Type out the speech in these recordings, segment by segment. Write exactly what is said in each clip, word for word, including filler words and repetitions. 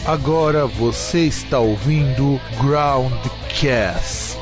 Agora você está ouvindo Groundcast.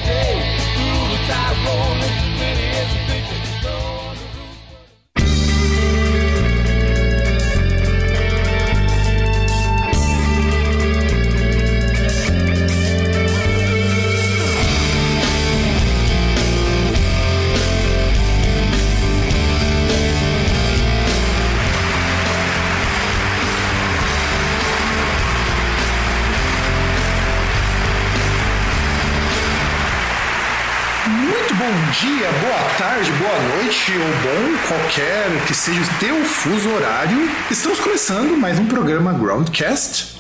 Bom dia, boa tarde, boa noite ou bom qualquer que seja o teu fuso horário. Estamos começando mais um programa Groundcast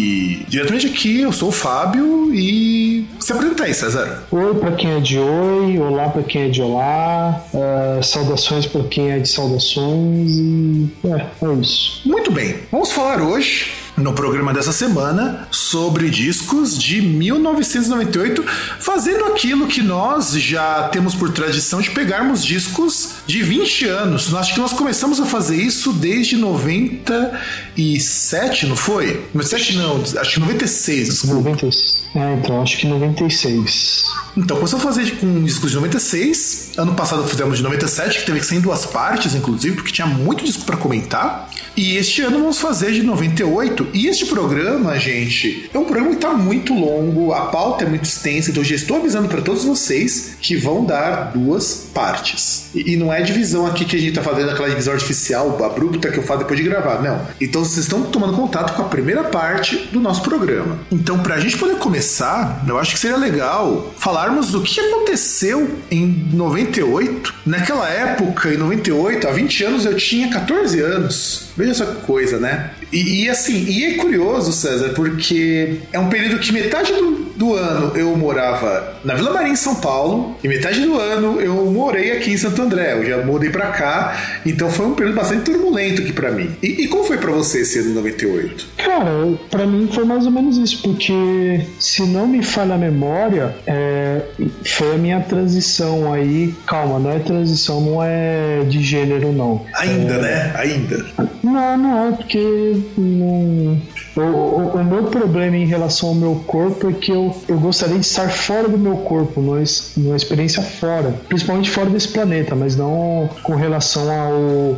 e diretamente aqui eu sou o Fábio e se apresenta aí, César. Oi pra quem é de oi, olá pra quem é de olá, uh, saudações pra quem é de saudações e é, é isso. Muito bem, vamos falar hoje no programa dessa semana sobre discos de mil novecentos e noventa e oito, fazendo aquilo que nós já temos por tradição de pegarmos discos de vinte anos. Acho que nós começamos a fazer isso desde noventa e sete, não foi? noventa e sete não, acho que noventa e seis, desculpa. noventa, é, então, acho que noventa e seis. Então, começamos a fazer com discos de noventa e seis. Ano passado fizemos de noventa e sete, que teve que ser em duas partes, inclusive, porque tinha muito disco para comentar. E este ano vamos fazer de noventa e oito. E este programa, gente, é um programa que está muito longo, a pauta é muito extensa, então eu já estou avisando para todos vocês que vão dar duas partes. E, e não é divisão aqui que a gente está fazendo, aquela divisão artificial, abrupta que eu faço depois de gravar, não. Então vocês estão tomando contato com a primeira parte do nosso programa. Então, para a gente poder começar, eu acho que seria legal falarmos do que aconteceu em noventa e oito. Naquela época, em noventa e oito, há vinte anos, eu tinha catorze anos. Veja essa coisa, né? E, e assim, e é curioso, César, porque é um período que metade do, do ano eu morava na Vila Maria, em São Paulo, e metade do ano eu morei aqui em Santo André. Eu já mudei pra cá, então foi um período bastante turbulento aqui pra mim. E, e como foi pra você esse ano de noventa e oito? Cara, pra mim foi mais ou menos isso, porque se não me falha a memória, é, foi a minha transição aí. Calma, não é transição, não é de gênero, não. Ainda, é... né? Ainda. Não, não é, porque não... o, o, o meu problema em relação ao meu corpo é que eu, eu gostaria de estar fora do meu corpo, numa, numa experiência fora, principalmente fora desse planeta, mas não com relação ao,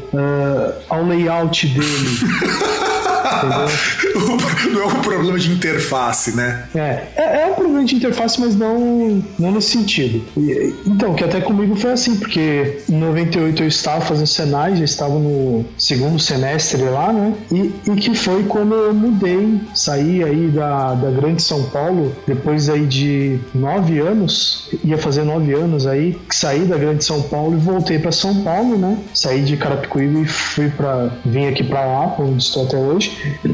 uh, ao layout dele. Não é um problema de interface, né? É, é, é um problema de interface, mas não, não nesse sentido. E, então, que até comigo foi assim, porque em noventa e oito eu estava fazendo Senai, já estava no segundo semestre lá, né? E, e que foi quando eu mudei, saí aí da, da Grande São Paulo, depois aí de nove anos, ia fazer nove anos aí, que saí da Grande São Paulo e voltei para São Paulo, né? Saí de Carapicuíba e fui para vim aqui para lá, onde estou até hoje.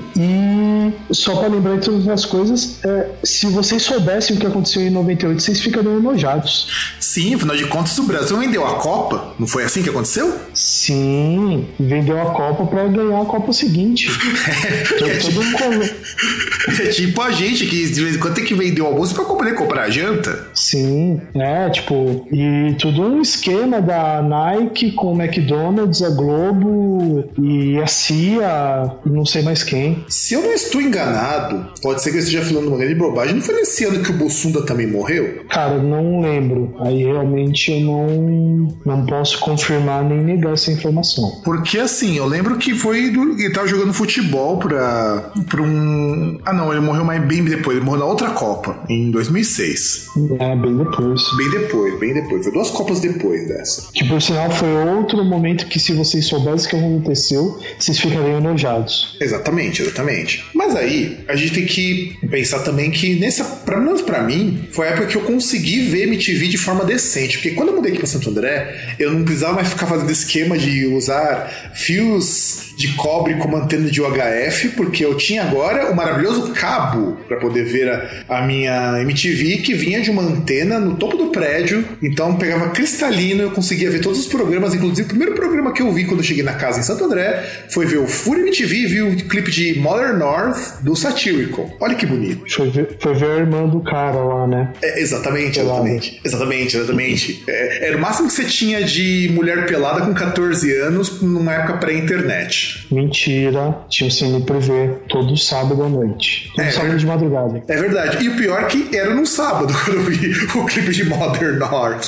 E só para lembrar de todas as coisas, é, se vocês soubessem o que aconteceu em noventa e oito, vocês ficariam enojados. Sim, afinal de contas o Brasil vendeu a Copa, não foi assim que aconteceu? Sim, vendeu a Copa para ganhar a Copa seguinte. É, é, tipo, um... é tipo a gente que de vez em quando tem que vender o almoço para poder comprar a janta. Sim, é tipo, e tudo um esquema da Nike com o McDonald's, a Globo e a C I A, não sei mais quem. Se eu não estou enganado, pode ser que eu esteja falando uma grande bobagem, não foi nesse ano que o Bussunda também morreu? Cara, não lembro. Aí realmente eu não, não posso confirmar nem negar essa informação. Porque assim, eu lembro que foi do, ele tava jogando futebol pra, pra um... Ah não, ele morreu mais bem depois, ele morreu na outra Copa, em dois mil e seis. É, bem depois. Bem depois, bem depois. Foi duas Copas depois dessa. Que por sinal foi outro momento que, se vocês soubessem o que aconteceu, vocês ficariam enojados. Exatamente, exatamente. Mas aí, a gente tem que pensar também que nessa, pelo menos pra mim, foi a época que eu consegui ver M T V de forma decente. Porque quando eu mudei aqui pra Santo André, eu não precisava mais ficar fazendo esquema de usar fios de cobre como antena de U H F, porque eu tinha agora o maravilhoso cabo para poder ver a, a minha M T V, que vinha de uma antena no topo do prédio. Então pegava cristalino, eu conseguia ver todos os programas. Inclusive o primeiro programa que eu vi quando eu cheguei na casa em Santo André foi ver o Fury M T V e vi o clipe de Modern North do Satirical. Olha que bonito. Foi ver, foi ver a irmã do cara lá, né? É, exatamente, exatamente. Exatamente, exatamente. É, era o máximo que você tinha de mulher pelada com catorze anos numa época pré-internet. noite. Mentira, tinha o Cine Privé todo sábado à noite. Todo é, sábado de madrugada. É verdade. E o pior é que era no sábado, quando eu vi o clipe de Modern North.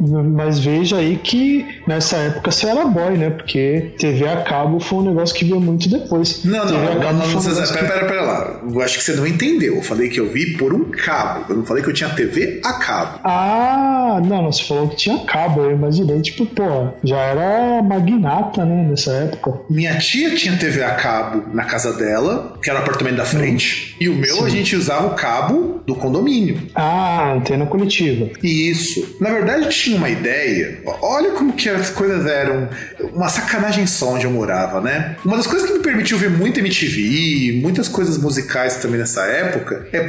Mas veja aí que nessa época você era boy, né? Porque T V a cabo foi um negócio que veio muito depois. Não, não, não, não, não, um pera, pera, pera, pera lá. Eu acho que você não entendeu. Eu falei que eu vi por um cabo. Eu não falei que eu tinha T V a cabo. Ah, não, não, você falou que tinha cabo. Eu imaginei, tipo, pô, já era magnata, né, nessa época. Minha tia tinha T V a cabo na casa dela, que era o apartamento da frente. Hum. E o meu, sim, a gente usava o cabo do condomínio. Ah, antena coletiva. Isso. Na verdade, eu tinha uma ideia. Olha como que as coisas eram uma sacanagem só onde eu morava, né? Uma das coisas que me permitiu ver muito M T V, muitas coisas musicais também nessa época, é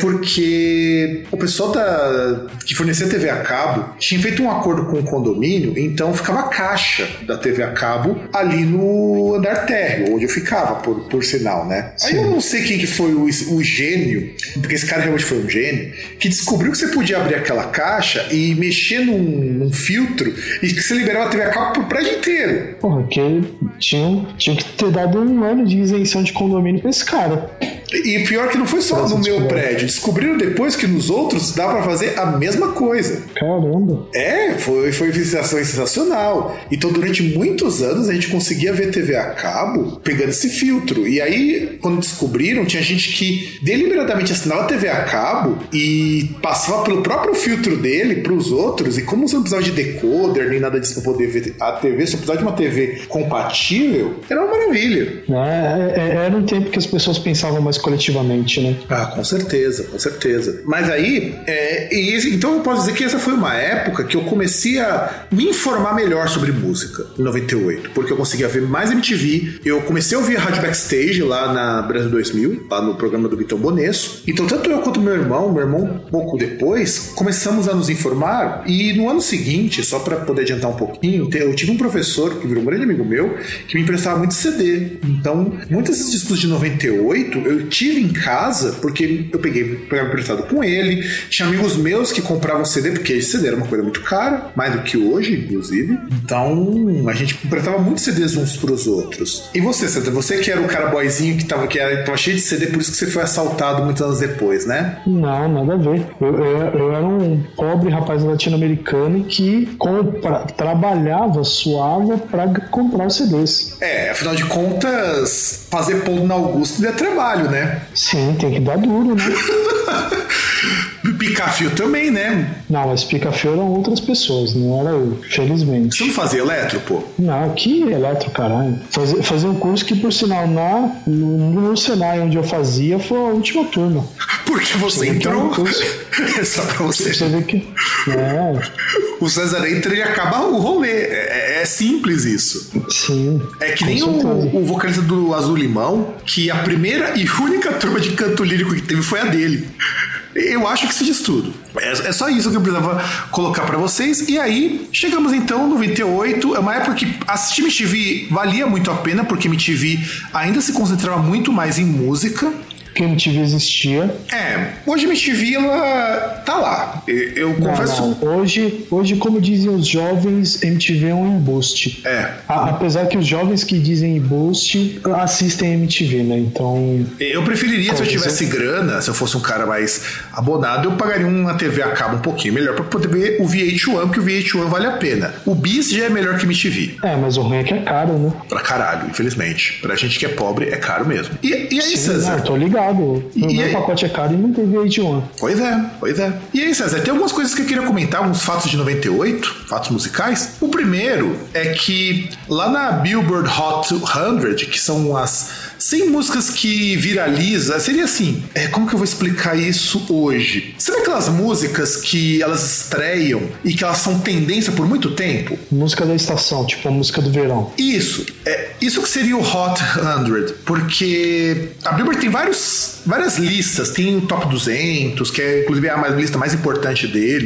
porque o pessoal da, que fornecia T V a cabo tinha feito um acordo com o condomínio, então ficava a caixa da T V a cabo ali no andar térreo, onde eu ficava, por, por sinal, né? Sim. Aí eu não sei quem que foi o, o gênio, porque esse cara realmente foi um gênio, que descobriu que você podia abrir aquela caixa e mexer num, num filtro e que você liberava a T V a cabo pro prédio inteiro. Porra, que tinha, tinha que ter dado um ano de isenção de condomínio pra esse cara. E pior que não foi só no meu prédio. Descobriram depois que nos outros dá pra fazer a mesma coisa. Caramba. É, foi, foi sensacional. Então durante muitos anos a gente conseguia ver T V a cabo pegando esse filtro. E aí, quando descobriram, tinha gente que deliberadamente assinava a T V a cabo e passava pelo próprio filtro dele pros outros. E como você não precisava de decoder nem nada disso pra poder ver a T V, só precisava de uma T V compatível, era uma maravilha. É, é, era um tempo que as pessoas pensavam mais coletivamente, né? Ah, com certeza, com certeza. Mas aí, é, e, então eu posso dizer que essa foi uma época que eu comecei a me informar melhor sobre música, em noventa e oito, porque eu conseguia ver mais M T V, eu comecei a ouvir a Rádio Backstage lá na Brasil dois mil, lá no programa do Vitor Bonesso, então tanto eu quanto meu irmão, meu irmão um pouco depois, começamos a nos informar, e no ano seguinte, só para poder adiantar um pouquinho, eu tive um professor, que virou um grande amigo meu, que me emprestava muito C D, então muitos desses discos de noventa e oito, eu tive em casa, porque eu peguei, pegava emprestado com ele, tinha amigos meus que compravam C D, porque C D era uma coisa muito cara, mais do que hoje, inclusive. Então, a gente emprestava muitos C Ds uns pros outros. E você, Sandra, você que era o cara boyzinho que tava, que era, tava cheio de C D, por isso que você foi assaltado muitos anos depois, né? Não, nada a ver. Eu, eu, eu era um pobre rapaz latino-americano que compra, trabalhava, suava pra comprar os C Ds. É, afinal de contas, fazer ponto na Augusta é trabalho, né? Sim, tem que dar duro, né? Pica-fio também, né? Não, mas pica-fio eram outras pessoas, não era eu, felizmente. Você não fazia eletro, pô? Não, que eletro, caralho. Fazer, fazer um curso que, por sinal, na, no, no Senai onde eu fazia, foi a última turma. Porque você, você entrou? É só pra você. Você vê que... É. O César entra e acaba o rolê. É, é simples isso. Sim. É que nem o, o vocalista do Azul Limão, que a primeira e única turma de canto lírico que teve foi a dele. Eu acho que isso diz tudo. É, é só isso que eu precisava colocar pra vocês. E aí, chegamos então no noventa e oito. É uma época que assistir M T V valia muito a pena, porque M T V ainda se concentrava muito mais em música. Que M T V existia. É, hoje a M T V ela tá lá. Eu, eu não, confesso. Não. Hoje, hoje, como dizem os jovens, M T V é um embuste. É. A, apesar que os jovens que dizem embuste assistem M T V, né? Então. Eu preferiria, se eu tivesse grana, se eu fosse um cara mais abonado, eu pagaria uma T V a cabo um pouquinho melhor pra poder ver o V H um, porque o V H um vale a pena. O Bis já é melhor que M T V. É, mas o ruim é que é caro, né? Pra caralho, infelizmente. Pra gente que é pobre, é caro mesmo. E, e aí, Sim, César? Não, tô ligado. O meu aí? pacote é caro e não tem V H um. Pois é, pois é. E aí, César, tem algumas coisas que eu queria comentar, alguns fatos de noventa e oito, fatos musicais. O primeiro é que lá na Billboard Hot cem, que são as cem músicas que viraliza, seria assim, é, como que eu vou explicar isso hoje? Sabe aquelas músicas que elas estreiam e que elas são tendência por muito tempo? Música da estação, tipo a música do verão. Isso, é, isso que seria o Hot cem, porque a Billboard tem vários, várias listas, tem o Top duzentos, que é inclusive a mais, lista mais importante deles.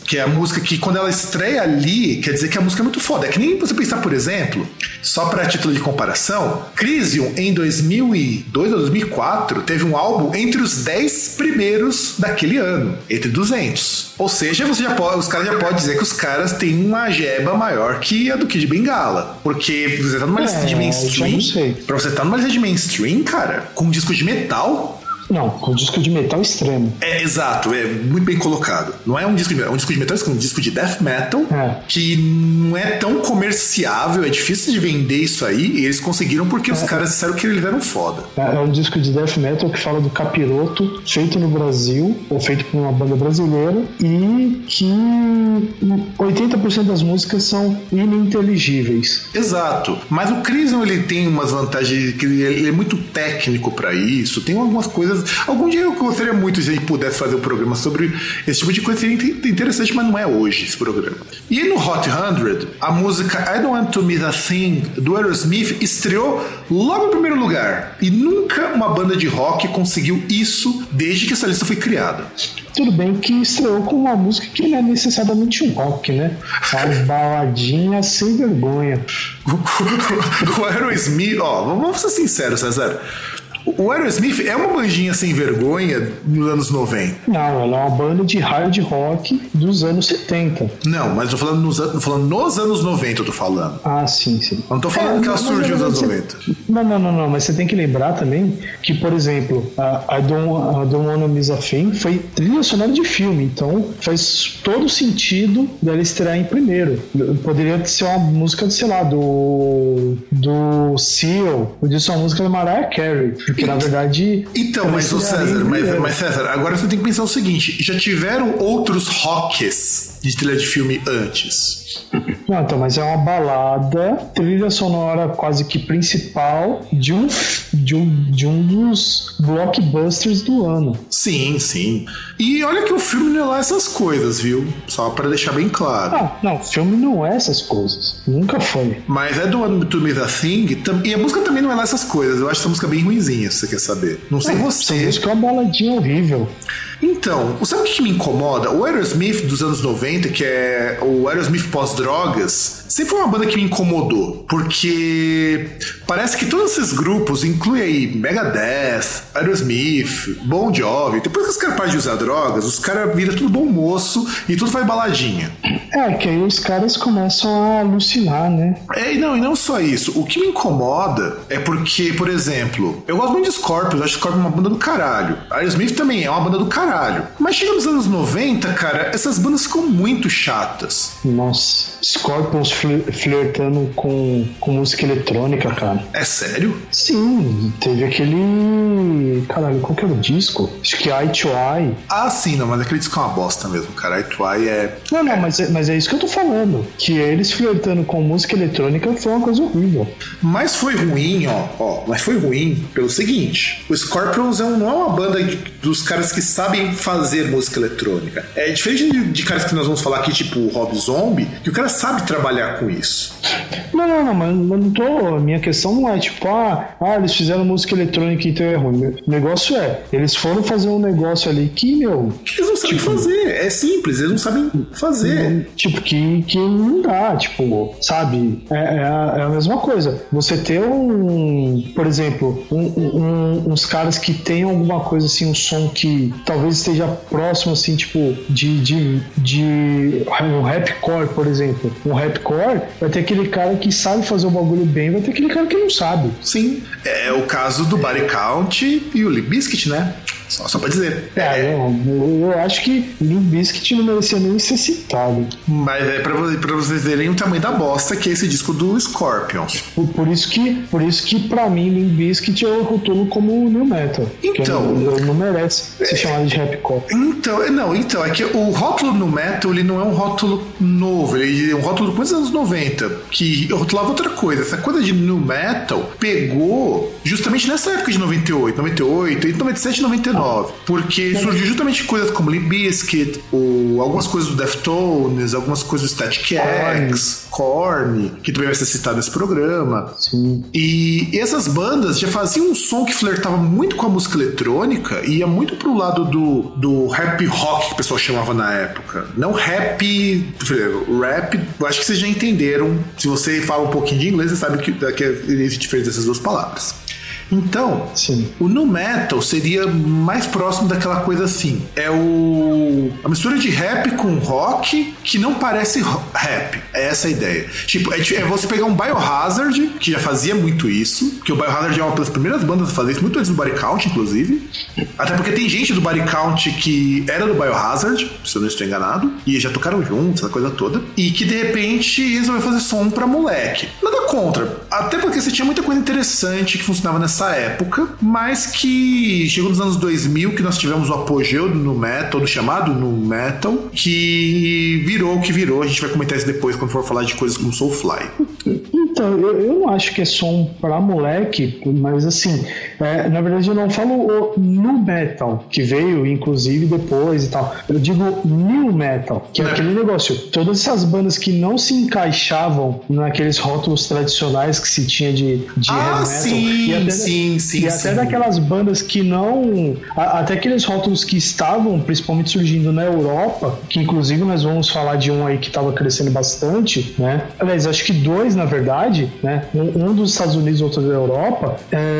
que é a música que quando ela estreia ali, quer dizer que a música é muito foda. É que nem você pensar, por exemplo, só para título de comparação, Crisium em dois mil e dois ou dois mil e quatro teve um álbum entre os dez primeiros daquele ano, entre duzentos. Ou seja, você já pode, os caras já podem dizer que os caras têm uma jeba maior que a do Kid Bengala. Porque você tá numa lista É, de eu mainstream. já não sei. Pra você estar numa lista de mainstream, cara, com um disco de metal. Não, com disco de metal extremo. É, exato, é muito bem colocado. Não é um disco de metal, é um disco de metal, é um disco de death metal, É. que não é tão comerciável, é difícil de vender isso aí, e eles conseguiram porque os caras disseram que eles eram foda. É, é um disco de death metal que fala do capiroto, feito no Brasil, ou feito por uma banda brasileira, e que oitenta por cento das músicas são ininteligíveis. Exato, mas o Crisium ele tem umas vantagens, que ele é muito técnico pra isso, tem algumas coisas. Algum dia eu gostaria muito se a gente pudesse fazer um programa sobre esse tipo de coisa, seria interessante, mas não é hoje esse programa. E no Hot cem, a música I Don't Want to Miss a Thing do Aerosmith estreou logo no primeiro lugar, e nunca uma banda de rock conseguiu isso desde que essa lista foi criada. Tudo bem que estreou com uma música que não é necessariamente um rock, né? Uma baladinha sem vergonha. O Aerosmith, ó, vamos ser sinceros, César. O Aerosmith é uma bandinha sem vergonha nos anos noventa. Não, ela é uma banda de hard rock dos anos setenta. Não, mas eu tô falando nos, tô falando nos anos noventa, eu tô falando. Ah, sim, sim. Eu não tô falando É, que ela mas, surgiu nos anos você- noventa. Não, não, não, não, mas você tem que lembrar também que, por exemplo, a I Don't, I Don't Wanna Miss a Thing foi trilha sonora de filme, então faz todo sentido dela estrear em primeiro. Poderia ser uma música, sei lá, do do Seal, podia ser uma música da Mariah Carey, porque na verdade... Então, mas o César, mas, mas César, agora você tem que pensar o seguinte: já tiveram outros rocks de trilha de filme antes. Não, então, mas é uma balada, trilha sonora quase que principal de um, de um, de um dos blockbusters do ano. Sim, sim. E olha que o filme não é lá essas coisas, viu? Só pra deixar bem claro. Ah, não, filme não é essas coisas. Nunca foi. Mas é do One to Miss a Thing, tam- e a música também não é lá essas coisas. Eu acho essa música bem ruinzinha, se você quer saber. Não sei Essa você. música é uma baladinha horrível. Então, sabe o que me incomoda? O Aerosmith dos anos noventa, que é o Aerosmith pós-drogas, sempre foi uma banda que me incomodou, porque parece que todos esses grupos, inclui aí Megadeth, Aerosmith, Bon Jovi, depois que os caras param de usar drogas, os caras viram tudo bom moço e tudo vai baladinha. É, que aí os caras começam a alucinar, né? É, e não, e não só isso. O que me incomoda é porque, por exemplo, eu gosto muito de Scorpions, eu acho Scorpions uma banda do caralho. Aerosmith também é uma banda do caralho. Mas chega nos anos noventa, cara, essas bandas ficam muito chatas. Nossa, Scorpions flir- flertando com, com música eletrônica, cara. É sério? Sim, teve aquele... Caralho, qual que era o disco? Acho que Eye to Eye. Ah, sim, não, mas aquele disco é uma bosta mesmo, cara. Eye to Eye é... Não, não, mas é, mas é isso que eu tô falando. Que eles flertando com música eletrônica foi uma coisa horrível. Mas foi ruim, ó, ó, mas foi ruim pelo seguinte: o Scorpions é um- não é uma banda de- dos caras que sabem fazer música eletrônica. É diferente de, de caras que nós vamos falar aqui, tipo o Rob Zombie, que o cara sabe trabalhar com isso. Não, não, não, mas eu não tô. A minha questão não é tipo, ah, ah, eles fizeram música eletrônica então é ruim. O negócio é, eles foram fazer um negócio ali que, meu. Que eles não sabem fazer, é simples, eles não sabem fazer. Tipo, que, que não dá, tipo, sabe? É, é, a, é a mesma coisa. Você ter um, por exemplo, um, um- uns caras que tem alguma coisa assim, um som que talvez esteja próximo, assim, tipo, de, de, de um rapcore, por exemplo. Um rapcore vai ter aquele cara que sabe fazer o bagulho bem, vai ter aquele cara que não sabe. Sim, é o caso do Body Count e o Limp Bizkit, né? Só, só pra dizer. É, eu, eu, eu acho que Limp Bizkit não merecia nem ser citado. Mas é pra, vo- pra vocês verem o tamanho da bosta que é esse disco do Scorpions. Por, por isso que, por isso que pra mim, Limp Bizkit eu rotulo como new metal. Então. Que eu- eu não merece ser chamado de rapcore. Então, não, então, é que o rótulo no metal, ele não é um rótulo novo, ele é um rótulo dos anos noventa, que rotulava outra coisa. Essa coisa de new metal pegou justamente nessa época de noventa e oito, noventa e oito, noventa e sete, noventa e nove. nove, porque surgiu justamente coisas como Limp Bizkit, ou algumas coisas do Deftones, algumas coisas do Static X, Korn, que também vai ser citado nesse programa. Sim. E essas bandas já faziam um som que flertava muito com a música eletrônica e ia muito pro lado do, do rap rock, que o pessoal chamava na época. Não rap, rap, eu acho que vocês já entenderam. Se você fala um pouquinho de inglês, você sabe que, que existe diferença dessas duas palavras. Então, Sim. o nu metal seria mais próximo daquela coisa assim. É o a mistura de rap com rock que não parece rap. É essa a ideia. Tipo, é, é você pegar um Biohazard, que já fazia muito isso, que o Biohazard é uma das primeiras bandas a fazer isso, muito antes do Body Count, inclusive. Até porque tem gente do Body Count que era do Biohazard, se eu não estou enganado, e já tocaram juntos, essa coisa toda, e que de repente resolveu fazer som pra moleque. Nada contra. Até porque você tinha muita coisa interessante que funcionava nessa época, mas que chegou nos anos dois mil que nós tivemos o apogeu do nu metal, do chamado nu metal, que virou o que virou. A gente vai comentar isso depois quando for falar de coisas como Soulfly. Então, eu, eu não acho que é som pra moleque, mas assim, é, na verdade eu não falo o nu metal, que veio inclusive depois e tal. Eu digo new metal, que é, é aquele negócio, todas essas bandas que não se encaixavam naqueles rótulos tradicionais que se tinha de, de ah, heavy metal. Sim, e até, sim, sim. E sim. até daquelas bandas que não. A, até aqueles rótulos que estavam principalmente surgindo na Europa, que inclusive nós vamos falar de um aí que estava crescendo bastante, né? Aliás, acho que dois, na verdade, né? Um, um dos Estados Unidos e outro da Europa.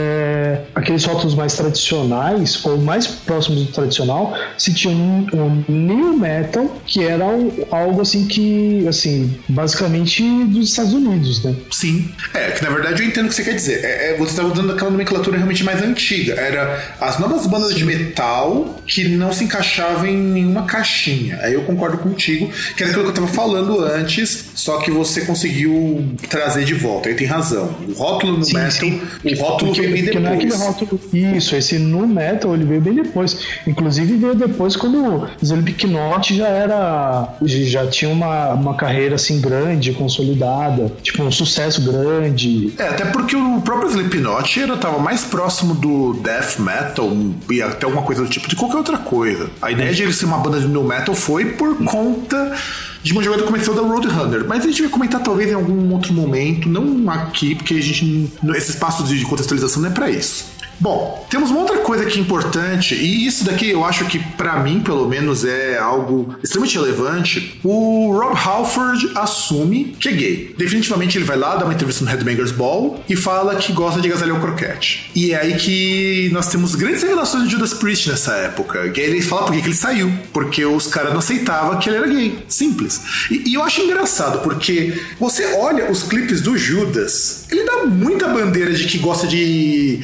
É, aqueles rótulos mais tradicionais, ou mais próximos do tradicional, se tinha um, um new metal, que era um, algo assim que, assim, basicamente dos Estados Unidos, né? Sim. É, que na verdade eu entendo o que você quer dizer. É, é, você estava usando aquela nomenclatura realmente mais antiga. Era as novas bandas Sim. de metal que não se encaixavam em nenhuma caixinha. Aí eu concordo contigo, que era aquilo que eu estava falando antes, só que você conseguiu trazer de volta. Aí tem razão. O rótulo no sim, metal, sim. o rótulo porque, veio bem depois. Não é aquele rótulo, isso, esse nu metal ele veio bem depois. Inclusive veio depois quando o Slipknot já era, já tinha uma, uma carreira assim grande, consolidada, tipo um sucesso grande. É, até porque o próprio Slipknot era, tava mais próximo do death metal e até alguma coisa do tipo de qualquer outra coisa. A ideia de ele ser uma banda de nu metal foi por conta de uma jogada comercial da Roadrunner, mas a gente vai comentar talvez em algum outro momento, não aqui, porque a gente, esse espaço de contextualização não é pra isso. Bom, temos uma outra coisa que é importante, e isso daqui eu acho que pra mim, pelo menos, é algo extremamente relevante. O Rob Halford assume que é gay. Definitivamente ele vai lá, dá uma entrevista no Headbangers Ball e fala que gosta de agasalhar o croquete. E é aí que nós temos grandes revelações de Judas Priest nessa época. E aí ele fala por que ele saiu, porque os caras não aceitavam que ele era gay. Simples. E, e eu acho engraçado, porque você olha os clipes do Judas, ele dá muita bandeira de que gosta de...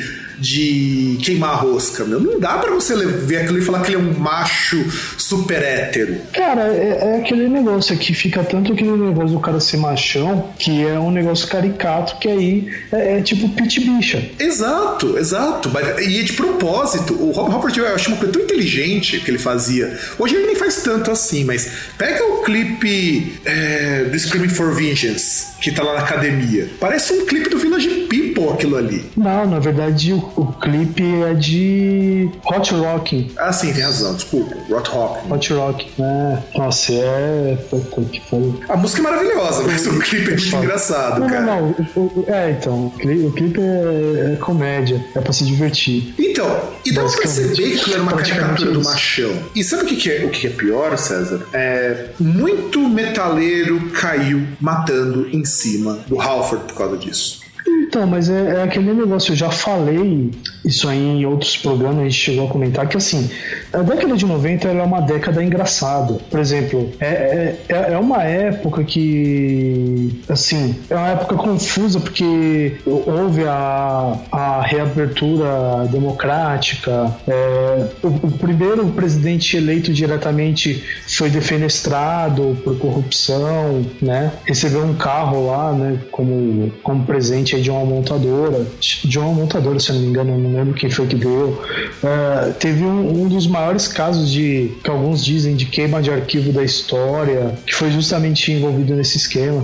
de queimar a rosca, meu. Não dá pra você ver aquilo e falar que ele é um macho super hétero. Cara, é, é aquele negócio que fica tanto aquele negócio do cara ser machão, que é um negócio caricato, que aí é, é tipo pit bicha. Exato, exato. E de propósito, o Rob Halford, eu acho uma coisa tão inteligente que ele fazia. Hoje ele nem faz tanto assim, mas pega o clipe é, do Screaming for Vengeance, que tá lá na academia. Parece um clipe do Village People, aquilo ali. Não, na verdade, o, o clipe é de Hot Rocking. Ah, sim, tem razão, desculpa. Hot Rocking. Hot Rock. É, nossa, é... A música é maravilhosa, mas o clipe é muito engraçado, não, cara. Não, não, o, é, então, o clipe, o clipe é, é comédia, é pra se divertir. Então, e dá pra perceber que aquilo era uma caricatura do machão. E sabe o que, que, é, o que é pior, César? É, muito metaleiro caiu matando em cima do Halford por causa disso. Então, mas é, é aquele negócio, eu já falei isso aí em outros programas, a gente chegou a comentar que assim, a década de noventa ela é uma década engraçada. Por exemplo, é, é, é uma época que, assim, é uma época confusa porque houve a, a reabertura democrática, é, o, o primeiro presidente eleito diretamente foi defenestrado por corrupção, né? Recebeu um carro lá, né, como, como presente aí de uma uma montadora, de uma montadora, se eu não me engano, eu não lembro quem foi que ganhou. Uh, teve um, um dos maiores casos de, que alguns dizem, de queima de arquivo da história, que foi justamente envolvido nesse esquema.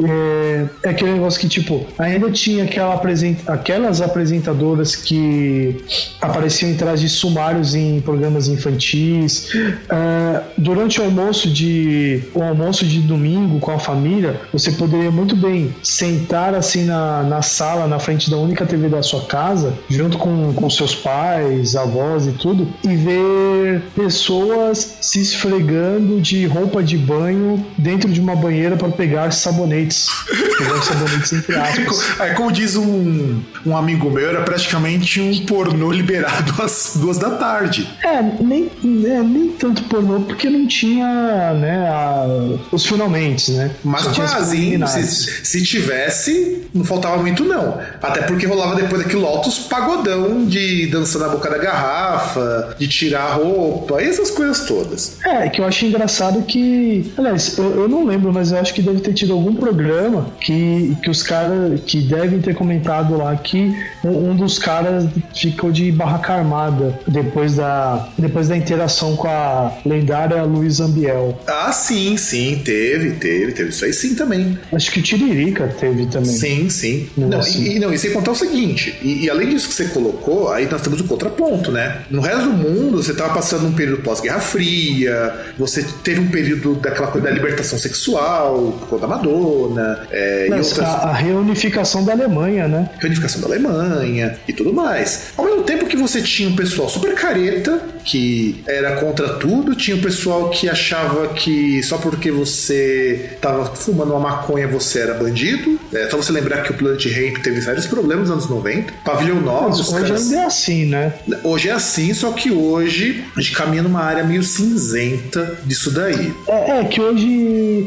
É, é aquele negócio que, tipo, ainda tinha aquela apresent... aquelas apresentadoras que apareciam em trás de sumários em programas infantis. Uh, durante o almoço de o almoço de domingo com a família, você poderia muito bem sentar assim na, na sala, na frente da única T V da sua casa, junto com, com seus pais, avós e tudo, e ver pessoas se esfregando de roupa de banho dentro de uma banheira para pegar sabonetes. Pegar sabonetes entre aspas. É, como diz um, um amigo meu, era praticamente um pornô liberado às duas da tarde. É, nem, é, nem tanto pornô, porque não tinha, né, a, os finalmente, né? Mas quase, hein? Se, se tivesse, não faltava muito, não. Até porque rolava depois daquele Lotus pagodão de dançar na boca da garrafa, de tirar a roupa, e essas coisas todas. É, que eu acho engraçado que... Aliás, eu, eu não lembro, mas eu acho que deve ter tido algum programa que, que os caras que devem ter comentado lá que um, um dos caras ficou de barraca armada depois da, depois da interação com a lendária Luísa Ambiel. Ah, sim, sim, teve, teve, teve isso aí sim também. Acho que o Tiririca teve também. Sim, sim. Não, assim. e, e, não, e sem contar o seguinte, e, e além disso que você colocou, aí nós temos o contraponto, né? No resto do mundo, você estava passando um período pós-Guerra Fria, você teve um período daquela coisa da libertação sexual, por conta da Madonna, é, Mas, e outras... a, a reunificação da Alemanha, né? Reunificação da Alemanha e tudo mais. Ao mesmo tempo que você tinha um pessoal super careta, que era contra tudo, tinha um pessoal que achava que só porque você estava fumando uma maconha você era bandido. É só você lembrar que o Planet Ramp teve vários problemas nos anos noventa. Pavilhão nove. Hoje caras... ainda é assim, né? Hoje é assim, só que hoje a gente caminha numa área meio cinzenta disso daí. É, é que hoje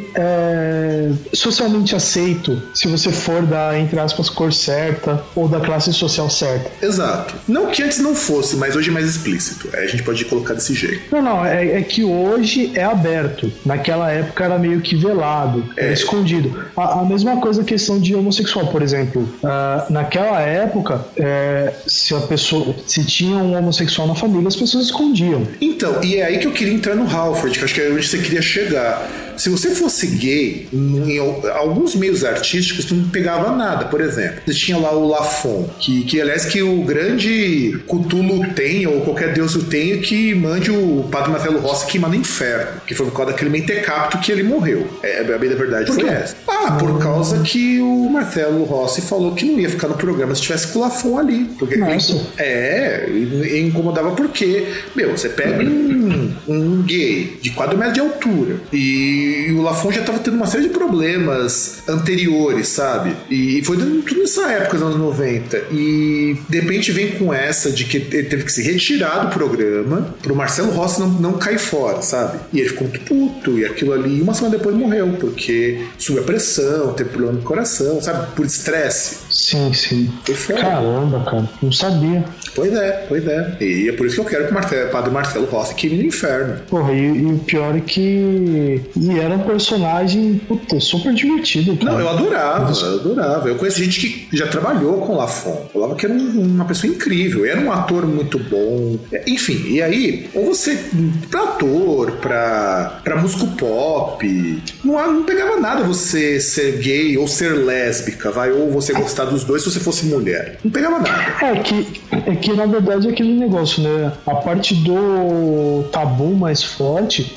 é socialmente aceito se você for da, entre aspas, cor certa ou da classe social certa. Exato. Não que antes não fosse, mas hoje é mais explícito. É, a gente pode colocar desse jeito. Não, não, é, é que hoje é aberto. Naquela época era meio que velado, é. Era escondido. A, a mesma coisa a questão de homossexual, por exemplo. Uh, naquela época, é, se a pessoa, se tinha um homossexual na família, as pessoas escondiam. Então, e é aí que eu queria entrar no Halford, que acho que é onde você queria chegar. Se você fosse gay, em alguns meios artísticos, tu não pegava nada. Por exemplo, você tinha lá o Lafon, que, que aliás que o grande Cthulhu tem, ou qualquer deus o tenha, que mande o Padre Marcelo Rossi queimar no inferno, que foi por causa daquele mentecapto que ele morreu. É, a bem da verdade foi essa. Ah, por causa que o Marcelo Rossi falou que não ia ficar no programa se tivesse com o Lafon ali. Porque Nossa. É, e incomodava porque, meu, você pega um, um gay de quatro metros de altura e E o Lafon já tava tendo uma série de problemas anteriores, sabe? E foi tudo nessa época, dos anos noventa. E de repente vem com essa de que ele teve que se retirar do programa pro Marcelo Rossi não, não cair fora, sabe? E ele ficou muito puto, e aquilo ali, uma semana depois morreu, porque subiu a pressão, teve problema no coração, sabe? Por estresse. Sim, sim. Caramba, cara, não sabia. Pois é, pois é. E é por isso que eu quero que o Marcelo, Padre Marcelo Rossi queime no inferno. Porra, e, e o pior é que... E era um personagem, puta, super divertido, cara. Não, eu adorava, eu adorava. Eu conheço gente que já trabalhou com o Lafon. Falava que era um, uma pessoa incrível. Era um ator muito bom. Enfim, e aí, ou você, pra ator, pra, pra músico pop, não, não pegava nada você ser gay ou ser lésbica, vai, ou você gostar dos dois se você fosse mulher. Não pegava nada. É que, é que na verdade é aquele negócio, né? A parte do tabu mais forte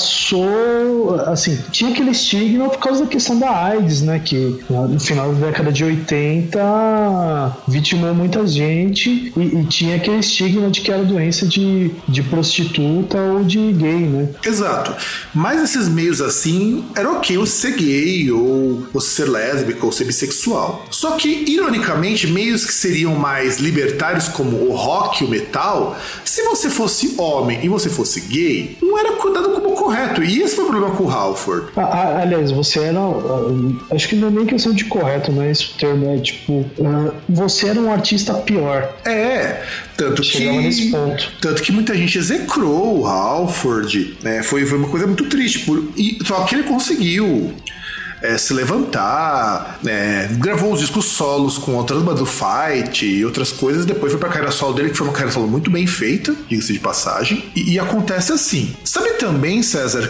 passou, assim, tinha aquele estigma por causa da questão da AIDS, né? Que no final da década de oitenta vitimou muita gente e, e tinha aquele estigma de que era doença de, de prostituta ou de gay, né? Exato. Mas esses meios assim, era ok você ser gay ou você ser lésbica ou ser bissexual. Só que, ironicamente, meios que seriam mais libertários como o rock e o metal, se você fosse homem e você fosse gay, não era dado como correto. E esse foi o problema com o Halford. Ah, aliás, você era... Acho que não é nem questão de correto, não é esse o termo. É tipo... Uh, você era um artista pior. É, tanto Chegava que... nesse ponto. Tanto que muita gente execrou o Halford, né? Foi, foi uma coisa muito triste. Por, e, só que ele conseguiu... é, se levantar, é, gravou os discos solos com outras bandas do Fight e outras coisas, depois foi pra carreira solo dele, que foi uma carreira solo muito bem feita, diga-se de passagem, e, e acontece assim. Sabe também, César,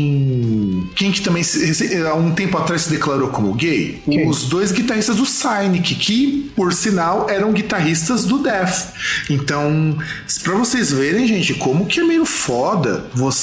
quem, quem que também há um tempo atrás se declarou como gay? Quem? Os dois guitarristas do Cynic, que, por sinal, eram guitarristas do Death. Então, pra vocês verem, gente, como que é meio foda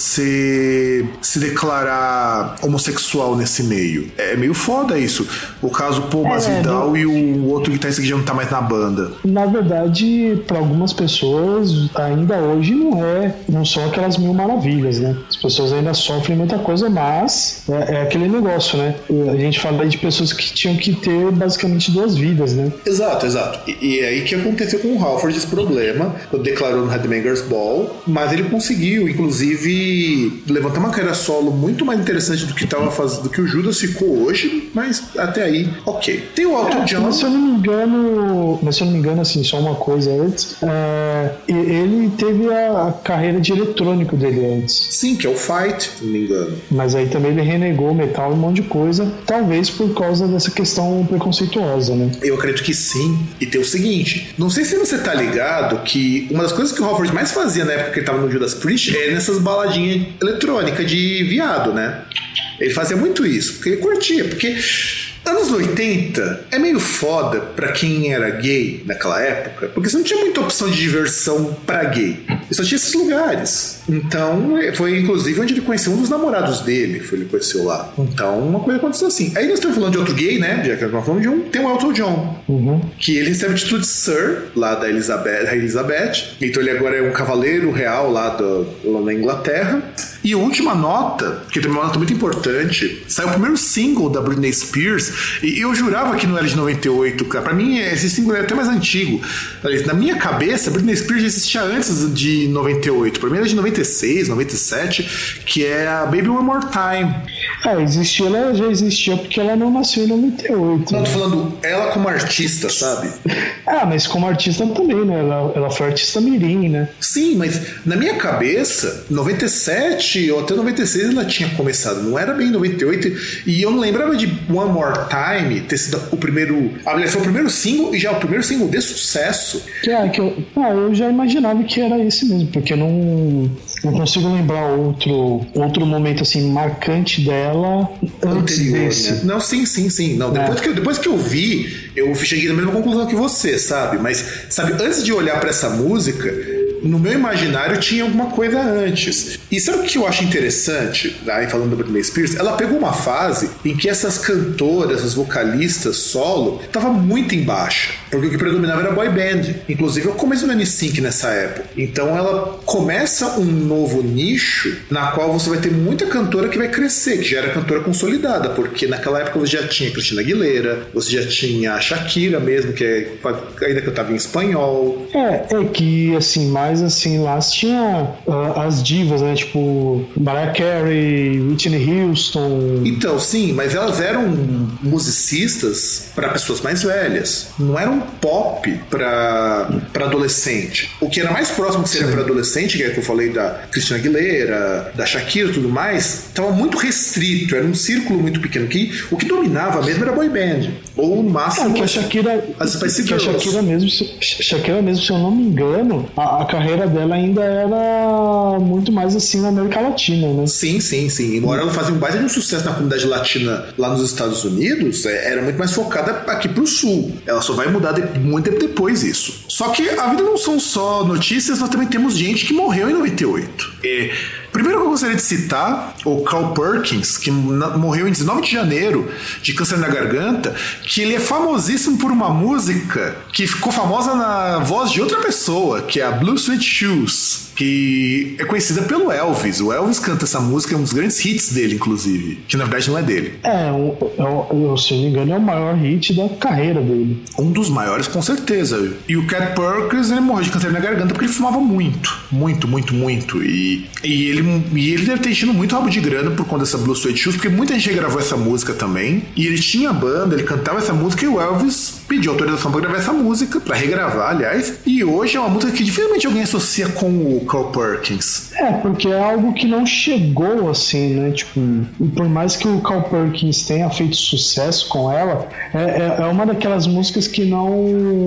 você se declarar homossexual nesse meio. É meio foda isso. O caso Paul Masvidal é, e o outro guitarrista que já não tá mais na banda. Na verdade, pra algumas pessoas, ainda hoje não é, não são aquelas mil maravilhas, né? As pessoas ainda sofrem muita coisa, mas é, é aquele negócio, né? A gente fala de pessoas que tinham que ter basicamente duas vidas, né? Exato, exato. E, e é aí que aconteceu com o Halford esse problema, quando declarou no Headbangers Ball, mas ele conseguiu, inclusive, levantar uma carreira solo muito mais interessante do que tava fazendo, do que o Judas ficou hoje, mas até aí, ok. Tem o Elton é, John. Mas se eu não me engano, mas se eu não me engano, assim, só uma coisa antes, é, ele teve a, a carreira de eletrônico dele antes. Sim, que é o Fight, se não me engano. Mas aí também ele renegou o metal e um monte de coisa, talvez por causa dessa questão preconceituosa, né? Eu acredito que sim. E tem o seguinte, não sei se você tá ligado que uma das coisas que o Halford mais fazia na época que ele tava no Judas Priest é nessas baladinhas eletrônicas de viado, né? Ele fazia muito isso, porque ele curtia, porque anos oitenta é meio foda pra quem era gay naquela época, porque você não tinha muita opção de diversão pra gay. E só tinha esses lugares. Então, foi inclusive onde ele conheceu um dos namorados dele, foi ele conheceu lá. Então, uma coisa aconteceu assim. Aí nós estamos falando de outro gay, né? Já que nós estamos falando de um, tem o Elton John. Uhum. Que ele recebe o título de Sir, lá da Elizabeth, da Elizabeth. Então ele agora é um cavaleiro real lá, do, lá na Inglaterra. E a última nota, que tem uma nota muito importante, saiu o primeiro single da Britney Spears, e eu jurava que não era de noventa e oito, cara. Pra mim, esse single era até mais antigo. Na minha cabeça, a Britney Spears já existia antes de noventa e oito. Pra mim era de noventa e seis, noventa e sete, que é a Baby One More Time. É, existia, ela já existia porque ela não nasceu em noventa e oito. Não, tô falando ela como artista, sabe? Ah, mas como artista também, né? Ela, ela foi artista mirim, né? Sim, mas na minha cabeça, noventa e sete ou até noventa e seis ela tinha começado, não era bem noventa e oito, e eu não lembrava de One More Time ter sido o primeiro, aliás, foi o primeiro single e já o primeiro single de sucesso. Que é, que eu, ah, eu já imaginava que era esse mesmo, porque eu não, não consigo lembrar outro, outro momento assim marcante dela antes anterior, desse. Né? Não, sim, sim, sim. Não, depois, é. que eu, depois que eu vi, eu cheguei na mesma conclusão que você, sabe? Mas, sabe, antes de olhar pra essa música, no meu imaginário tinha alguma coisa antes. E sabe o que eu acho interessante, aí falando da Britney Spears? Ela pegou uma fase em que essas cantoras, essas vocalistas solo, tava muito em baixa, porque o que predominava era boy band. Inclusive eu comecei no N Sync nessa época. Então ela começa um novo nicho na qual você vai ter muita cantora que vai crescer, que já era cantora consolidada, porque naquela época você já tinha Christina Aguilera, você já tinha a Shakira mesmo, que é, ainda cantava em espanhol. É, é que assim, mais assim, lá tinha uh, as divas, né? Tipo, Mariah Carey, Whitney Houston. Então, sim, mas elas eram musicistas para pessoas mais velhas. Não eram pop para para adolescente. O que era mais próximo que seria para adolescente, que é que eu falei da Christina Aguilera, da Shakira e tudo mais, estava muito restrito, era um círculo muito pequeno. Que, o que dominava mesmo era boy band. Ou no máximo. É, que a Shakira, as Spice Girls. A Shakira mesmo, Shakira mesmo, se eu não me engano, a, a carreira dela ainda era muito mais assim na América Latina, né? Sim, sim, sim. Embora ela fazia um baita de um sucesso na comunidade latina lá nos Estados Unidos, era muito mais focada aqui pro sul. Ela só vai mudar de, muito tempo depois isso. Só que a vida não são só notícias, nós também temos gente que morreu em noventa e oito. E primeiro que eu gostaria de citar o Carl Perkins, que morreu em dezenove de janeiro de câncer na garganta, que ele é famosíssimo por uma música que ficou famosa na voz de outra pessoa, que é a Blue Suede Shoes, que é conhecida pelo Elvis. O Elvis canta essa música, é um dos grandes hits dele, inclusive, que na verdade não é dele. É, o, o, se não me engano, é o maior hit da carreira dele. Um dos maiores, com certeza. E o Cat Perkins, ele morreu de câncer na garganta porque ele fumava muito, muito, muito, muito. E, e, ele, e ele deve ter enchido muito rabo de grana por conta dessa Blue Suede Shoes, porque muita gente gravou essa música também. E ele tinha banda, ele cantava essa música e o Elvis pediu autorização pra gravar essa música, pra regravar, aliás, e hoje é uma música que dificilmente alguém associa com o Carl Perkins. É, porque é algo que não chegou assim, né? Tipo, por mais que o Carl Perkins tenha feito sucesso com ela, é, é, é uma daquelas músicas que não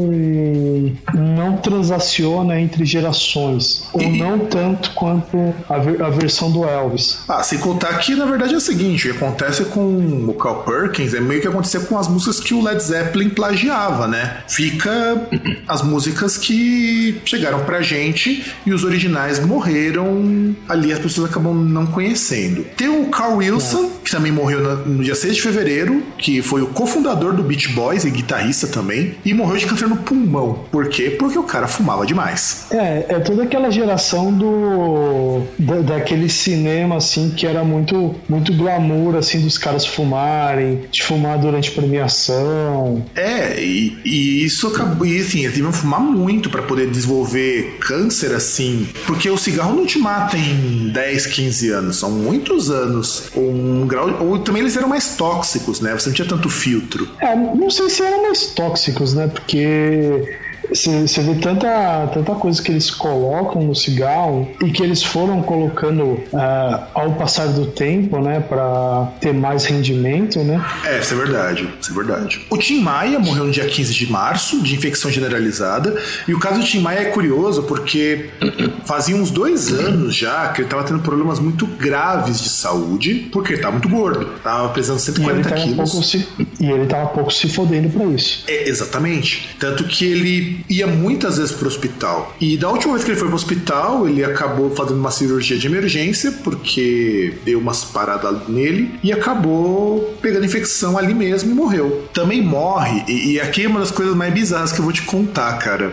não transaciona entre gerações, ou e... não tanto quanto a, ver, a versão do Elvis. Ah, sem contar que na verdade é o seguinte, o que acontece com o Carl Perkins é meio que acontecer com as músicas que o Led Zeppelin plagiava, né? Fica as músicas que chegaram pra gente e os originais morreram, ali as pessoas acabam não conhecendo. Tem o Carl Wilson, é. que também morreu no dia seis de fevereiro, que foi o cofundador do Beach Boys e guitarrista também, e morreu de câncer no pulmão. Por quê? Porque o cara fumava demais. É, é toda aquela geração do da, daquele cinema, assim, que era muito, muito glamour, assim, dos caras fumarem, de fumar durante premiação. É, e, e isso acabou, e assim, eles deviam fumar muito pra poder desenvolver câncer, assim, porque o cigarro não te mata em dez, quinze anos, são muitos anos. Um grau, ou também eles eram mais tóxicos, né? Você não tinha tanto filtro. É, não sei se eram mais tóxicos, né? Porque você vê tanta, tanta coisa que eles colocam no cigarro e que eles foram colocando uh, ao passar do tempo, né, para ter mais rendimento, né? É, isso é verdade, isso é verdade. O Tim Maia morreu no dia quinze de março, de infecção generalizada, e o caso do Tim Maia é curioso porque fazia uns dois anos já que ele estava tendo problemas muito graves de saúde, porque ele estava muito gordo, estava pesando cento e quarenta quilos. Se, e ele estava pouco se fodendo para isso. É, exatamente. Tanto que ele ia muitas vezes pro hospital. E da última vez que ele foi pro hospital, ele acabou fazendo uma cirurgia de emergência, porque deu umas paradas nele, e acabou pegando infecção ali mesmo e morreu. Também morre, e, e aqui é uma das coisas mais bizarras que eu vou te contar, cara.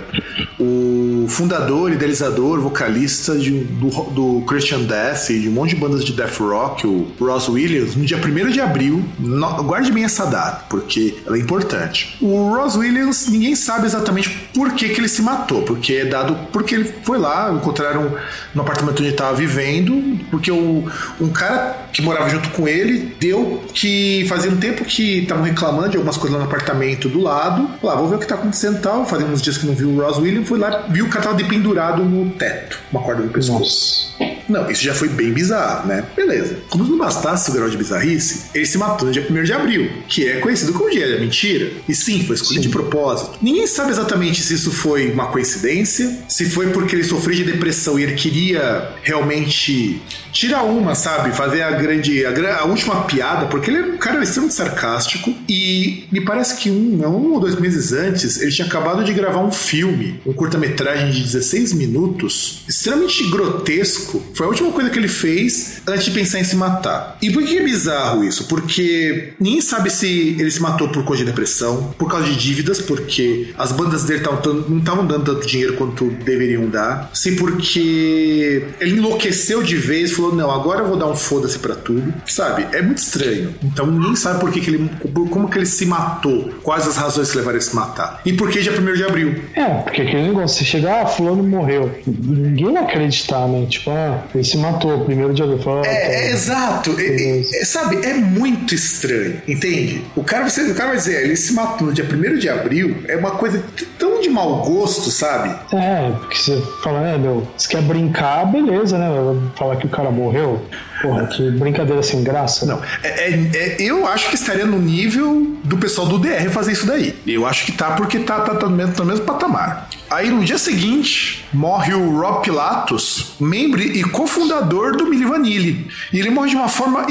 O fundador, idealizador, vocalista de, do, do Christian Death e de um monte de bandas de death rock, o Ross Williams, no dia primeiro de abril, no, guarde bem essa data, porque ela é importante. O Ross Williams, ninguém sabe exatamente por que que ele se matou, porque é dado porque ele foi lá, encontraram no apartamento onde ele estava vivendo, porque o, um cara que morava junto com ele deu que fazia um tempo que estavam reclamando de algumas coisas lá no apartamento do lado, lá, vou ver o que tá acontecendo e tal, fazia uns dias que não viu o Ross Williams, foi lá, viu o cara tava dependurado no teto, uma corda no pescoço. Nossa. Não, isso já foi bem bizarro, né? Beleza. Como não bastasse o grau de bizarrice, ele se matou no dia primeiro de abril, que é conhecido como dia da mentira. E sim, foi escolhido de propósito. Ninguém sabe exatamente se isso foi uma coincidência, se foi porque ele sofreu de depressão e ele queria realmente tirar uma, sabe? Fazer a grande, a, a última piada, porque ele é um cara extremamente sarcástico. E me parece que um, um ou dois meses antes, ele tinha acabado de gravar um filme, um curta-metragem de dezesseis minutos, extremamente grotesco. Foi a última coisa que ele fez antes de pensar em se matar. E por que é bizarro isso? Porque ninguém sabe se ele se matou por causa de depressão, por causa de dívidas, porque as bandas dele tavam, não estavam dando tanto dinheiro quanto deveriam dar, se porque ele enlouqueceu de vez e falou, não, agora eu vou dar um foda-se pra tudo, sabe? É muito estranho. Então ninguém sabe por que, que ele, como que ele se matou, quais as razões que levaram ele a se matar. E por que dia primeiro de abril? É, porque aquele negócio, você chegar, ah, fulano morreu, ninguém vai acreditar, né? Tipo, ah, ele se matou, primeiro de abril. Fala, é, é, exato. É, é, sabe, é muito estranho, entende? O cara, você, o cara vai dizer, ele se matou no dia primeiro de abril, é uma coisa tão de mau gosto, sabe? É, porque você fala, é, meu, você quer brincar, beleza, né? Falar que o cara morreu. Porra, que brincadeira sem graça. Não, é, é, é, eu acho que estaria no nível do pessoal do D R fazer isso daí. Eu acho que tá porque tá, tá, tá no, mesmo, no mesmo patamar. Aí no dia seguinte, morre o Rob Pilatus, membro e cofundador do Milli Vanilli. E ele morre de uma forma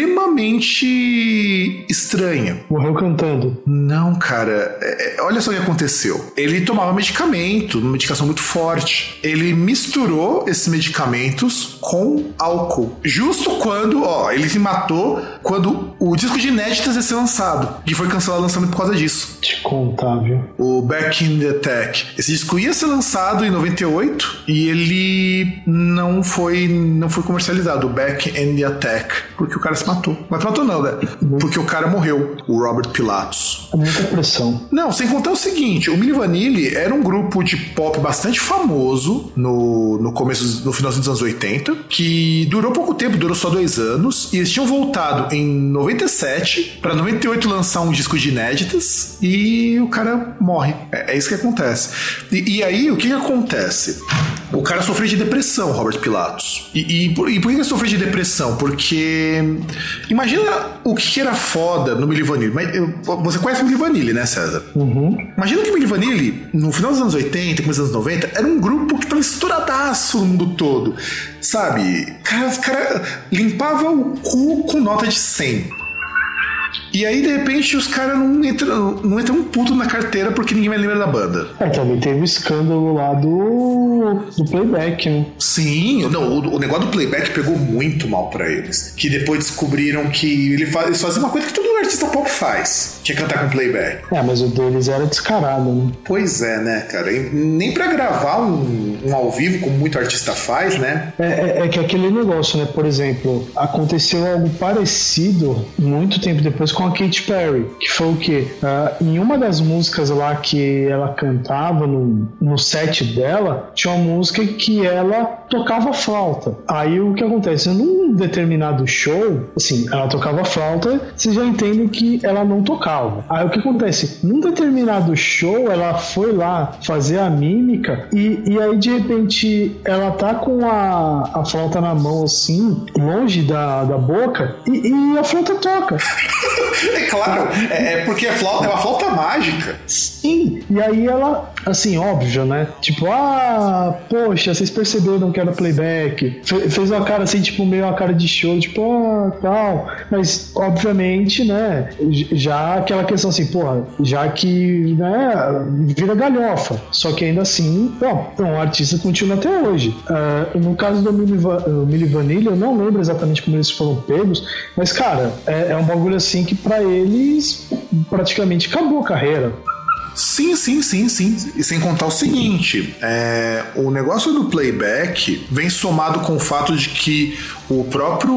extremamente estranha. Morreu cantando. Não, cara. É, olha só o que aconteceu. Ele tomava medicamento, uma medicação muito forte. Ele misturou esses medicamentos com álcool. Justo quando, ó, ele se matou quando o disco de inéditas ia ser lançado. E foi cancelado o lançamento por causa disso. Te contar, viu? O Back in the Attack. Esse disco ia ser lançado em noventa e oito e ele não foi, não foi comercializado. O Back in the Attack. Porque o cara se matou. Mas matou não, né? Porque o cara morreu. O Robert Pilatus. É muita pressão. Não, sem contar o seguinte. O Milli Vanilli era um grupo de pop bastante famoso no, no começo, no final dos anos oitenta, que durou pouco tempo tempo, durou só dois anos, e eles tinham voltado em noventa e sete pra noventa e oito lançar um disco de inéditas, e o cara morre. É, é isso que acontece. E, e aí, o que, que acontece? O cara sofreu de depressão, Robert Pilatus. E, e, e por que ele sofreu de depressão? Porque imagina o que era foda no Milli Vanilli. Você conhece o Milli Vanilli, né, César? Uhum. Imagina que o Milli Vanilli, no final dos anos oitenta, começo dos anos noventa, era um grupo que tava estouradaço no mundo todo. Sabe? Cara, os caras limpavam o cu com nota de cem. E aí, de repente, os caras não entram, não entram um puto na carteira porque ninguém vai lembrar da banda. É, também teve o escândalo lá do, do playback, né? Sim, não, o, o negócio do playback pegou muito mal pra eles. Que depois descobriram que ele faz, eles faziam uma coisa que todo artista pop faz, que é cantar com playback. É, mas o deles era descarado, né? Pois é, né, cara? E nem pra gravar um, um ao vivo, como muito artista faz, né? É, é, é que aquele negócio, né? Por exemplo, aconteceu algo parecido muito tempo depois com a Katy Perry, que foi o quê? Uh, em uma das músicas lá que ela cantava no, no set dela, tinha uma música que ela tocava flauta. Aí o que acontece? Num determinado show, assim, ela tocava flauta, você já entende que ela não tocava. Aí o que acontece? Num determinado show, ela foi lá fazer a mímica e, e aí de repente ela tá com a, a flauta na mão assim, longe da, da boca e, e a flauta toca. É claro, é, é porque a flauta é uma flauta mágica. Sim, e aí ela, assim, óbvio, né? Tipo, ah, poxa, vocês perceberam que era playback. Fe, fez uma cara assim, tipo, meio uma cara de show, tipo, ah, tal. Mas, obviamente, né? Já aquela questão assim, porra, já que, né, vira galhofa. Só que ainda assim, bom, então, o artista continua até hoje. Uh, no caso do Milli, Milli Vanilli, eu não lembro exatamente como eles foram pegos, mas, cara, é, é um bagulho assim que pra eles praticamente acabou a carreira. Sim, sim, sim, sim. E sem contar o seguinte, é, o negócio do playback vem somado com o fato de que o próprio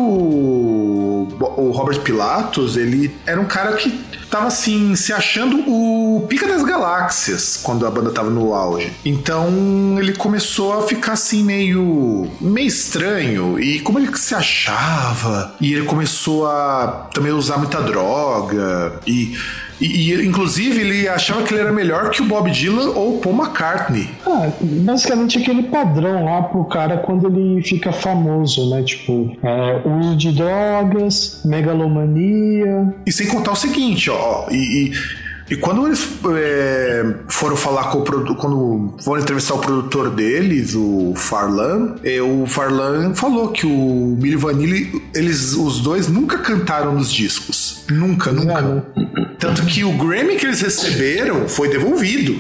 o Robert Pilatus, ele era um cara que tava assim, se achando o pica das galáxias quando a banda tava no auge. Então ele começou a ficar assim meio meio estranho, e como ele se achava, e ele começou a também usar muita droga, e E, e, inclusive, ele achava que ele era melhor que o Bob Dylan ou o Paul McCartney. Ah, basicamente aquele padrão lá pro cara quando ele fica famoso, né? Tipo, é, uso de drogas, megalomania. E sem contar o seguinte, ó, e... e... E quando eles é, foram falar com o produtor, quando foram entrevistar o produtor deles, o Farlan, é, o Farlan falou que o Milli Vanilli, eles, os dois nunca cantaram nos discos. Nunca, nunca. Não. Tanto que o Grammy que eles receberam foi devolvido.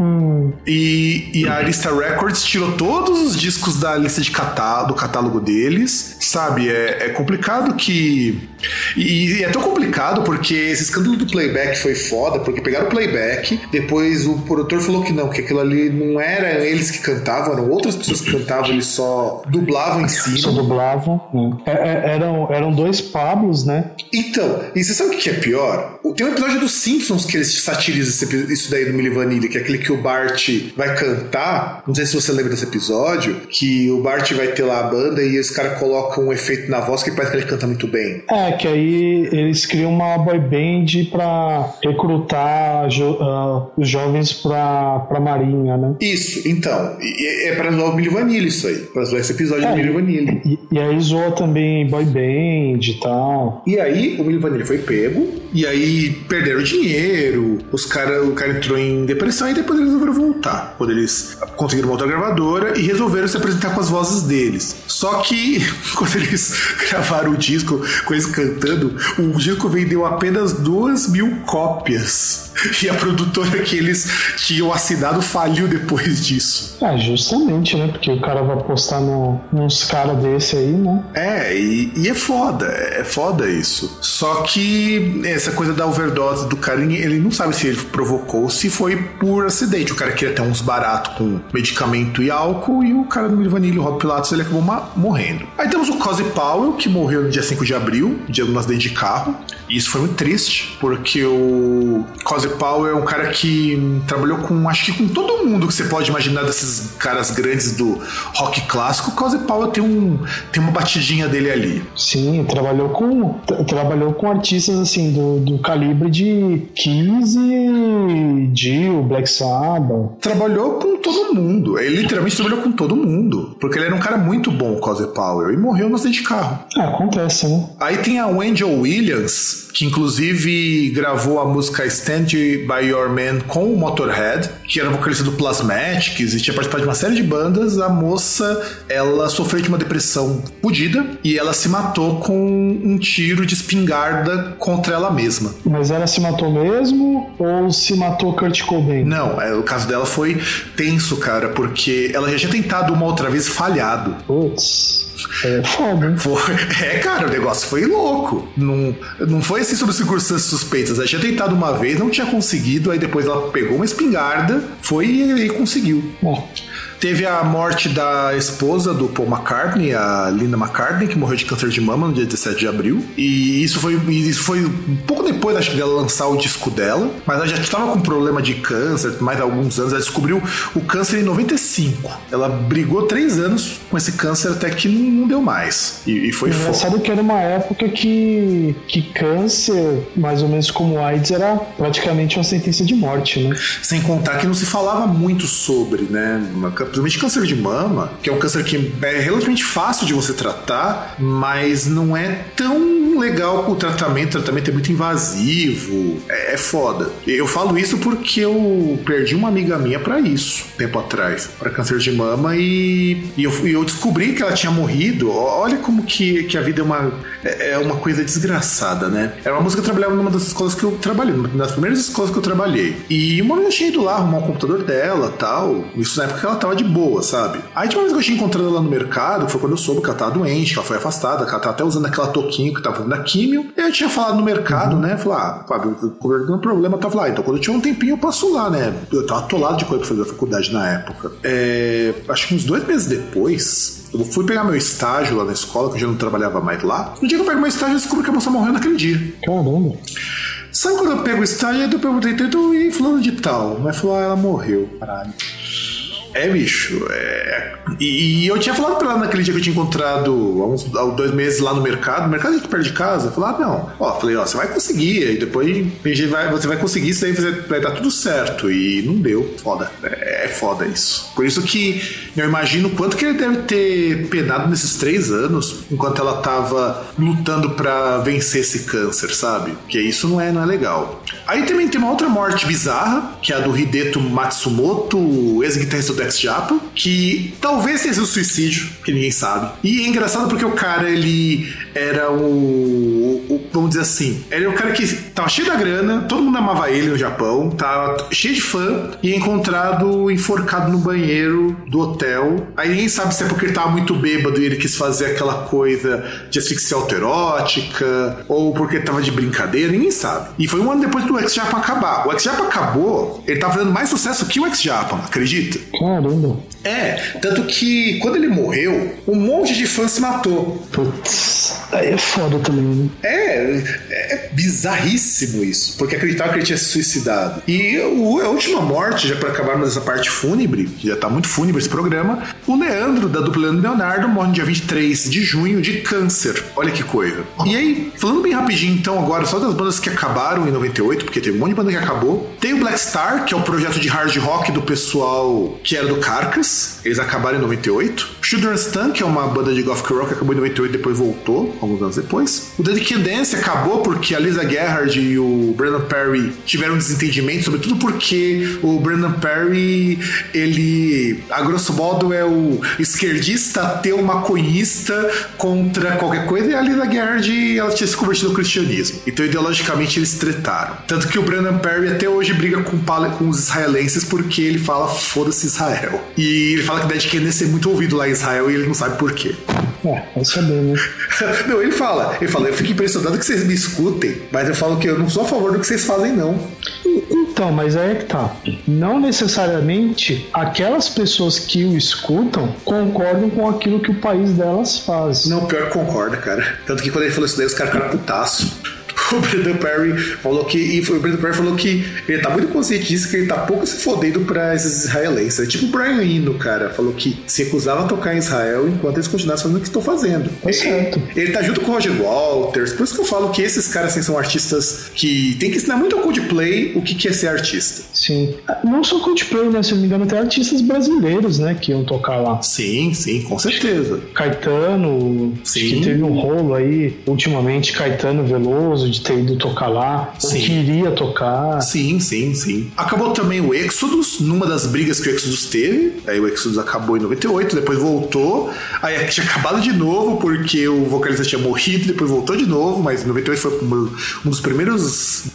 E, e a Arista Records tirou todos os discos da lista de catálogo, do catálogo deles, sabe? É, é complicado que... E, e é tão complicado porque esse escândalo do playback foi foda, porque pegaram o playback, depois o produtor falou que não, que aquilo ali não era eles que cantavam, eram outras pessoas que cantavam, eles só dublavam em cima. Só dublavam. É, é, eram, eram dois Pablos, né? Então, e você sabe o que é pior? Tem um episódio dos Simpsons que eles satirizam isso daí do Milli Vanilli, que é aquele que o Bart vai cantar, não sei se você lembra desse episódio, que o Bart vai ter lá a banda e os caras colocam um efeito na voz que parece que ele canta muito bem. É, que aí eles criam uma boy band pra recrutar jo, uh, os jovens pra, pra marinha, né? Isso, então, é, é pra zoar o Milli Vanilli isso aí, pra zoar esse episódio é, do Milli Vanilli. E, e aí zoa também boy band e tal. E aí o Milli Vanilli foi pego, e aí perderam dinheiro, os cara, o cara entrou em depressão e depois eles resolveram voltar. Quando eles conseguiram uma outra gravadora e resolveram se apresentar com as vozes deles. Só que quando eles gravaram o disco com eles cantando, o disco vendeu apenas duas mil cópias. E a produtora que eles tinham assinado faliu depois disso. É, justamente, né? Porque o cara vai postar no, nos caras desse aí, né? É, e, e é foda, é foda isso. Só que essa coisa da overdose do cara, ele não sabe se ele provocou ou se foi por acidente. O cara queria ter uns baratos com medicamento e álcool, e o cara do Milli Vanilli, o Rob Pilatus, ele acabou morrendo. Aí temos o Cozy Powell, que morreu no dia cinco de abril, dia de um acidente de carro. E isso foi muito triste, porque o Cozy Powell é um cara que trabalhou com, acho que com todo mundo que você pode imaginar desses caras grandes do rock clássico. O Cozy Powell tem, um, tem uma batidinha dele ali. Sim, trabalhou com, trabalhou com artistas assim do, do calibre de Kiss e Dio, Black Sabbath. Trabalhou com todo mundo. Ele literalmente trabalhou com todo mundo. Porque ele era um cara muito bom, o Cozy Powell, e morreu no acidente de carro. Ah, acontece, né? Aí tem a Wendell Williams, que inclusive gravou a música Stand By Your Man com o Motorhead, que era vocalista do Plasmatics e tinha participado de uma série de bandas. A moça, ela sofreu de uma depressão fodida e ela se matou com um tiro de espingarda contra ela mesma. Mas ela se matou mesmo ou se matou Kurt Cobain? Não, é, o caso dela foi tenso, cara, porque ela já tinha tentado uma outra vez, falhado. Putz... É foda. Foi, é, cara, o negócio foi louco. Não, não foi assim sobre circunstâncias suspeitas. Ela tinha tentado uma vez, não tinha conseguido, aí depois ela pegou uma espingarda, foi e, e conseguiu. É. Teve a morte da esposa do Paul McCartney, a Linda McCartney, que morreu de câncer de mama no dia dezessete de abril. E isso foi, isso foi um pouco depois, acho que, dela lançar o disco dela. Mas ela já estava com problema de câncer, mais de alguns anos. Ela descobriu o câncer em noventa e cinco. Ela brigou três anos com esse câncer até que não, não deu mais. E, e foi foda. Engraçado que era uma época que, que câncer, mais ou menos como AIDS, era praticamente uma sentença de morte, né? Sem contar que não se falava muito sobre, né? Uma, principalmente câncer de mama, que é um câncer que é relativamente fácil de você tratar, mas não é tão legal com o tratamento. O tratamento é muito invasivo, é, é foda. Eu falo isso porque eu perdi uma amiga minha pra isso, tempo atrás, pra câncer de mama, e, e, eu, e eu descobri que ela tinha morrido. Olha como que, que a vida é uma, é uma coisa desgraçada, né? Era uma música que eu trabalhava numa das escolas que eu trabalhei, uma das primeiras escolas que eu trabalhei. E uma vez eu tinha ido lá arrumar o computador dela e tal, isso na época que ela tava de boa, sabe? Aí de uma vez que eu tinha encontrado ela no mercado, foi quando eu soube que ela tava doente, que ela foi afastada, que ela tava até usando aquela toquinho que tava fazendo a químio. E eu tinha falado no mercado, uhum. né? Falei, ah, Fábio, eu tô com um problema. Eu tava lá, então quando eu tinha um tempinho eu passo lá, né? Eu tava atolado de coisa pra fazer a faculdade na época. É, acho que uns dois meses depois, eu fui pegar meu estágio lá na escola, que eu já não trabalhava mais lá. No dia que eu pego meu estágio, eu descubro que a moça morreu naquele dia. Caramba. Sabe quando eu pego o estágio, eu perguntei, então, e fulano de tal? Mas falou, ah, ela morreu. Caralho. É, bicho, é... E, e eu tinha falado pra ela naquele dia que eu tinha encontrado há uns há dois meses lá no mercado, no mercado aqui perto de casa. Eu falei, ah, não, ó, falei, ó, você vai conseguir, aí depois a gente vai, você vai conseguir, isso aí vai dar tudo certo. E não deu, foda, é, é foda isso. Por isso que eu imagino quanto que ele deve ter penado nesses três anos, enquanto ela tava lutando pra vencer esse câncer, sabe? Porque isso não é, não é legal. Aí também tem uma outra morte bizarra, que é a do Hideto Matsumoto, ex-guitarrista do X-Japan, que talvez seja um suicídio, que ninguém sabe. E é engraçado porque o cara, ele era o, o, o vamos dizer assim, ele é um cara que tava cheio da grana, todo mundo amava ele no Japão, tava cheio de fã, e é encontrado enforcado no banheiro do hotel. Aí ninguém sabe se é porque ele tava muito bêbado e ele quis fazer aquela coisa de asfixia autoerótica, ou porque ele tava de brincadeira, ninguém sabe. E foi um ano depois do X-Japan acabar. O X-Japan acabou, ele tava fazendo mais sucesso que o X-Japan, acredita? Caramba. É, tanto que quando ele morreu, um monte de fãs se matou. Putz, aí é foda também, né? É, é bizarríssimo isso, porque acreditava que ele tinha se suicidado. E o, a última morte, já para acabarmos essa parte fúnebre, que já tá muito fúnebre esse programa, o Leandro, da dupla Leandro e Leonardo, morre no dia vinte e três de junho de câncer. Olha que coisa. E aí, falando bem rapidinho então agora, só das bandas que acabaram em noventa e oito, porque teve um monte de banda que acabou. Tem o Black Star, que é o projeto de hard rock do pessoal que era do Carcass. Eles acabaram em noventa e oito. Children's Tongue, que é uma banda de gothic rock, acabou em noventa e oito e depois voltou, alguns anos depois. O Dead Can Dance acabou porque a Lisa Gerhard e o Brandon Perry tiveram um desentendimento, sobretudo porque o Brandon Perry, ele, a grosso modo, é o esquerdista, ateu, maconhista contra qualquer coisa, e a Lisa Gerhard, ela tinha se convertido ao cristianismo. Então, ideologicamente, eles tretaram. Tanto que o Brandon Perry até hoje briga com, com os israelenses porque ele fala foda-se Israel. E ele fala que Dead Can Dance é muito ouvido lá em Israel e ele não sabe por quê. É, vai saber, né? Não, ele fala, ele fala, eu fico impressionado que vocês me escutem, mas eu falo que eu não sou a favor do que vocês fazem, não. Então, mas aí é que tá. Não necessariamente aquelas pessoas que o escutam concordam com aquilo que o país delas faz. Não, pior que concorda, cara. Tanto que quando ele falou isso daí, os caras ficaram putaço. o Brendan Perry falou que. E o Brendan Perry falou que ele tá muito consciente disso, que ele tá pouco se fodendo pra esses israelenses. É tipo o Brian Eno, cara. Falou que se recusava a tocar em Israel enquanto eles continuassem fazendo o que estão fazendo. É certo. Ele, ele tá junto com o Roger Waters. Por isso que eu falo que esses caras assim, são artistas que tem que ensinar muito ao Coldplay o que, que é ser artista. Sim. Não só Coldplay, né? Se eu não me engano, até artistas brasileiros, né? Que iam tocar lá. Sim, sim, com certeza. Caetano, sim. Acho que teve um rolo aí, ultimamente, Caetano Veloso, de ter ido tocar lá, sim. Ou que iria tocar. Sim, sim, sim. Acabou também o Exodus, numa das brigas que o Exodus teve. Aí o Exodus acabou em noventa e oito, depois voltou. Aí tinha acabado de novo, porque o vocalista tinha morrido, depois voltou de novo, mas em noventa e oito foi um dos primeiros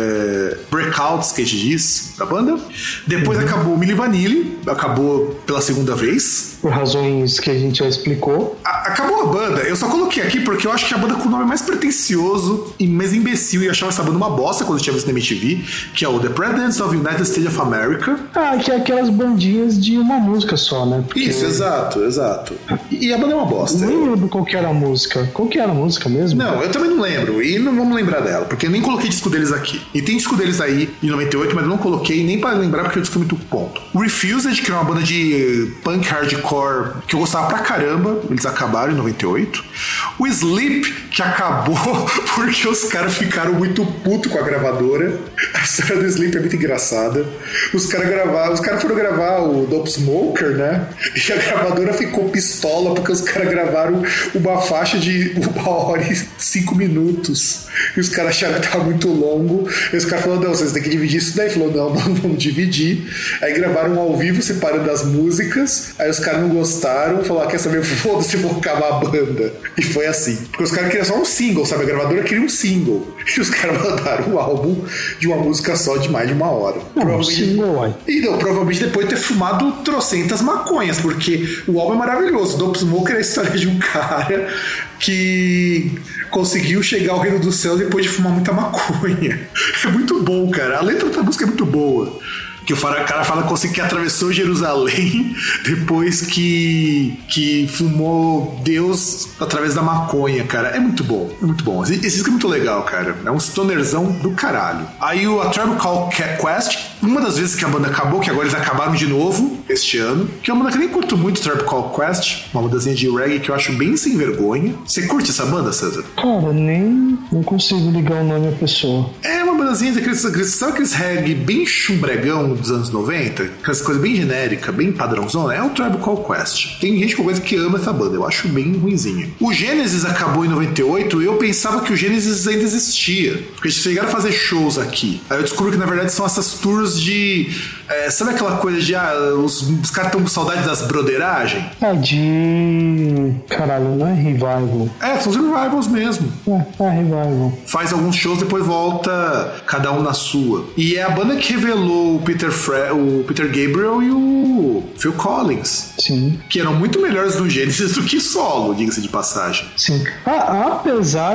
é, breakouts que a gente diz da banda. Depois uhum. acabou o Milli Vanilli, acabou pela segunda vez. Por razões que a gente já explicou. A, acabou a banda. Eu só coloquei aqui porque eu acho que a banda com o nome mais pretencioso e mais imbecil, e eu achava essa banda uma bosta quando eu tinha visto na M T V, que é o The Presidents of the United States of America. Ah, que é aquelas bandinhas de uma música só, né? Porque... Isso, exato, exato. E, e a banda é uma bosta. Eu nem lembro qual que era a música. Qual que era a música mesmo? Não, eu também não lembro. E não vamos lembrar dela, porque eu nem coloquei disco deles aqui. E tem disco deles aí em noventa e oito, mas eu não coloquei nem pra lembrar porque o disco é muito ponto. Refused, que é uma banda de punk hardcore que eu gostava pra caramba, eles acabaram em noventa e oito. O Sleep, que acabou porque os caras ficaram muito putos com a gravadora. A história do Sleep é muito engraçada. Os caras gravaram, os caras foram gravar o Dope Smoker, né? E a gravadora ficou pistola porque os caras gravaram uma faixa de uma hora e cinco minutos. E os caras acharam que tava muito longo. E os caras falaram, não, vocês têm que dividir isso daí. Falou, não, não vamos dividir. Aí gravaram ao vivo, separando as músicas. Aí os caras não gostaram, falaram, ah, quer saber, foda-se, vou acabar a banda. E foi assim. Porque os caras queriam só um single, sabe? A gravadora queria um single. E os caras mandaram um álbum de uma música só de mais de uma hora. Não, provavelmente... single, e não, provavelmente depois de ter fumado trocentas maconhas, porque o álbum é maravilhoso. Dope Smoker é a história de um cara que conseguiu chegar ao reino do céu depois de fumar muita maconha. É muito bom, cara. A letra da música é muito boa. Que o cara fala que atravessou Jerusalém depois que, que fumou Deus através da maconha, cara. É muito bom, é muito bom. Esse disco é muito legal, cara. É um stonerzão do caralho. Aí o A Tribe Called Quest, uma das vezes que a banda acabou, que agora eles acabaram de novo este ano, que é uma banda que eu nem curto muito, Tribe Called Quest, uma bandazinha de reggae que eu acho bem sem vergonha. Você curte essa banda, César? Cara, nem não consigo ligar o nome à pessoa. É uma bandazinha daqueles, sabe aqueles reggae bem chumbregão dos anos noventa, aquelas coisas bem genérica, bem padrãozona, é o Tribe Called Quest. Tem gente que coisa que ama essa banda, eu acho bem ruinzinha. O Genesis acabou em noventa e oito e eu pensava que o Genesis ainda existia, porque eles chegaram a fazer shows aqui. Aí eu descobri que na verdade são essas tours de... É, sabe aquela coisa de, ah, os, os caras estão com saudade das broderagens? É de... Caralho, não é revival. É, são os revivals mesmo. É, é revival. Faz alguns shows, depois volta cada um na sua. E é a banda que revelou o Peter Fre- o Peter Gabriel e o Phil Collins. Sim. Que eram muito melhores no Genesis do que solo, diga-se de passagem. Sim. Ah, apesar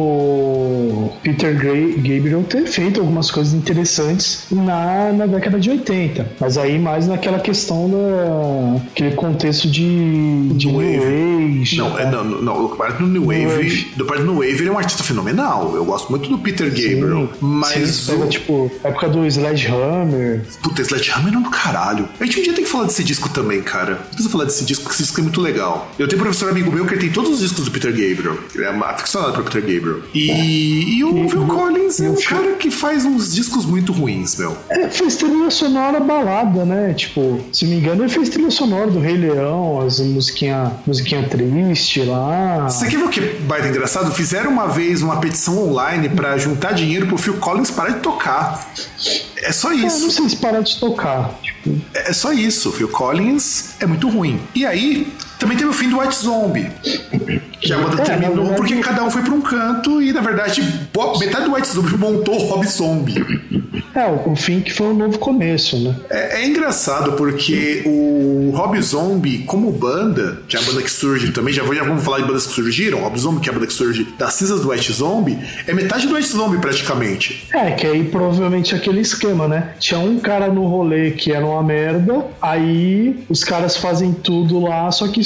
do Peter Gabriel ter feito algumas coisas interessantes na, na década de oitenta. Mas aí mais naquela questão da aquele contexto de, de New Age. Não, é, não, não, o parte do New Wave, do parte do New Wave ele é um artista fenomenal. Eu gosto muito do Peter Gabriel. Sim, mas sim, pega, o... tipo, época do Sledgehammer. Puta, Sledgehammer é um do caralho. A gente um dia tem que falar desse disco também, cara. Precisa falar desse disco, porque esse disco é muito legal. Eu tenho um professor amigo meu que tem todos os discos do Peter Gabriel. Ele é aficionado por Peter Gabriel. E, é. e o e, Phil e, Collins e é um o cara que faz uns discos muito ruins, meu. É, fez trilha sonora balada, né? Tipo, se me engano, ele fez trilha sonora do Rei Leão, as musiquinha, musiquinha triste lá. Você quer ver o que baita engraçado? Fizeram uma vez uma petição online pra juntar dinheiro pro Phil Collins parar de tocar. É só isso. É, não sei se parar de tocar. Tipo... É, é só isso. O Phil Collins é muito ruim. E aí, também teve o fim do White Zombie. Que a banda é, terminou verdade... porque cada um foi pra um canto e, na verdade, metade do White Zombie montou o Rob Zombie. É, o fim que foi um novo começo, né? É, é engraçado porque o Rob Zombie, como banda, que é a banda que surge também, já, vou, já vamos falar de bandas que surgiram, Rob Zombie, que é a banda que surge das cinzas do White Zombie, é metade do White Zombie praticamente. É, que aí provavelmente aquele esquema, né? Tinha um cara no rolê que era uma merda, aí os caras fazem tudo lá, só que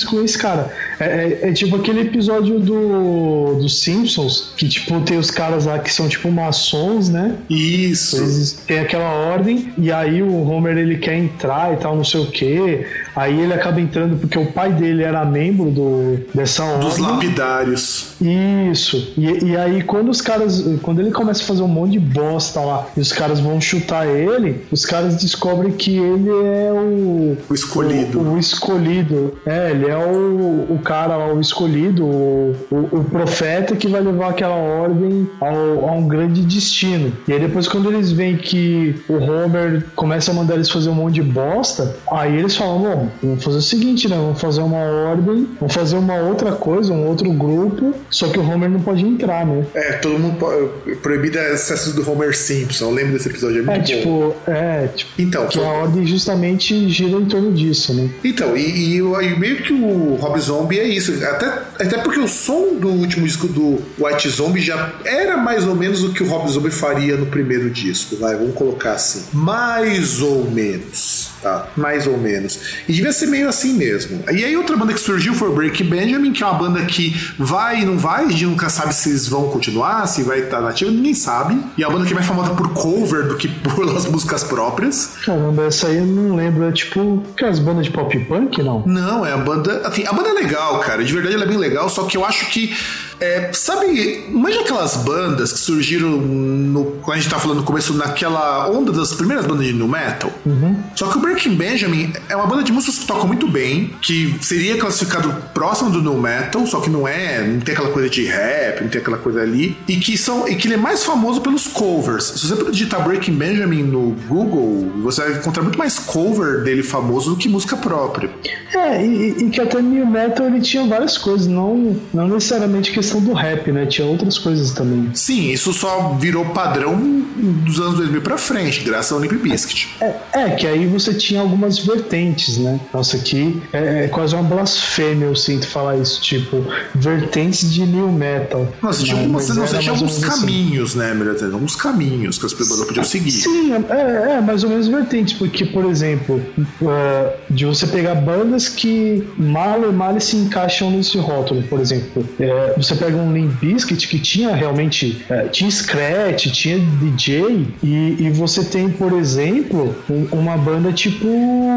com esse cara. É, é, é tipo aquele episódio do, dos Simpsons, que tipo tem os caras lá que são tipo maçons, né? Isso. Eles têm aquela ordem, e aí o Homer ele quer entrar e tal, não sei o que. Aí ele acaba entrando porque o pai dele era membro do, dessa ordem. Dos lapidários. Isso. E, e aí quando os caras, quando ele começa a fazer um monte de bosta lá, e os caras vão chutar ele, os caras descobrem que ele é o... O escolhido. O, o escolhido. É, ele é o, o cara lá, o escolhido, o, o, o profeta que vai levar aquela ordem ao, a um grande destino. E aí depois quando eles veem que o Homer começa a mandar eles fazer um monte de bosta, aí eles falam, bom, vamos fazer o seguinte, né? Vamos fazer uma ordem, vamos fazer uma outra coisa, um outro grupo, só que o Homer não pode entrar, né? É, todo mundo pode, proibido acesso do Homer Simpson. Eu lembro desse episódio, é muito é, bom. Tipo, é, tipo, então, que foi... a ordem justamente gira em torno disso, né? Então, e, e, e meio que o Rob Zombie é isso. Até, até porque o som do último disco do White Zombie já era mais ou menos o que o Rob Zombie faria no primeiro disco, vai, vamos colocar assim. Mais ou menos, tá? Mais ou menos. E devia ser meio assim mesmo. E aí outra banda que surgiu foi o Breaking Benjamin, que é uma banda que vai e não vai, a gente nunca sabe se eles vão continuar, se vai estar nativa, ninguém sabe. E é uma banda que é mais famosa por cover do que por as músicas próprias. Caramba, essa aí eu não lembro, é tipo aquelas bandas de pop punk, não? Não, é a banda, assim, a banda é legal, cara, de verdade ela é bem legal, só que eu acho que É, sabe, imagina aquelas bandas que surgiram no, quando a gente tá falando no começo, naquela onda das primeiras bandas de nu metal. Uhum. Só que o Breaking Benjamin é uma banda de músicos que tocam muito bem, que seria classificado próximo do nu metal, só que não é, não tem aquela coisa de rap, não tem aquela coisa ali, e que são, e que ele é mais famoso pelos covers. Se você digitar Breaking Benjamin no Google, você vai encontrar muito mais cover dele famoso do que música própria. É, e, e que até nu metal ele tinha várias coisas, não, não necessariamente questão do rap, né? Tinha outras coisas também. Sim, isso só virou padrão dos anos dois mil pra frente, graças ao Limp Bizkit. É, é, que aí você tinha algumas vertentes, né? Nossa, aqui é, é quase uma blasfêmia, eu sinto falar isso, tipo, vertentes de new metal. Nossa, tinha, algumas, não, tinha alguns caminhos, assim, né, melhor dizendo, alguns caminhos que as pessoas podiam seguir. Sim, é, é, mais ou menos vertentes, porque, por exemplo, uh, de você pegar bandas que mal e mal se encaixam nesse rótulo, por exemplo, é, você pega um Limp Bizkit que tinha realmente, é, tinha scratch, tinha D J, e, e você tem, por exemplo, um, uma banda tipo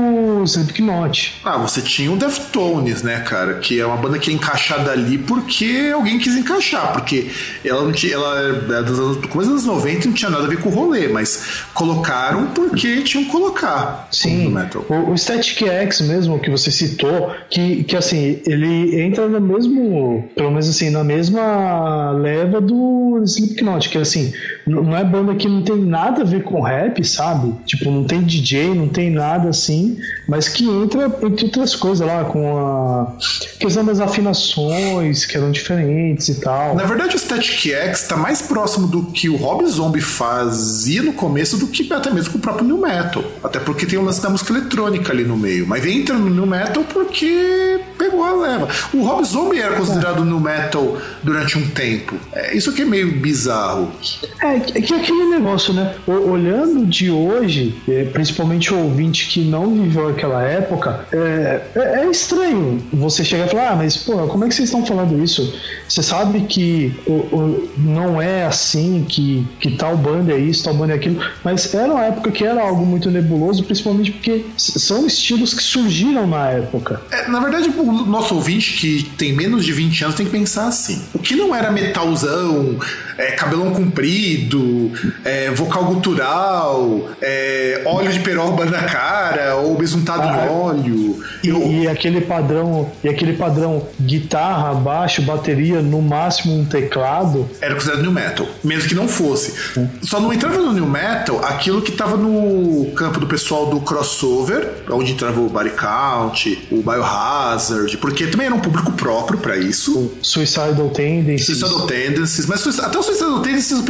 Slipknot. Ah, você tinha o Deftones, né, cara, que é uma banda que é encaixada ali porque alguém quis encaixar, porque ela não tinha, ela era dos anos, do começo dos anos noventa, não tinha nada a ver com o rolê, mas colocaram porque tinham que colocar. Sim, metal. O, o Static X mesmo, que você citou, que, que assim, ele entra no mesmo, pelo menos assim, na mesma leva do Slipknot, que assim, não é banda que não tem nada a ver com rap, sabe? Tipo, não tem D J, não tem nada assim, mas que entra entre outras coisas lá, com a questão das afinações, que eram diferentes e tal. Na verdade, o Static X tá mais próximo do que o Rob Zombie fazia no começo do que até mesmo com o próprio nu metal. Até porque tem um lance da música eletrônica ali no meio, mas entra no nu metal porque pegou a leva. O Rob Zombie era considerado nu metal durante um tempo. É, isso aqui é meio bizarro. É, que é aquele negócio, né? O, olhando de hoje, é, principalmente o ouvinte que não viveu aquela época, é, é, é estranho você chegar e falar, ah, mas pô, como é que vocês estão falando isso? Você sabe que o, o, não é assim, que, que tal banda é isso, tal banda é aquilo, mas era uma época que era algo muito nebuloso, principalmente porque são estilos que surgiram na época. É, na verdade, o nosso ouvinte que tem menos de vinte anos tem que pensar assim. O que não era metalzão, é, cabelão comprido, é, vocal gutural, é, óleo de peroba na cara, ou besuntado ah, em óleo. E, eu... e aquele padrão, e aquele padrão guitarra, baixo, bateria, no máximo um teclado. Era considerado new metal, mesmo que não fosse. Hum. Só não entrava no new metal aquilo que estava no campo do pessoal do crossover, onde entrava o Body Count, o Biohazard, porque também era um público próprio para isso. O Suicidal Tendencies. Suicidal Tendencies, mas até o Suicidal Tendencies o pessoal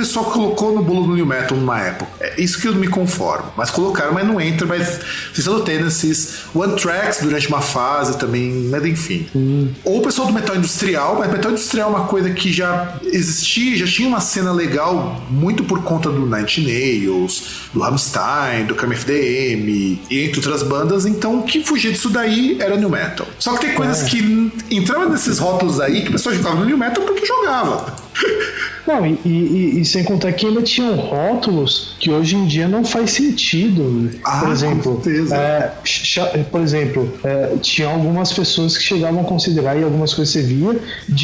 colocou no bolo do New Metal numa época. É isso que eu não me conformo. Mas colocaram, mas não entra, mas Suicidal Tendencies, One Tracks durante uma fase também, mas enfim. Hum. Ou o pessoal do metal industrial, mas metal industrial é uma coisa que já existia, já tinha uma cena legal muito por conta do Nine Inch Nails, do Rammstein, do K M F D M, e entre outras bandas, então o que fugia disso daí era New Metal. Só que tem coisas é. que entravam nesses rótulos aí que o pessoal jogava no New Metal porque jogava. Não, e, e, e sem contar que ainda tinham rótulos que hoje em dia não faz sentido. Ah, por exemplo, com certeza. É, por exemplo, é, tinha algumas pessoas que chegavam a considerar, e algumas coisas você via,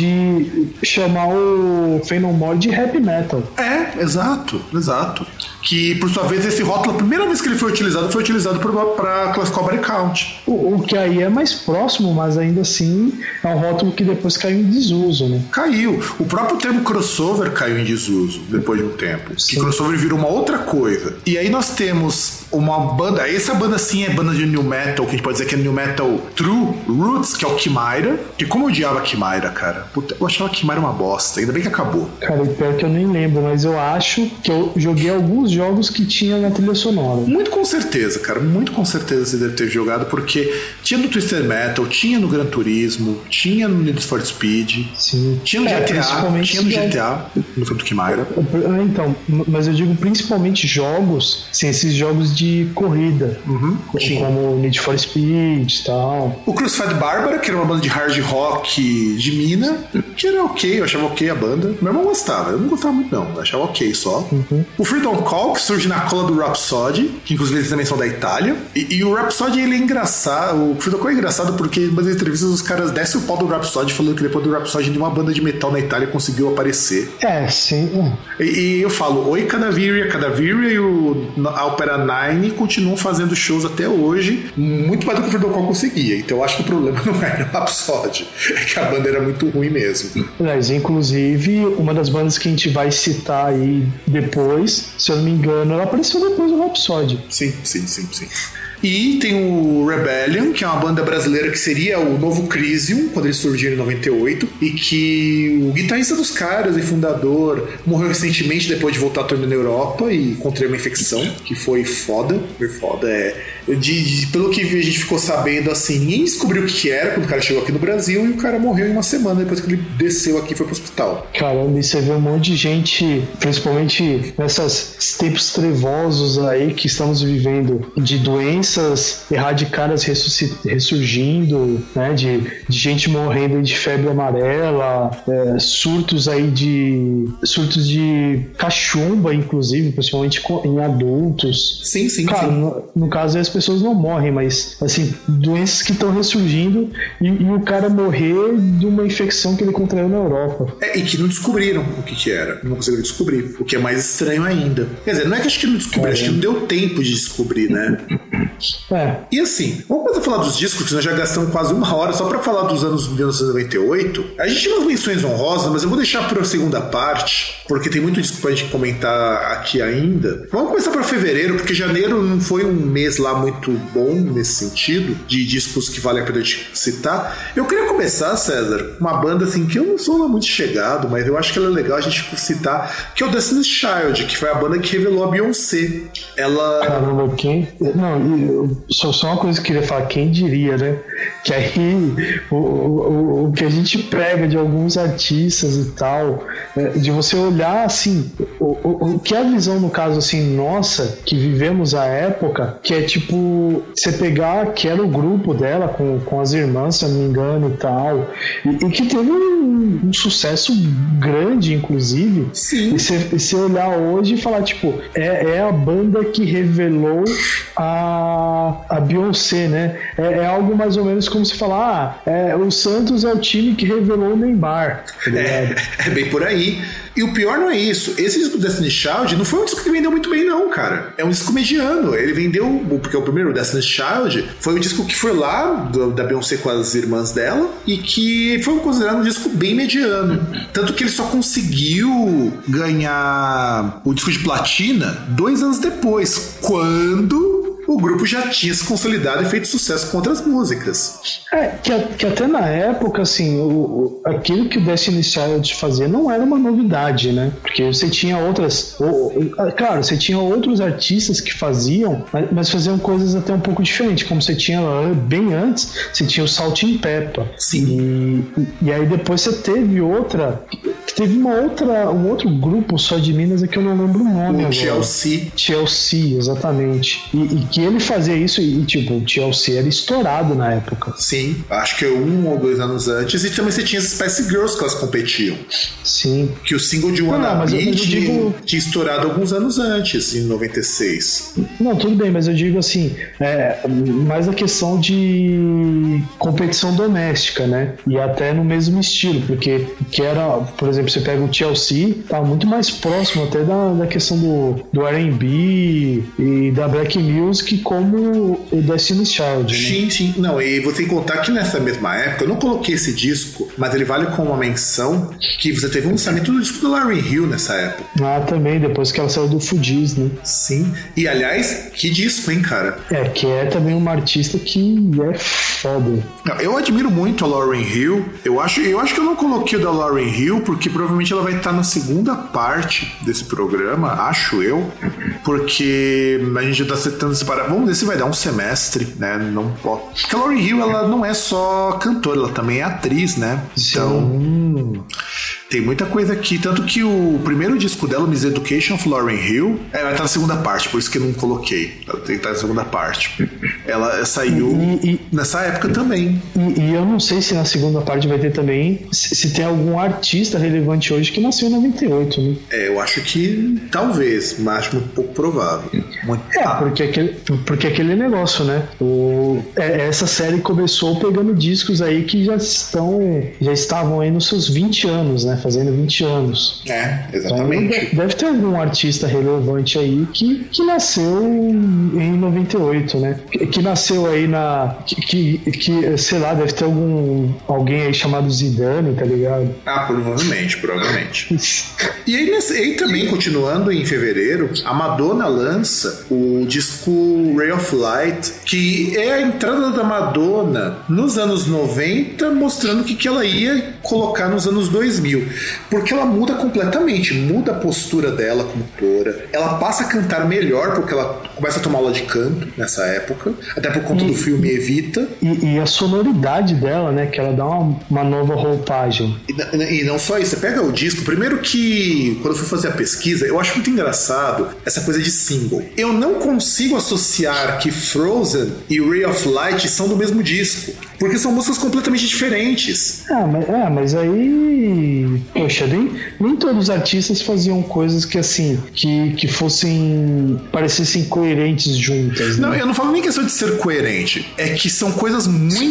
de chamar o Fenômeno de Rap Metal. É, exato, exato. Que, por sua vez, esse rótulo, a primeira vez que ele foi utilizado, foi utilizado para Classical Body Count. O, o que aí é mais próximo, mas ainda assim é um rótulo que depois caiu em desuso, né? Caiu. O próprio termo crossover caiu em desuso depois de um tempo. Sim. Que crossover virou uma outra coisa. E aí nós temos uma banda, essa banda sim é banda de New Metal, que a gente pode dizer que é New Metal True Roots, que é o Chimaira. Que como eu odiava a Chimaira, cara. Puta, eu achava a Chimaira uma bosta, ainda bem que acabou. Cara, pior que eu nem lembro, mas eu acho que eu joguei alguns jogos que tinha na trilha sonora. Muito com certeza, cara, muito com certeza você deve ter jogado, porque tinha no Twisted Metal, tinha no Gran Turismo, tinha no Need for Speed, sim. tinha no é, G T A, tinha no G T A, no filme do Chimaira. Então, mas eu digo principalmente jogos, sim, esses jogos de corrida, uhum, como Need for Speed e tal. O Crucified Barbara, que era uma banda de hard rock de mina, que era ok, eu achava ok a banda. Meu irmão gostava, eu não gostava muito não, eu achava ok só. Uhum. O Freedom Call, que surge na cola do Rhapsody, que inclusive eles também são da Itália. E, e o Rhapsody, ele é engraçado, o Freedom Call é engraçado porque nas entrevistas os caras descem o pau do Rhapsody falando que depois do Rhapsody nenhuma banda de metal na Itália conseguiu aparecer. É, sim. E, e eu falo, oi Cadaveria, Cadaveria e o, a Opera Nine continuam fazendo shows até hoje, muito mais do que o Freedom Call conseguia. Então eu acho que o problema não era o Rhapsody, é que a banda era muito ruim mesmo. Mas, inclusive, uma das bandas que a gente vai citar aí depois, se eu não me engano, ela apareceu depois do Rhapsody. Sim, sim, sim, sim. E tem o Rebellion, que é uma banda brasileira que seria o novo Crisium, quando eles surgiram em noventa e oito, e que o guitarrista dos caras e fundador morreu recentemente depois de voltar a turnê na Europa e contraiu uma infecção, que foi foda, foi foda, é... De, de, pelo que a gente ficou sabendo, assim, ninguém descobriu o que era quando o cara chegou aqui no Brasil e o cara morreu em uma semana depois que ele desceu aqui e foi pro hospital. Caramba, e você vê um monte de gente, principalmente nesses tempos trevosos aí que estamos vivendo, de doenças erradicadas ressurgindo, né, de, de gente morrendo de febre amarela, é, surtos aí de surtos de cachumba, inclusive, principalmente em adultos. Sim, sim, cara, sim. No, no caso, as pessoas não morrem, mas, assim, doenças que estão ressurgindo e, e o cara morrer de uma infecção que ele contraiu na Europa. É, e que não descobriram o que que era. Não conseguiram descobrir. O que é mais estranho ainda. Quer dizer, não é que acho que não descobriram, é. acho que não deu tempo de descobrir, né? É. E assim, vamos começar a falar dos discos, que nós já gastamos quase uma hora só pra falar dos anos mil novecentos e noventa e oito. A gente tinha umas menções honrosas, mas eu vou deixar para a segunda parte, porque tem muito disco pra gente comentar aqui ainda. Vamos começar pra fevereiro, porque janeiro não foi um mês lá muito bom nesse sentido, de discos que vale a pena te citar. Eu queria começar, César, uma banda assim que eu não sou lá muito chegado, mas eu acho que ela é legal a gente citar, que é o Destiny's Child, que foi a banda que revelou a Beyoncé. Ela... Caramba, quem... Não, só, só uma coisa que eu queria falar, quem diria, né? Que aí o, o, o que a gente prega de alguns artistas e tal, de você olhar assim, o, o, o que é a visão, no caso assim, nossa, que vivemos a época, que é tipo, você pegar que era o grupo dela com, com as irmãs, se eu não me engano e tal, e, e que teve um, um sucesso grande, inclusive. Sim. E você, e você olhar hoje e falar, tipo, é, é a banda que revelou a, a Beyoncé, né? É, é algo mais ou menos como se falar, ah, é, o Santos é o time que revelou o Neymar. Tá é, é bem por aí. E o pior não é isso. Esse disco do Destiny's Child não foi um disco que vendeu muito bem, não, cara. É um disco mediano. Ele vendeu, porque o primeiro, o Destiny's Child, foi um disco que foi lá, do, da Beyoncé com as irmãs dela, e que foi considerado um disco bem mediano. Tanto que ele só conseguiu ganhar o disco de platina dois anos depois, quando o grupo já tinha se consolidado e feito sucesso com outras músicas. É, que, que até na época, assim, o, o, aquilo que o Destiny's Child fazia não era uma novidade, né? Porque você tinha outras... O, o, claro, você tinha outros artistas que faziam, mas, mas faziam coisas até um pouco diferentes, como você tinha bem antes, você tinha o Salt and Pepper. Sim. E, e aí depois você teve outra... Teve uma outra, um outro grupo só de Minas que eu não lembro o nome o agora. Chelsea. Chelsea, exatamente. E, e que ele fazia isso e, tipo, o Chelsea era estourado na época. Sim, acho que um ou dois anos antes. E também você tinha as Spice Girls que elas competiam. Sim. Que o single de Wannabe tinha, digo... tinha estourado alguns anos antes, em noventa e seis. Não, tudo bem, mas eu digo assim, é, mais a questão de competição doméstica, né? E até no mesmo estilo, porque que era, por exemplo, você pega o Chelsea, tá muito mais próximo até da, da questão do, do R and B e da Black Music como o Destiny's Child, né? Sim, sim. Não, e vou ter que contar que nessa mesma época, eu não coloquei esse disco, mas ele vale como uma menção que você teve um lançamento do disco do Lauryn Hill nessa época. Ah, também, depois que ela saiu do Fugees, né? Sim. E, aliás, que disco, hein, cara? É, que é também uma artista que é foda. Eu admiro muito a Lauryn Hill. Eu acho, eu acho que eu não coloquei o da Lauryn Hill, porque provavelmente ela vai estar na segunda parte desse programa, acho eu, porque a gente já tá tentando separar. Vamos ver se vai dar um semestre, né? Não pode. Porque a Lauryn Hill, ela não é só cantora, ela também é atriz, né? Então, hum, tem muita coisa aqui. Tanto que o primeiro disco dela, Miss Education of Lauryn Hill, ela vai estar na segunda parte, por isso que eu não coloquei. Ela tem que estar na segunda parte. Ela saiu e, e, nessa época também. E, e eu não sei se na segunda parte vai ter também, se, se tem algum artista relevante hoje que nasceu em noventa e oito, né? É, eu acho que talvez, mas acho muito pouco provável. Muito é, porque aquele, porque aquele negócio, né? O, é, essa série começou pegando discos aí que já estão, já estavam aí nos seus vinte anos, né? Fazendo vinte anos. É, exatamente. Então, deve ter algum artista relevante aí que, que nasceu em noventa e oito, né? Que, que nasceu aí na... Que, que, que, sei lá, deve ter algum... Alguém aí chamado Zidane, tá ligado? Ah, provavelmente, provavelmente. E aí, nesse, aí também, continuando em fevereiro, a Madonna lança o disco Ray of Light, que é a entrada da Madonna nos anos noventa, mostrando o que, que ela ia colocar nos anos dois mil. Porque ela muda completamente, muda a postura dela como cantora, ela passa a cantar melhor, porque ela começa a tomar aula de canto nessa época, até por conta e, do filme Evita. E, e a sonoridade dela, né, que ela dá uma, uma nova roupagem. E, e não só isso, você pega o disco, primeiro que, quando eu fui fazer a pesquisa, eu acho muito engraçado essa coisa de single. Eu não consigo associar que Frozen e Ray of Light são do mesmo disco, porque são músicas completamente diferentes. Ah, mas, é, mas aí... Poxa, nem, nem todos os artistas faziam coisas que, assim, que, que fossem... parecessem coerentes juntas, né? Não, eu não falo nem questão de ser coerente. É que são coisas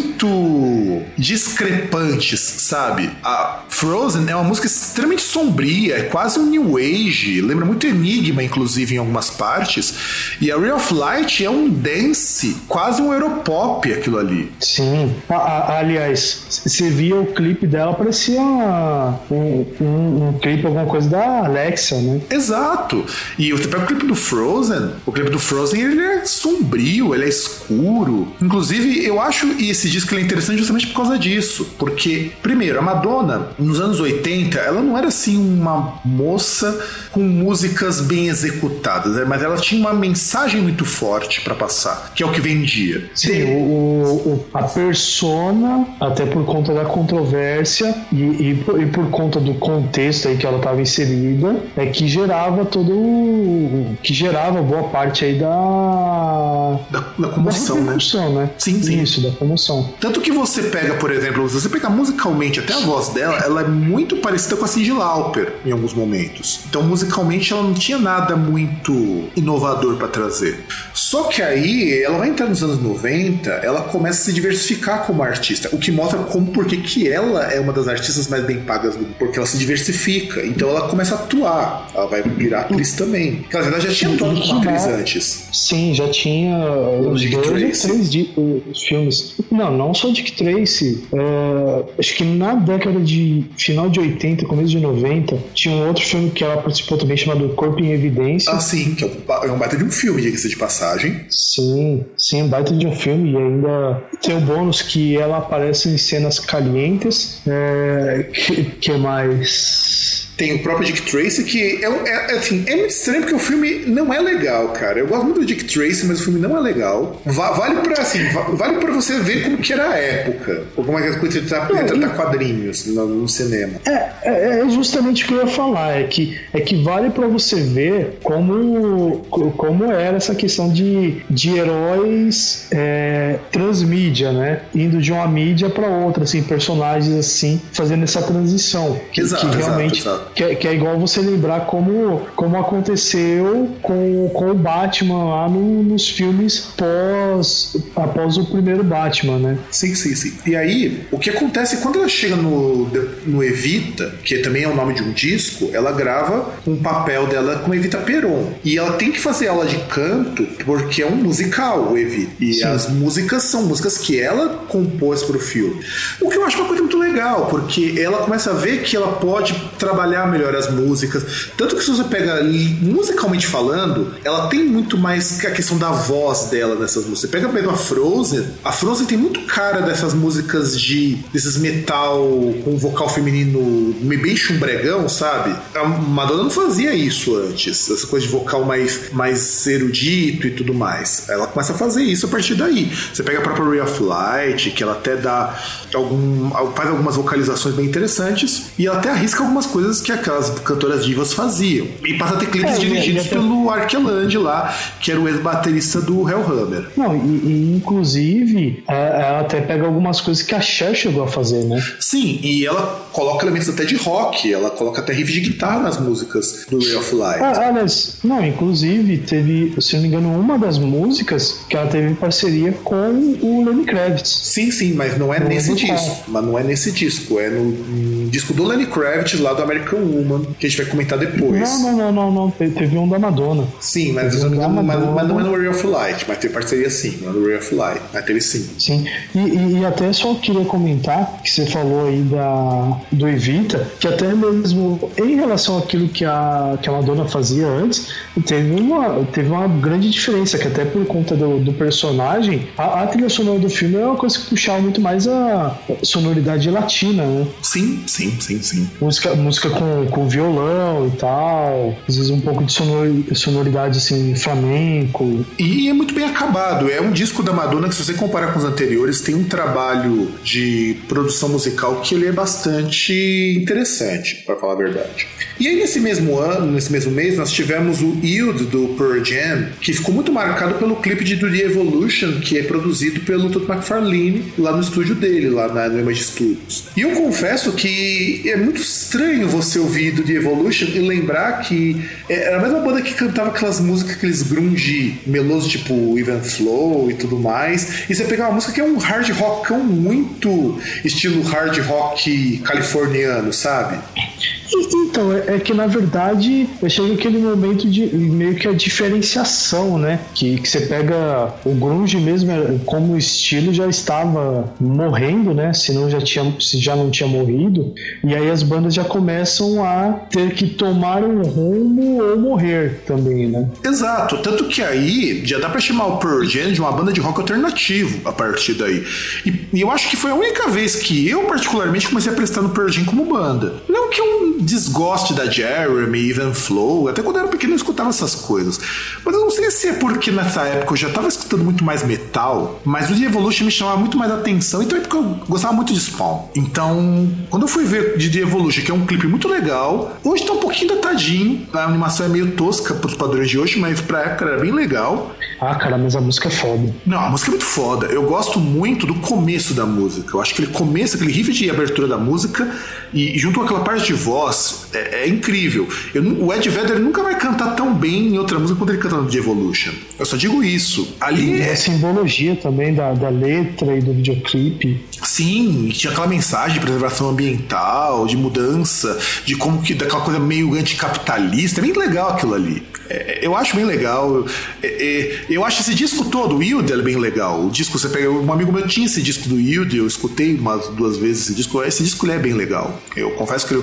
muito discrepantes, sabe? A Frozen é uma música extremamente sombria, é quase um new age, lembra muito Enigma, inclusive, em algumas partes. E a Ray of Light é um dance, quase um europop, aquilo ali. Sim. A, a, aliás, você via o clipe dela, parecia um, um, um clipe, alguma coisa da Alexa, né? Exato. E você pega o clipe do Frozen, o clipe do Frozen, ele é sombrio, ele é escuro. Inclusive, eu acho esse disco ele é interessante justamente por causa disso. Porque, primeiro, a Madonna, nos anos oitenta, ela não era assim uma moça com músicas bem executadas, né? Mas ela tinha uma mensagem muito forte pra passar, que é o que vendia. Sim, Tem... o, o, a persona, até por conta da controvérsia e, e, por, e por conta do contexto aí que ela estava inserida, é que gerava todo o, que gerava boa parte aí da da, da comoção, da né? né? Sim, sim. Isso, da comoção. Tanto que você pega, por exemplo, se você pegar musicalmente, até a voz dela, ela é muito parecida com a Cyndi Lauper em alguns momentos. Então, musicalmente, ela não tinha nada muito inovador pra trazer. Só que aí, ela vai entrar nos anos noventa, ela começa a se diversificar como artista, o que mostra como, porque que ela é uma das artistas mais bem pagas do mundo, porque ela se diversifica, então ela começa a atuar, ela vai virar atriz também. Porque ela já tinha atuado como atriz antes. Sim, já tinha os Dick dois Tracy. ou três di- os filmes. Não, não só Dick Tracy. É, acho que na década de final de oitenta, começo de noventa, tinha um outro filme que ela participou também chamado Corpo em Evidência. Ah, sim, que é um, é um baita de um filme, diga-se de passagem. personagem. Sim, sim, baita de um filme. E ainda tem o bônus que ela aparece em cenas calientes. É, que, que mais... Tem o próprio Dick Tracy, que é, é, assim, é muito estranho porque o filme não é legal, cara. Eu gosto muito do Dick Tracy, mas o filme não é legal. Va- vale pra, assim, va- vale pra você ver como que era a época. Ou como é que a coisa tá retratar quadrinhos no, no cinema. É, é, é justamente o que eu ia falar. É que, é que vale pra você ver como, como era essa questão de, de heróis é, transmídia, né? Indo de uma mídia pra outra, assim, personagens assim, fazendo essa transição. Que, Exato, que realmente... exato, exato. Que é, que é igual você lembrar como, como aconteceu com, com o Batman lá no, nos filmes pós, após o primeiro Batman, né? Sim, sim, sim. E aí, o que acontece quando ela chega no, no Evita, que também é o nome de um disco, ela grava um papel dela com Evita Peron. E ela tem que fazer aula de canto porque é um musical, o Evita. E sim, as músicas são músicas que ela compôs pro filme. O que eu acho uma coisa muito legal, porque ela começa a ver que ela pode trabalhar melhor as músicas. Tanto que se você pega musicalmente falando, ela tem muito mais a questão da voz dela nessas músicas. Você pega mesmo a Frozen, a Frozen tem muito cara dessas músicas de desses metal com vocal feminino bem chumbregão, sabe? A Madonna não fazia isso antes, essa coisa de vocal mais, mais erudito e tudo mais. Ela começa a fazer isso a partir daí. Você pega a própria Ray of Light, que ela até dá algum, faz algumas vocalizações bem interessantes, e ela até arrisca algumas coisas que aquelas cantoras divas faziam. E passa a ter clipes é, dirigidos até... pelo Arkeland lá, que era o ex-baterista do Hellhammer. Não, e, e inclusive ela até pega algumas coisas que a Cher chegou a fazer, né? Sim, e ela coloca elementos até de rock, ela coloca até riff de guitarra nas músicas do Ray of Light. Ah, aliás, não, inclusive teve, se não me engano, uma das músicas que ela teve em parceria com o Lenny Kravitz. Sim, sim, mas não é no nesse disco. Qual? Mas não é nesse disco, é no, no disco do Lenny Kravitz lá do American Woman, que a gente vai comentar depois. Não, não, não, não, não. Teve um da Madonna. Sim, mas, um da mas, Madonna. mas não é no Ray of Light, mas teve parceria sim, não é no Ray of Light, mas teve sim. Sim, e, e, e até só queria comentar que você falou aí da, do Evita, que até mesmo em relação àquilo que a, que a Madonna fazia antes, teve uma, teve uma grande diferença, que até por conta do, do personagem, a, a trilha sonora do filme é uma coisa que puxava muito mais a sonoridade latina, né? Sim, sim, sim, sim. Música, música com, com violão e tal, às vezes um pouco de sonor, sonoridade assim, flamenco. E é muito bem acabado, é um disco da Madonna que, se você comparar com os anteriores, tem um trabalho de produção musical que ele é bastante interessante, para falar a verdade. E aí nesse mesmo ano, nesse mesmo mês, nós tivemos o Yield do Pearl Jam, que ficou muito marcado pelo clipe de Do The Evolution, que é produzido pelo Todd McFarlane lá no estúdio dele, lá na no Image Studios. E eu confesso que é muito estranho você ouvir Do The Evolution e lembrar que era a mesma banda que cantava aquelas músicas, aqueles grunge melosos tipo Even Flow e tudo mais, e você pegar uma música que é um hard rockão muito estilo hard rock californiano, sabe? Então, é que na verdade chega aquele momento de meio que a diferenciação, né? Que, que você pega o grunge mesmo como estilo já estava morrendo, né? Se não já tinha, se já não tinha morrido, e aí as bandas já começam a ter que tomar um rumo ou morrer também, né? Exato, tanto que aí já dá pra chamar o Pearl Jam de uma banda de rock alternativo a partir daí. E, e eu acho que foi a única vez que eu particularmente comecei a prestar no Pearl Jam como banda. Não que eu desgoste da Jeremy, Even Flow, até quando eu era pequeno eu escutava essas coisas, mas eu não sei se é porque nessa época eu já tava escutando muito mais metal, mas o The Evolution me chamava muito mais atenção, então é porque eu gostava muito de Spawn. Então, quando eu fui ver de The Evolution, que é um clipe muito legal, hoje tá um pouquinho datadinho, a animação é meio tosca pros padrões de hoje, mas pra época era bem legal. Ah, cara, mas a música é foda. Não, a música é muito foda. Eu gosto muito do começo da música. Eu acho que ele começa, aquele riff de abertura da música, e junto com aquela parte de voz, é, é incrível. Eu, o Ed Vedder nunca vai cantar tão bem em outra música quanto ele canta no The Evolution. Eu só digo isso. Ali e é... a simbologia também da, da letra e do videoclipe. Sim, tinha aquela mensagem de preservação ambiental, de mudança, de como que daquela coisa meio anticapitalista. É bem legal aquilo ali. É, eu acho bem legal. É, é, eu acho esse disco todo, o Yield, é bem legal. O disco, você pega. Um amigo meu tinha esse disco do Yield, eu escutei umas duas vezes esse disco. Esse disco ele é bem legal. Eu confesso que eu. Claro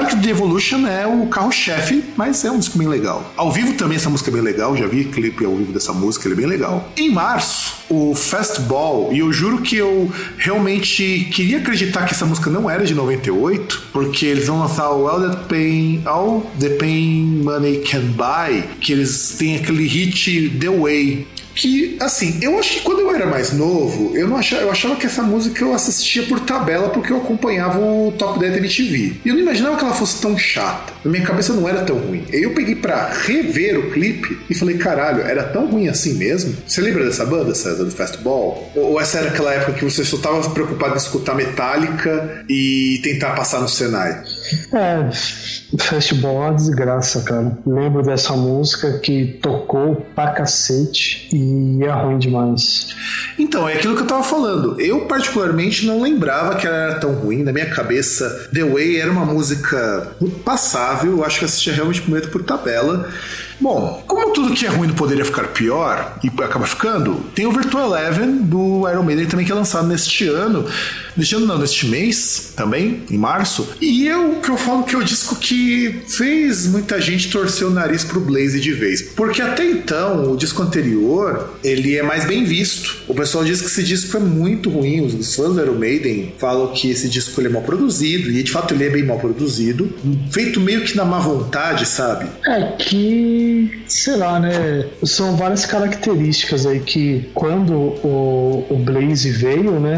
Claro que The Evolution é o carro-chefe, mas é um disco bem legal. Ao vivo também essa música é bem legal, já vi clipe ao vivo dessa música, ele é bem legal. Em março, o Fastball, e eu juro que eu realmente queria acreditar que essa música não era de noventa e oito, porque eles vão lançar o All That Pain, All The Pain Money Can Buy, que eles têm aquele hit The Way. Que, assim, eu acho que quando eu era mais novo, eu não achava, eu achava que essa música eu assistia por tabela porque eu acompanhava o Top dez da M T V. E eu não imaginava que ela fosse tão chata. Na minha cabeça não era tão ruim. Aí eu peguei pra rever o clipe e falei, caralho, era tão ruim assim mesmo? Você lembra dessa banda, César, do Fastball? Ou, ou essa era aquela época que você só tava preocupado em escutar Metallica e tentar passar no Senai? É, Fastball é uma desgraça, cara. Lembro dessa música que tocou pra cacete e é ruim demais. Então, é aquilo que eu tava falando. Eu particularmente não lembrava que ela era tão ruim. Na minha cabeça, The Way era uma música passável. Eu acho que eu assistia realmente primeiro por tabela. Bom, como tudo que é ruim não poderia ficar pior, e acaba ficando, tem o Virtual Eleven do Iron Maiden também, que é lançado neste ano. Neste ano não, neste mês também, em março. E eu que eu falo que é o disco que fez muita gente torcer o nariz pro Blaze de vez. Porque até então, o disco anterior, ele é mais bem visto. O pessoal diz que esse disco é muito ruim. Os fãs do Iron Maiden falam que esse disco ele é mal produzido, e de fato ele é bem mal produzido. Feito meio que na má vontade, sabe? É que sei lá, né? São várias características aí que, quando o, o Blaze veio, né?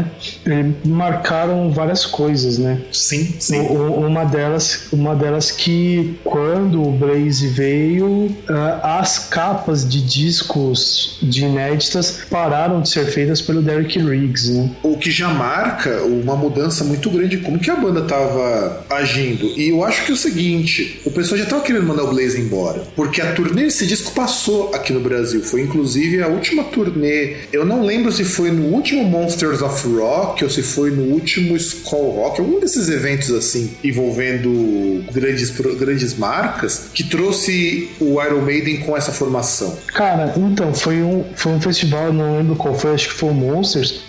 Marcaram várias coisas, né? Sim, sim. O, uma, delas, uma delas que, quando o Blaze veio, as capas de discos de inéditas pararam de ser feitas pelo Derek Riggs, né? O que já marca uma mudança muito grande como que a banda tava agindo. E eu acho que é o seguinte, o pessoal já tava querendo mandar o Blaze embora, porque a turnê desse disco passou aqui no Brasil. Foi inclusive a última turnê. Eu não lembro se foi no último Monsters of Rock ou se foi no último Skull Rock, algum desses eventos assim, envolvendo grandes, grandes marcas, que trouxe o Iron Maiden com essa formação. Cara, então, foi um, foi um festival, não lembro qual foi, acho que foi o Monsters,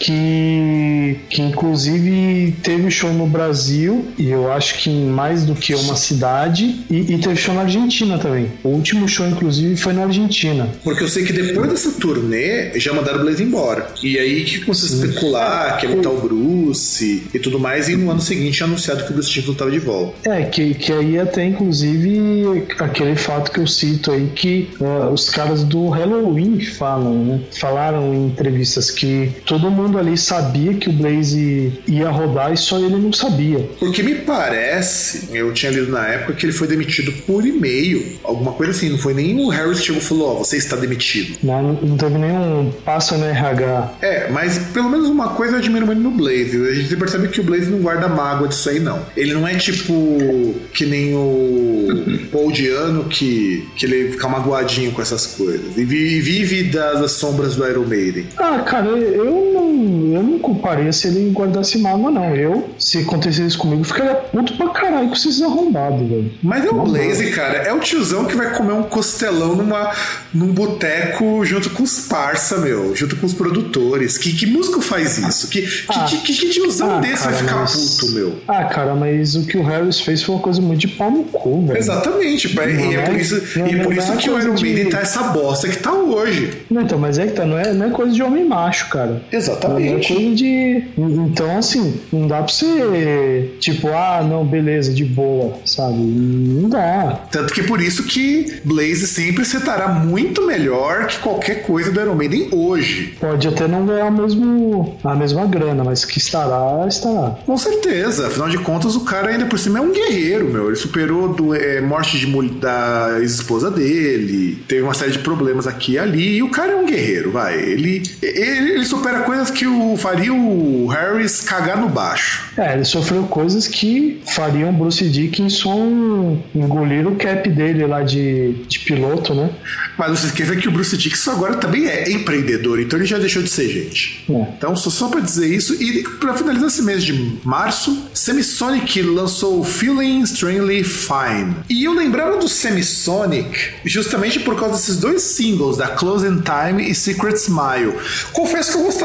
que, que inclusive teve show no Brasil, e eu acho que em mais do que uma cidade, e, e teve show na Argentina também. O último show, inclusive, foi na Argentina. Porque eu sei que depois dessa turnê já mandaram o Blaze embora. E aí que começou a especular que ia botar o Bruce e tudo mais, e no ano seguinte é anunciado que o Bruce Dickinson estava de volta. É, que, que aí até inclusive aquele fato que eu cito aí, que uh, os caras do Halloween falam, né? Falaram em entrevistas que todo mundo ali sabia que o Blaze ia rodar e só ele não sabia. Porque me parece, eu tinha lido na época que ele foi demitido por e-mail, alguma coisa assim, não foi nem o Harris que chegou e falou, ó, oh, você está demitido. Não, não teve nenhum passo no R H. É, mas pelo menos uma coisa eu admiro muito no Blaze, a gente percebe que o Blaze não guarda mágoa disso aí não. Ele não é tipo que nem o Paul Diano que, que ele fica magoadinho com essas coisas e vive das, das sombras do Iron Maiden. Ah, cara, eu não, eu não culparia se ele guardasse mágoa, não. Eu, se acontecesse isso comigo, ficaria puto pra caralho com esses arrombados, velho. Mas é o Blaze, cara, é o tiozão que vai comer um costelão numa, num boteco junto com os parça, meu, junto com os produtores. Que, que músico faz isso? Que, ah, que, que, que tiozão ah, desse cara, vai ficar mas... puto, meu? Ah, cara, mas o que o Harris fez foi uma coisa muito de pau no cu, velho. Exatamente, não, e é por isso, não, e é por isso é que o Iron Maiden de... tá essa bosta que tá hoje. Não, então, mas é que tá, não é, não é coisa de homem macho, cara. Exatamente. Não é coisa de... Então, assim, não dá pra você, tipo, ah, não, beleza, de boa, sabe? Não dá. Tanto que por isso que Blaze sempre estará muito melhor que qualquer coisa do Iron Maiden hoje. Pode até não ganhar o mesmo, a mesma grana, mas que estará, estará. Com certeza, afinal de contas o cara ainda por cima é um guerreiro, meu. Ele superou do, é, morte de, da ex-esposa dele, teve uma série de problemas aqui e ali, e o cara é um guerreiro, vai. Ele, ele, ele supera coisas que o, faria o Harris cagar no baixo. É, ele sofreu coisas que fariam Bruce Dickinson engolir o cap dele lá de, de piloto, né? Mas não se esqueça que o Bruce Dickinson agora também é empreendedor, então ele já deixou de ser gente. É. Então, só, só pra dizer isso, e pra finalizar esse mês de março, Semisonic lançou Feeling Strangely Fine. E eu lembrava do Semisonic justamente por causa desses dois singles, da Close in Time e Secret Smile. Confesso que eu gostava da Secret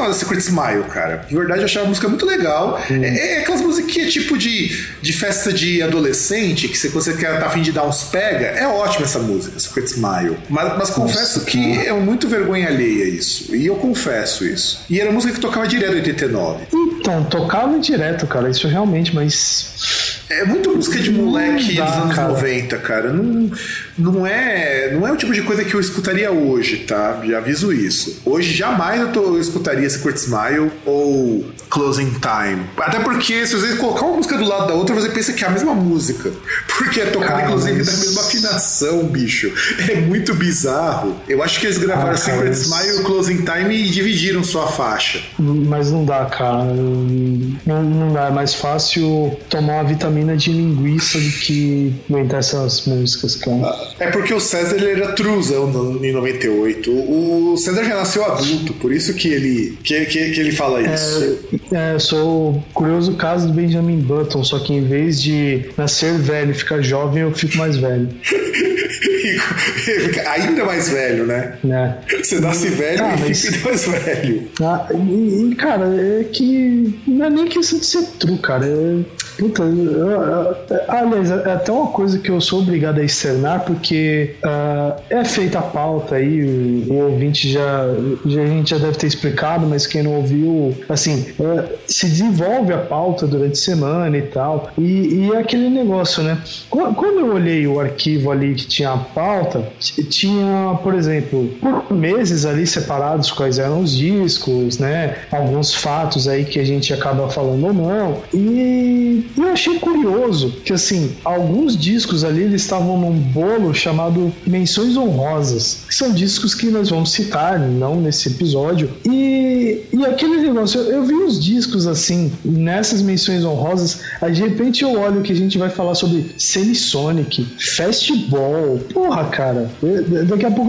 Smile, cara. De verdade, eu achava a música muito legal. Hum. É, é aquelas musiquinhas tipo de, de festa de adolescente, que se você quer tá a fim de dar uns pega, é ótima essa música, Secret Smile. Mas, mas confesso Nossa, que cara. é muito vergonha alheia isso. E eu confesso isso. E era música que tocava direto em oitenta e nove. Então, tocava direto, cara. Isso realmente, mas... É muito música de moleque dá, dos anos cara. noventa, cara. Não, não, é, não é o tipo de coisa que eu escutaria hoje, tá? Já aviso isso. Hoje jamais eu, tô, eu escutaria Secret Smile ou Closing Time. Até porque se você colocar uma música do lado da outra, você pensa que é a mesma música. Porque é tocada, cara, inclusive, mas... da mesma afinação, bicho. É muito bizarro. Eu acho que eles gravaram ah, Secret mas... Smile e Closing Time e dividiram só a faixa. Mas não dá, cara. Não, não dá. É mais fácil tomar uma vitamina de linguiça do que aguentar essas músicas, cara. É porque o César ele era truzão em noventa e oito. O César já nasceu adulto, por isso que ele, que, que, que ele fala isso. É, é, sou curioso o caso do Benjamin Button, só que em vez de nascer velho e ficar jovem, eu fico mais velho. Ainda mais velho, né? É. Você nasce velho ah, e mas... fica mais velho. Ah, e, e, cara, é que não é nem questão de ser true, cara. É... Puta, aliás, é até uma coisa que eu sou obrigado a externar, porque uh, é feita a pauta aí, o, o ouvinte já, já a gente já deve ter explicado, mas quem não ouviu, assim, uh, se desenvolve a pauta durante a semana e tal, e, e é aquele negócio, né? Quando eu olhei o arquivo ali que tinha a pauta, tinha, por exemplo, por meses ali separados quais eram os discos, né? Alguns fatos aí que a gente acaba falando ou não, e E eu achei curioso que, assim, alguns discos ali eles estavam num bolo chamado Menções Honrosas, que são discos que nós vamos citar, não nesse episódio. E, e aquele negócio, eu, eu vi os discos, assim, nessas Menções Honrosas, aí de repente eu olho que a gente vai falar sobre Semisonic, Fastball, porra, cara, daqui a pouco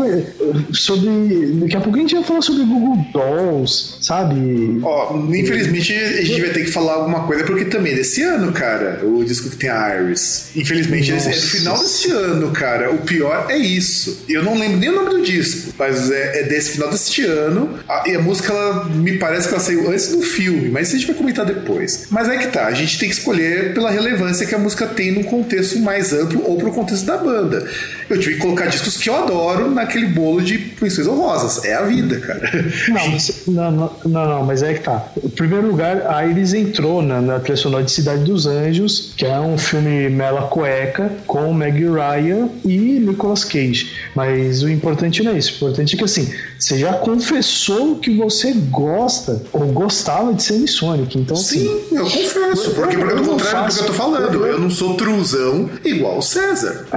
sobre, daqui a pouco a gente vai falar sobre Google Dolls, sabe? Ó, oh, infelizmente a gente vai ter que falar alguma coisa, porque também desse ano, cara, o disco que tem a Iris. Infelizmente, Nossa. é do final desse ano, cara. O pior é isso. Eu não lembro nem o nome do disco, mas é, é desse final desse ano. A, e a música, ela, me parece que ela saiu antes do filme, mas isso a gente vai comentar depois. Mas é que tá, a gente tem que escolher pela relevância que a música tem num contexto mais amplo ou pro contexto da banda. Eu tive que colocar discos que eu adoro naquele bolo de menções honrosas. É a vida, cara. Não, mas, não, não, não, não, mas é que tá. Em primeiro lugar, a Iris entrou na, na trilha sonora de Cidade dos Anjos, que é um filme mela cueca com Meg Ryan e Nicolas Cage. Mas o importante não é isso. O importante é que, assim, você já confessou que você gosta ou gostava de Semisonic. Então, sim, assim, eu confesso. Porque, porque, do contrário do que eu tô falando, eu não sou truzão igual o César.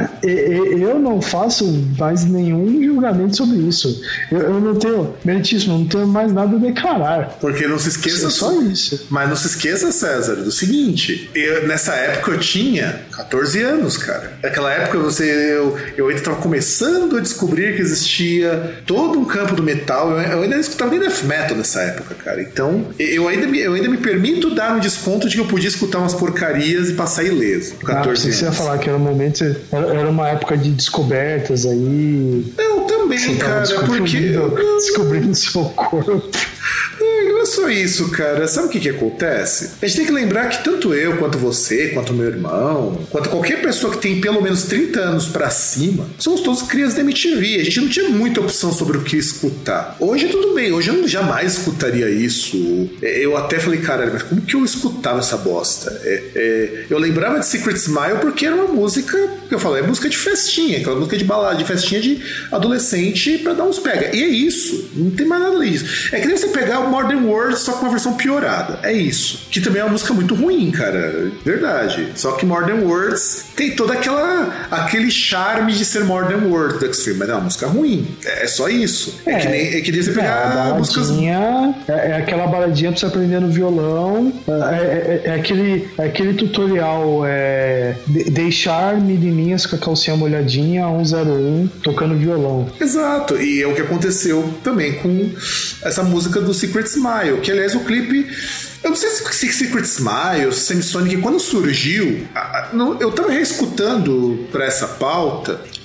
Eu não faço mais nenhum julgamento sobre isso. Eu, eu não tenho, meritíssimo, não tenho mais nada a declarar. Porque não se esqueça. É só isso. Mas não se esqueça, César, do seguinte: eu, nessa época eu tinha catorze anos, cara. Naquela época você, eu, eu ainda estava começando a descobrir que existia todo um campo do metal. Eu, eu ainda não escutava nem death metal nessa época, cara. Então eu ainda, me, eu ainda me permito dar um desconto de que eu podia escutar umas porcarias e passar ileso. Com catorze ah, anos. Você ia falar que era um momento, era uma época de descobertas aí. Eu também, cara, porque descobrindo seu corpo. Não é só isso, cara. Sabe o que que acontece? A gente tem que lembrar que tanto eu, quanto você, quanto meu irmão, quanto qualquer pessoa que tem pelo menos trinta anos pra cima, somos todos crias da M T V. A gente não tinha muita opção sobre o que escutar. Hoje tudo bem, hoje eu não jamais escutaria isso. Eu até falei, caralho, mas como que eu escutava essa bosta? É, é, eu lembrava de Secret Smile porque era uma música, que eu falei, é música de festinha, aquela música de balada, de festinha de adolescente pra dar uns pega. E é isso, não tem mais nada além disso. É que nem você pegar o Modern Words só com uma versão piorada. É isso. Que também é uma música muito ruim, cara. Verdade. Só que Modern Words tem toda aquela aquele charme de ser Modern Words do Extreme, mas é uma música ruim. É, é só isso. É, é que nem é que nem você pegar é, músicas. É, é aquela baladinha pra você aprender no violão. É, é, é, aquele, é aquele tutorial é, de, deixar menininhas com a calcinha molhadinha um zero um tocando violão. Exato. E é o que aconteceu também com essa música do Secret Smile, que aliás o clipe, eu não sei se Secret Smile, Semisonic, quando surgiu, eu tava reescutando pra essa pauta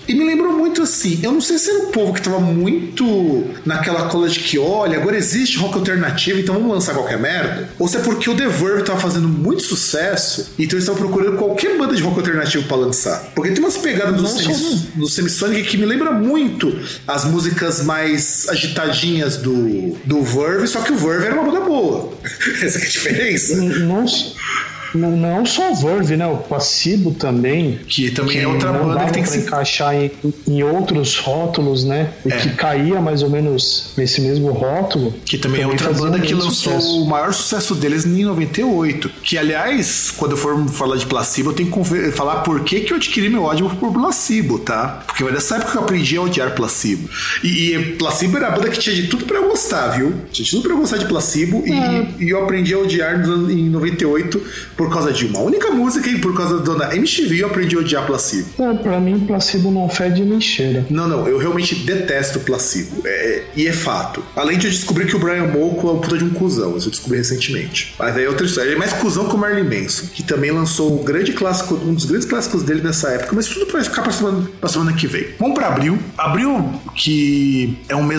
E me lembrou muito assim, eu não sei se era o povo que tava muito naquela cola de que, olha, agora existe rock alternativo, então vamos lançar qualquer merda. Ou se é porque o The Verve tava fazendo muito sucesso, então eles estavam procurando qualquer banda de rock alternativo pra lançar. Porque tem umas pegadas do, semi, do Semisonic que me lembra muito as músicas mais agitadinhas do, do Verve, só que o Verve era uma banda boa. Essa que é a diferença. Nossa. Não, não só o Verve, né? O Placebo também. Que também que é outra não banda que tem que se se encaixar em, em outros rótulos, né? E é. que caía mais ou menos nesse mesmo rótulo. Que também, também é outra banda que lançou sucesso. O maior sucesso deles em noventa e oito. Que, aliás, quando eu for falar de Placebo, eu tenho que falar por que, que eu adquiri meu ódio por Placebo, tá? Porque foi nessa época que eu aprendi a odiar Placebo. E, e Placebo era a banda que tinha de tudo pra eu gostar, viu? Tinha de tudo pra eu gostar de Placebo. É. E, e eu aprendi a odiar em noventa e oito por causa de uma única música e por causa da dona M T V eu aprendi a odiar Placebo. É, pra mim, Placebo não fede nem cheira. Não, não, eu realmente detesto Placebo. É, e é fato. Além de eu descobrir que o Brian Molko é um puta de um cuzão, isso eu descobri recentemente. Mas aí é outra história. Ele é mais cuzão que o Marilyn Manson, que também lançou o grande clássico, um dos grandes clássicos dele nessa época, mas tudo vai ficar pra semana, pra semana que vem. Vamos pra abril. Abril, que é um mês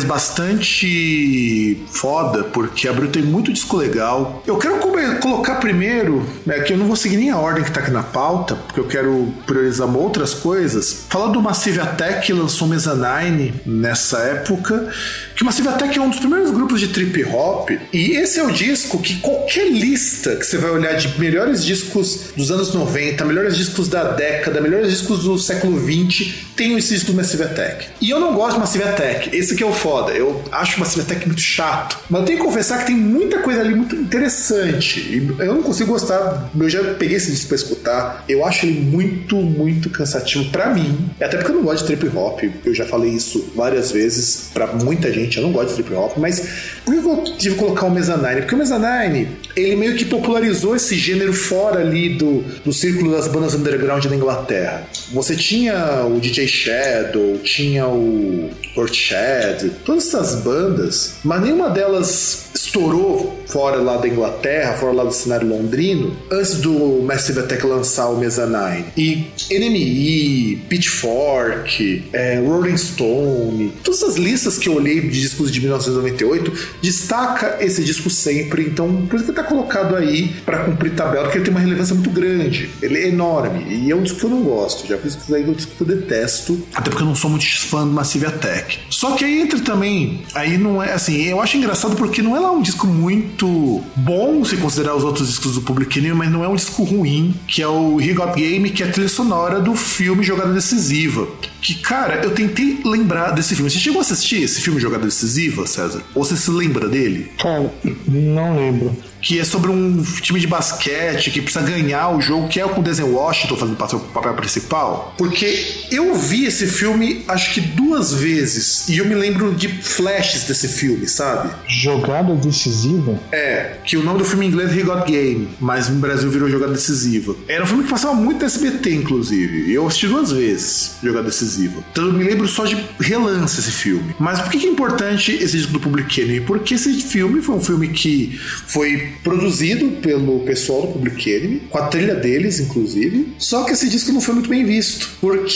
bastante foda, porque abril tem muito disco legal. Eu quero colocar primeiro, né, que eu não vou seguir nem a ordem que tá aqui na pauta, porque eu quero priorizar outras coisas. Falar do Massive Attack, que lançou Mezzanine nessa época, que o Massive Attack é um dos primeiros grupos de trip hop, e esse é o disco que qualquer lista que você vai olhar de melhores discos dos anos noventa, melhores discos da década, melhores discos do século vinte, tem esse disco do Massive Attack. E eu não gosto de Massive Attack, esse que é o foda. Eu acho o Massive Attack muito chato, mas eu tenho que confessar que tem muita coisa ali muito interessante, e eu não consigo gostar. Eu já peguei esse disco pra escutar, eu acho ele muito, muito cansativo pra mim, até porque eu não gosto de trip hop. Eu já falei isso várias vezes pra muita gente, eu não gosto de trip hop, mas por que eu tive que colocar o Mezzanine? Porque o Mezzanine, ele meio que popularizou esse gênero fora ali do, do círculo das bandas underground da Inglaterra. Você tinha o D J Shadow, tinha o Portishead, todas essas bandas, mas nenhuma delas estourou fora lá da Inglaterra, fora lá do cenário londrino, antes do Massive Attack lançar o Mezzanine. E N M E, Pitchfork, é, Rolling Stone, todas as listas que eu olhei de discos de mil novecentos e noventa e oito destaca esse disco sempre, então por isso que ele tá colocado aí pra cumprir tabela, porque ele tem uma relevância muito grande, ele é enorme, e é um disco que eu não gosto, já fiz isso aí, é um disco que eu detesto, até porque eu não sou muito fã do Massive Attack. Só que aí entra também, aí não é assim, eu acho engraçado porque não é lá um disco muito bom se considerar os outros discos do Public Enemy, mas não é um disco ruim, que é o He Got Game, que é a trilha sonora do filme Jogada Decisiva. Que, cara, eu tentei lembrar desse filme. Você chegou a assistir esse filme Jogada Decisiva, César? Ou você se lembra dele? Cara, não lembro. Que é sobre um time de basquete que precisa ganhar o jogo, que é com o Denzel Washington fazendo o papel principal. Porque eu vi esse filme acho que duas vezes e eu me lembro de flashes desse filme, sabe? Jogada Decisiva? É, que o nome do filme em inglês é He Got Game, mas no Brasil virou Jogada Decisiva. Era um filme que passava muito no S B T, inclusive. E eu assisti duas vezes Jogada Decisiva. Então eu me lembro só de relance esse filme. Mas por que é importante esse disco do Public Enemy? Porque esse filme foi um filme que foi produzido pelo pessoal do Public Enemy, com a trilha deles, inclusive. Só que esse disco não foi muito bem visto,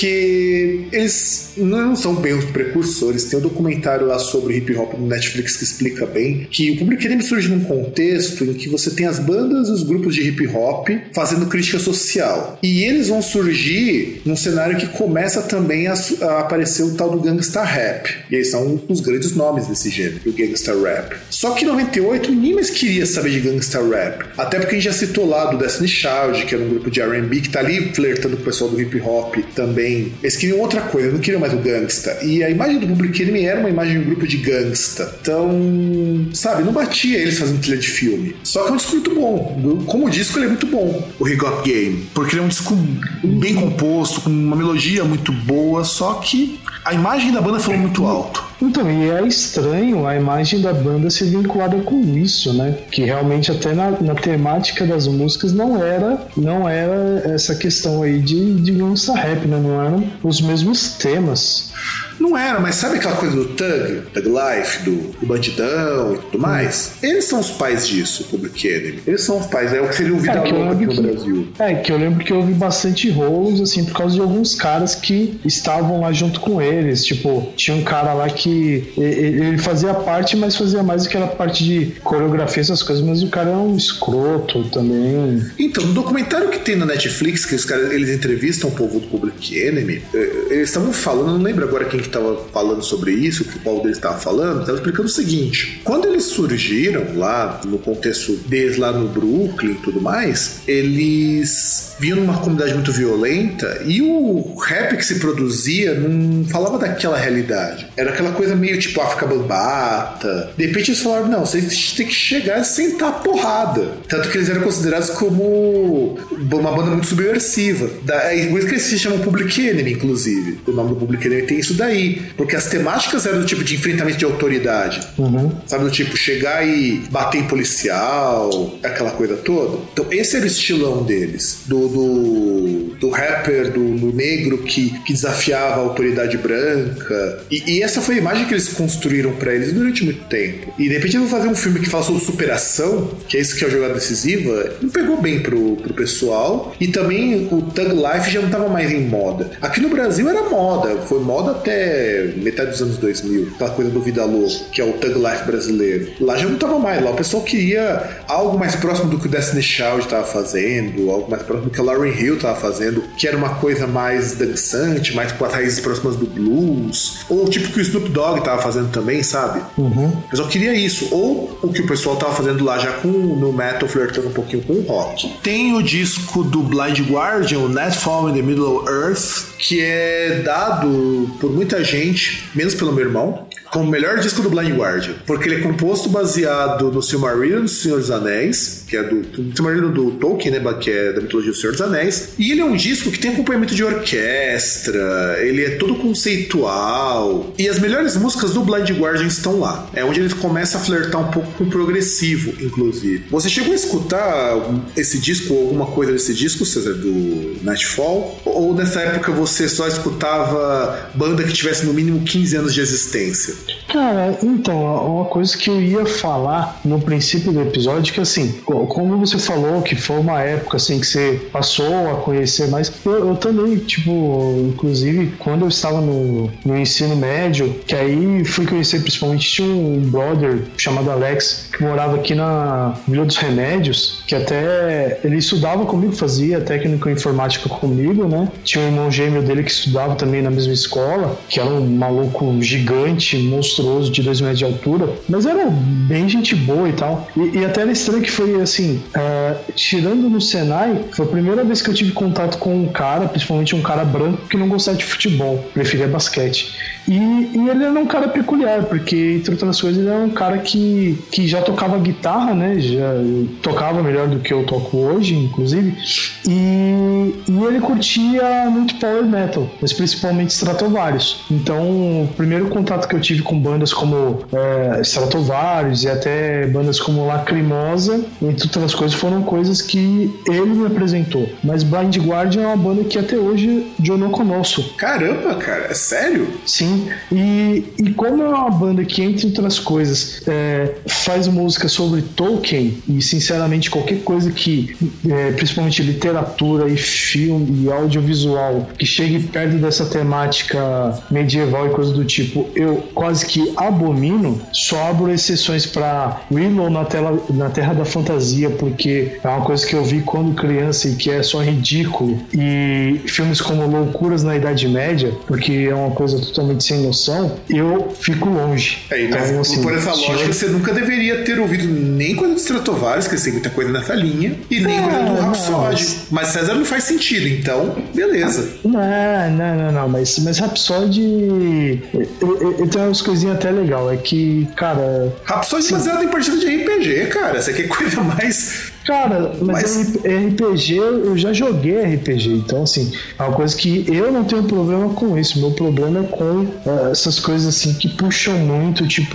porque eles não são bem os precursores. Tem um documentário lá sobre hip hop no Netflix que explica bem que o Public Enemy surge num contexto em que você tem as bandas e os grupos de hip hop fazendo crítica social. E eles vão surgir num cenário que começa também a, a aparecer o tal do gangsta rap. E eles são os grandes nomes desse gênero, o gangsta rap. Só que em noventa e oito ninguém mais queria saber de gangsta rap. Até porque a gente já citou lá do Destiny Child, que era um grupo de R and B que tá ali flertando com o pessoal do hip hop também. Eles queriam outra coisa, não queriam mais o gangsta. E a imagem do Public Enemy era uma imagem de um grupo de gangsta. Então, sabe, não batia eles fazendo trilha de filme. Só que é um disco muito bom. Como disco, ele é muito bom, o He Got Game. Porque ele é um disco bem composto, com uma melodia muito boa, só que a imagem da banda falou muito alto. Então, e é estranho a imagem da banda ser vinculada com isso, né? Que realmente até na, na temática das músicas não era, não era essa questão aí de, de gangsta rap, né? Não eram os mesmos temas. Não era, mas sabe aquela coisa do Thug, Thug Life, do, do bandidão e tudo mais? Hum. Eles são os pais disso, Public Enemy. Eles são os pais, é o que seria um vida é, louca aqui no que, Brasil. É, que eu lembro que houve bastante rolos, assim, por causa de alguns caras que estavam lá junto com eles. Tipo, tinha um cara lá que ele fazia parte, mas fazia mais aquela parte de coreografia, essas coisas, mas o cara é um escroto também. Então, no documentário que tem na Netflix, que os caras, eles entrevistam o povo do Public Enemy, eles estavam falando, não lembro agora quem que tava falando sobre isso, que qual deles estava falando, estava explicando o seguinte: quando eles surgiram lá, no contexto deles lá no Brooklyn e tudo mais, eles vinham numa comunidade muito violenta e o rap que se produzia não falava daquela realidade. Era aquela coisa meio tipo África Bambata. De repente eles falaram, não, vocês têm que chegar e sentar a porrada. Tanto que eles eram considerados como uma banda muito subversiva. É por isso que eles se chamam Public Enemy, inclusive. O nome do Public Enemy tem isso daí. Porque as temáticas eram do tipo de enfrentamento de autoridade. Uhum. Sabe, do tipo, chegar e bater em policial, aquela coisa toda. Então esse era o estilão deles. Do, do, do rapper, do, do negro que, que desafiava a autoridade branca. E, e essa foi a imagem que eles construíram pra eles durante muito tempo. E de repente eles vão fazer um filme que fala sobre superação, que é isso que é a jogada decisiva, não pegou bem pro, pro pessoal. E também o Thug Life já não tava mais em moda. Aqui no Brasil era moda, foi moda até metade dos anos dois mil, aquela coisa do Vida Louca, que é o Thug Life brasileiro. Lá já não tava mais, lá o pessoal queria algo mais próximo do que o Destiny Child tava fazendo, algo mais próximo do que a Lauryn Hill tava fazendo, que era uma coisa mais dançante, mais com as raízes próximas do blues, ou o tipo que o Snoop Dogg tava fazendo também, sabe? Uhum. O pessoal queria isso, ou o que o pessoal tava fazendo lá já com no metal, flertando um pouquinho com o rock. Tem o disco do Blind Guardian, o Nightfall in the Middle of Earth, que é dado por muita gente, menos pelo meu irmão, como o melhor disco do Blind Guardian, porque ele é composto baseado no Silmarillion do Senhor dos Anéis, que é do, do Silmarillion do Tolkien, né, que é da mitologia do Senhor dos Anéis, e ele é um disco que tem acompanhamento de orquestra, ele é todo conceitual, e as melhores músicas do Blind Guardian estão lá. É onde ele começa a flertar um pouco com o progressivo, inclusive. Você chegou a escutar esse disco, ou alguma coisa desse disco, César, do Nightfall? Ou nessa época você só escutava banda que tivesse no mínimo quinze anos de existência? Cara, então, uma coisa que eu ia falar no princípio do episódio, que assim, como você falou, que foi uma época assim que você passou a conhecer mais, eu, eu também, tipo, inclusive quando eu estava no, no ensino médio, que aí fui conhecer principalmente, tinha um brother chamado Alex, que morava aqui na Vila dos Remédios, que até ele estudava comigo, fazia técnico em informática comigo, né? Tinha um irmão gêmeo dele que estudava também na mesma escola, que era um maluco gigante, monstruoso, de dois metros de altura, mas era bem gente boa e tal. E, e até era estranho que foi assim, uh, tirando no Senai, foi a primeira vez que eu tive contato com um cara, principalmente um cara branco, que não gostava de futebol, preferia basquete. E, e ele era um cara peculiar, porque, entre outras coisas, ele era um cara que, que já tocava guitarra, né? Já tocava melhor do que eu toco hoje, inclusive. E, e ele curtia muito power metal, mas principalmente Stratovarius. Então, o primeiro contato que eu tive com bandas como é, Stratovarius e até bandas como Lacrimosa, entre outras coisas, foram coisas que ele me apresentou. Mas Blind Guardian é uma banda que até hoje eu não conosco. Caramba, cara, é sério? Sim, e, e como é uma banda que, entre outras coisas, é, faz música sobre Tolkien, e sinceramente qualquer coisa que, é, principalmente literatura e filme e audiovisual, que chegue perto dessa temática medieval e coisa do tipo, eu quase que abomino, só abro exceções para Willow na, tela, na Terra da Fantasia, porque é uma coisa que eu vi quando criança e que é só ridículo, e filmes como Loucuras na Idade Média, porque é uma coisa totalmente sem noção, eu fico longe. É, mas então, assim, por essa lógica, eu... você nunca deveria ter ouvido nem coisa do Stratovarius, que tem muita coisa nessa linha, e nem é, coisa do Rhapsody. Mas... mas César não faz sentido, então, beleza. Não, não, não, não, mas, mas Rhapsody eu tenho umas coisinhas até legal, é que, cara... Rhapsody é baseado em partida de R P G, cara, essa aqui é coisa mais Cara, mas, mas... R P G, eu já joguei R P G, então assim, é uma coisa que eu não tenho problema com isso. Meu problema é com uh, essas coisas assim que puxam muito, tipo,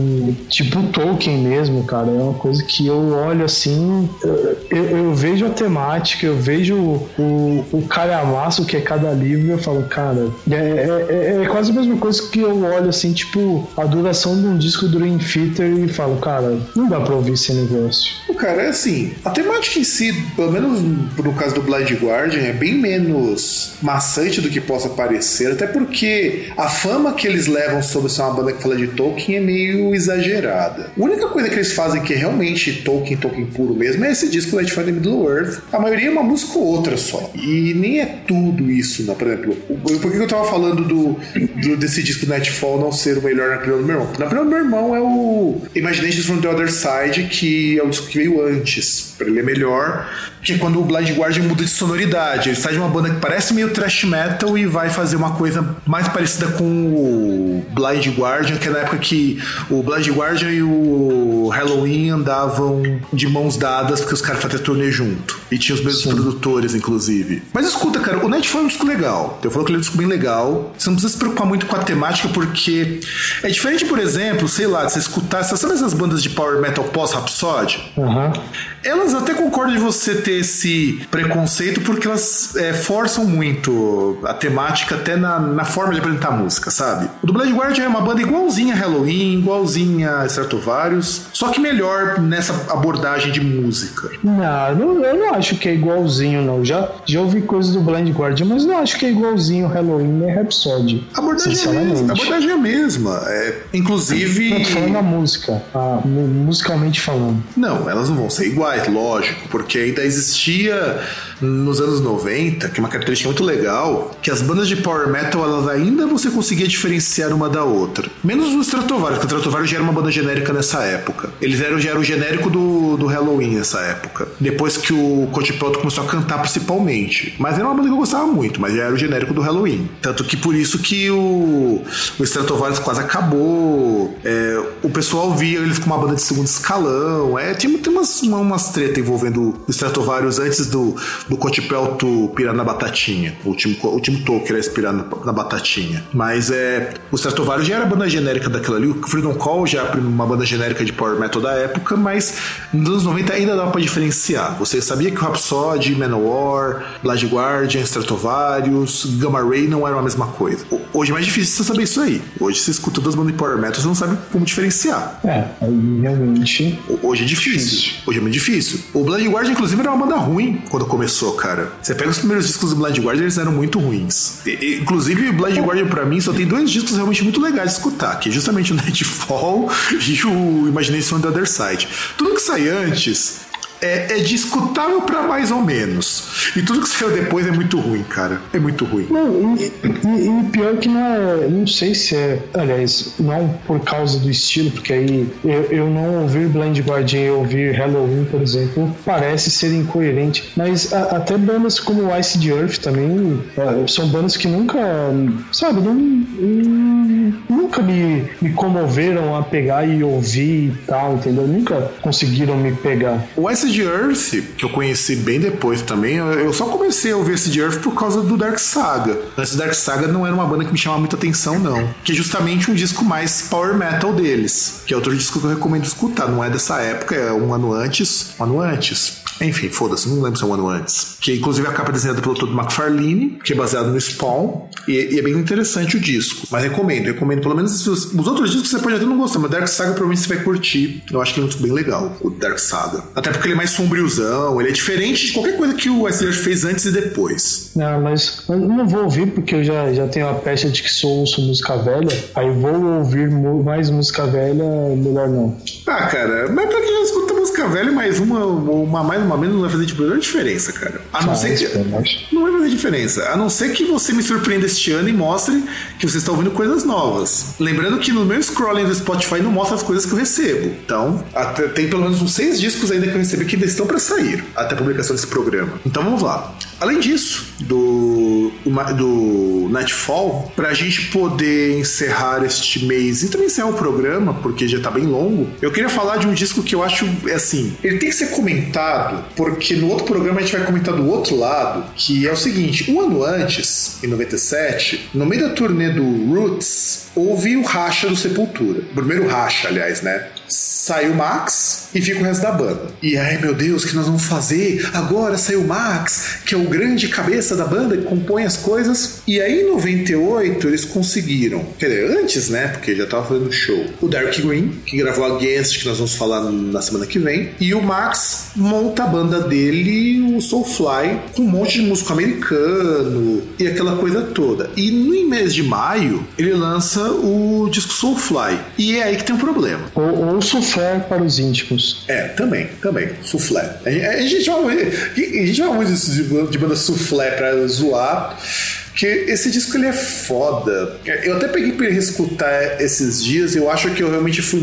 tipo Tolkien mesmo, cara. É uma coisa que eu olho assim, uh, eu, eu vejo a temática, eu vejo o, o calhamaço que é cada livro e eu falo, cara, é, é, é quase a mesma coisa que eu olho assim, tipo, a duração de um disco do Dream Theater e falo, cara, não dá pra ouvir esse negócio. Cara, é assim, a temática em si, pelo menos no caso do Blind Guardian, é bem menos maçante do que possa parecer, até porque a fama que eles levam sobre ser uma banda que fala de Tolkien é meio exagerada. A única coisa que eles fazem que é realmente Tolkien, Tolkien puro mesmo, é esse disco Light from the Middle Earth. A maioria é uma música ou outra só. E nem é tudo isso, né? Por exemplo, por que eu tava falando do, do, desse disco Nightfall não ser o melhor na opinião do meu irmão? Na opinião do meu irmão é o Imaginations from the Other Side, que é o disco que veio antes. Pra ele é melhor, que é quando o Blind Guardian muda de sonoridade. Ele sai de uma banda que parece meio thrash metal e vai fazer uma coisa mais parecida com o Blind Guardian, que é na época que o Blind Guardian e o Halloween andavam de mãos dadas, porque os caras faziam turnê junto. E tinha os mesmos Sim. produtores, inclusive. Mas escuta, cara, o Nightfall é um disco legal. Eu falo que ele é um disco bem legal. Você não precisa se preocupar muito com a temática, porque é diferente, por exemplo, sei lá, de você escutar, você sabe essas bandas de power metal pós-Rhapsody? Aham. Uhum. Elas até concordam de você ter esse preconceito, porque elas é, forçam muito a temática até na, na forma de apresentar a música, sabe? O do Blind Guardian é uma banda igualzinha a Halloween, igualzinha a Stratovarius, só que melhor nessa abordagem de música. Não, não, eu não acho que é igualzinho, não. Já, já ouvi coisas do Blind Guardian, mas não acho que é igualzinho Halloween nem Rhapsody. A abordagem é a mesma. A abordagem é a mesma. É, inclusive... Não, tô falando da música, ah, musicalmente falando. Não, elas não vão ser iguais, lógico, porque ainda existia nos anos noventa, que é uma característica muito legal, que as bandas de power metal, elas ainda você conseguia diferenciar uma da outra. Menos o Stratovarius, porque o Stratovarius já era uma banda genérica nessa época. Eles eram, já eram o genérico do, do Halloween nessa época. Depois que o Cotiproto começou a cantar principalmente. Mas era uma banda que eu gostava muito, mas já era o genérico do Halloween. Tanto que por isso que o, o Stratovarius quase acabou. É, o pessoal via eles com uma banda de segundo escalão. É, tinha, tem umas, umas treta envolvendo o Stratovarius antes do do Cotipelto pirar na batatinha. O último, o último toque era pirar na, na batatinha. Mas é, o Stratovarius já era a banda genérica daquela ali. O Freedom Call já era uma banda genérica de power metal da época, mas nos anos noventa ainda dava pra diferenciar. Você sabia que o Rhapsody, Manowar, Blind Guardian, Stratovarius, Gamma Ray não eram a mesma coisa. Hoje é mais difícil você saber isso aí. Hoje você escuta duas bandas de power metal, você não sabe como diferenciar. É, aí realmente... Hoje é difícil. difícil. Hoje é muito difícil. O Blind Guardian, inclusive, era uma banda ruim quando começou, cara. Você pega os primeiros discos do Blind Guardian, eles eram muito ruins. E, inclusive, o Blind Guardian, pra mim, só tem dois discos realmente muito legais de escutar, que é justamente o Nightfall e o Imagination on the Other Side. Tudo que sai antes... É, é discutável pra mais ou menos. E tudo que saiu depois é muito ruim, cara. É muito ruim. Não, e, e, e pior que não é... Não sei se é... Aliás, não por causa do estilo, porque aí eu, eu não ouvir Blind Guardian e ouvir Halloween, por exemplo, parece ser incoerente. Mas a, até bandas como Ice the Earth também é, são bandas que nunca... Sabe, não, nunca me, me comoveram a pegar e ouvir e tal, entendeu? Nunca conseguiram me pegar. O Ice the Earth, que eu conheci bem depois também, eu só comecei a ouvir esse The Earth por causa do Dark Saga. Esse Dark Saga não era uma banda que me chamava muita atenção, não. Que é justamente um disco mais power metal deles, que é outro disco que eu recomendo escutar. Não é dessa época, é um ano antes. Um ano antes. Enfim, foda-se, não lembro se é um ano antes. Que inclusive a capa é desenhada pelo Todd McFarlane, que é baseado no Spawn, e, e é bem interessante o disco. Mas recomendo, recomendo. Pelo menos os, os outros discos você pode até não gostar, mas Dark Saga provavelmente você vai curtir. Eu acho que é um disco bem legal, o Dark Saga. Até porque ele é mais sombriozão, ele é diferente de qualquer coisa que o Ice the Earth fez antes e depois. Não, mas eu não vou ouvir porque eu já, já tenho a pecha de que sou ouço música velha. Aí vou ouvir mais música velha, melhor não. Ah, cara, mas pra quem já escuta música velha, mais uma, uma mais uma menos não vai fazer tipo, não diferença, cara. A não ah, ser que. Não vai fazer diferença. A não ser que você me surpreenda este ano e mostre que você está ouvindo coisas novas. Lembrando que no meu scrolling do Spotify não mostra as coisas que eu recebo. Então, até, tem pelo menos uns seis discos ainda que eu recebi que ainda estão pra sair até a publicação desse programa. Então vamos lá. Além disso, do, do Nightfall, pra gente poder encerrar este mês e também encerrar o programa, porque já tá bem longo, eu queria falar de um disco que eu acho, assim, ele tem que ser comentado, porque no outro programa a gente vai comentar do outro lado, que é o seguinte: um ano antes, em noventa e sete, no meio da turnê do Roots, houve o racha do Sepultura. O primeiro racha, aliás, né? Saiu o Max e fica o resto da banda. E ai meu Deus, o que nós vamos fazer? Agora saiu o Max, que é o grande cabeça da banda, que compõe as coisas. E aí em noventa e oito eles conseguiram, quer dizer, antes, né? Porque já tava fazendo show, o Derek Green, que gravou Against, que nós vamos falar na semana que vem. E o Max monta a banda dele, o Soulfly, com um monte de músico americano e aquela coisa toda. E no mês de maio ele lança o disco Soulfly. E é aí que tem um problema. Ou, ou Soufflé para os íntimos. É, também, também. Soufflé. A, a, a gente chama muito, a gente chama muito isso de, de banda Soufflé pra zoar. Porque esse disco ele é foda. Eu até peguei pra escutar esses dias e eu acho que eu realmente fui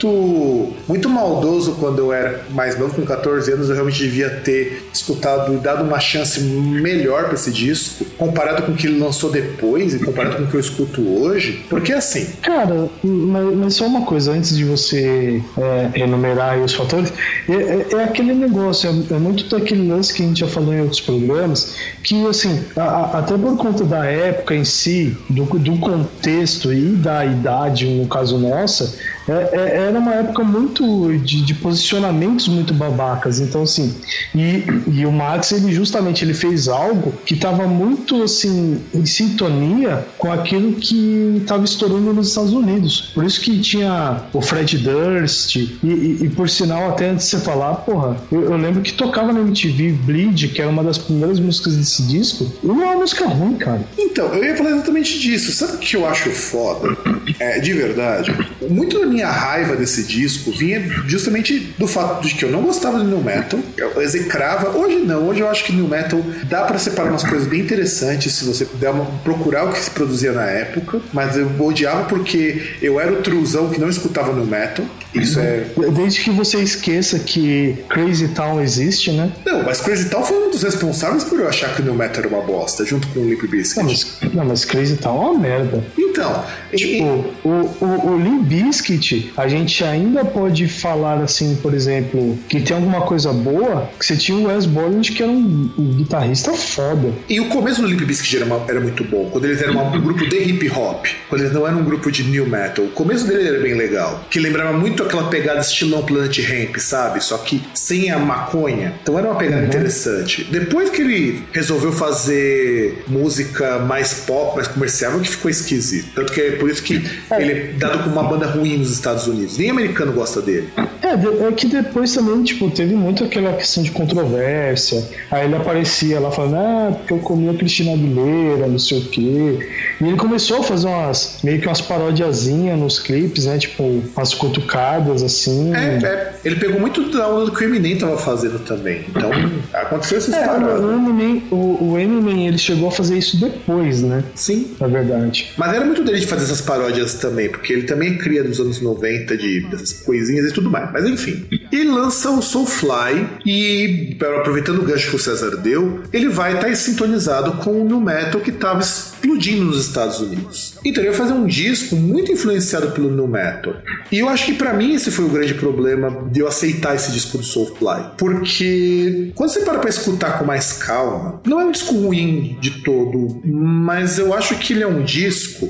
muito muito maldoso quando eu era mais novo, com catorze anos. Eu realmente devia ter escutado e dado uma chance melhor pra esse disco, comparado com o que ele lançou depois e comparado com o que eu escuto hoje. Porque assim... Cara, mas, mas só uma coisa, antes de você é, enumerar aí os fatores, é, é, é aquele negócio, é, é muito daquele lance que a gente já falou em outros programas, que assim, a, a, até por conta da época em si, do, do contexto e da idade, no caso nossa, é, é, era uma época muito de, de posicionamentos muito babacas. Então assim, e, e o Max, ele justamente ele fez algo que estava muito assim em sintonia com aquilo que estava estourando nos Estados Unidos. Por isso que tinha o Fred Durst e, e, e por sinal, até antes de você falar, porra, eu, eu lembro que tocava na M T V Bleed, que era uma das primeiras músicas desse disco, e não é uma música ruim, cara. Então, eu ia falar exatamente disso. Sabe o que eu acho foda? É, de verdade, muito da minha raiva desse disco vinha justamente do fato de que eu não gostava do new metal, eu execrava. Hoje não, hoje eu acho que new metal dá pra separar umas coisas bem interessantes se você puder uma, procurar o que se produzia na época, mas eu odiava porque eu era o truzão que não escutava new metal. Isso é... Desde que você esqueça que Crazy Town existe, né? Não, mas Crazy Town foi um dos responsáveis por eu achar que o new metal era uma bosta, junto com o Limp Bizkit. Não, mas, não, mas Crazy Town é uma merda. Então, tipo, e... o, o, o Limp Bizkit, a gente ainda pode falar assim, por exemplo, que tem alguma coisa boa, que você tinha o Wes Borland, que era um, um guitarrista foda. E o começo do Limp Bizkit era, uma, era muito bom, quando eles eram um grupo de hip hop, quando eles não eram um grupo de new metal. O começo dele era bem legal, que lembrava muito aquela pegada estilão Planet Hemp, sabe? Só que sem a maconha. Então era uma pegada uhum. interessante. Depois que ele resolveu fazer música mais pop, mais comercial, que ficou esquisito. Tanto que é por isso que é. ele é dado como uma banda ruim nos Estados Unidos. Nem americano gosta dele. É, é que depois também, tipo, teve muito aquela questão de controvérsia. Aí ele aparecia lá falando, ah, porque eu comi a Cristina Aguilera, não sei o quê. E ele começou a fazer umas, meio que umas parodiazinhas nos clipes, né? Tipo, umas cutucadas, assim. É, é. Ele pegou muito da onda do que o Eminem tava fazendo também. Então, aconteceu essa história. É, o Eminem, o, o Eminem, ele chegou a fazer isso depois, né? Sim. Na verdade. Mas era muito dele de fazer essas paródias também, porque ele também cria dos anos noventa de dessas coisinhas e tudo mais. Mas enfim. E lança o Soulfly e, aproveitando o gancho que o César deu, ele vai estar sintonizado com o new metal que estava explodindo nos Estados Unidos. Então ele vai fazer um disco muito influenciado pelo new metal. E eu acho que pra mim esse foi o grande problema de eu aceitar esse disco do Soulfly. Porque quando você para pra escutar com mais calma, não é um disco ruim de todo, mas eu acho que ele é um disco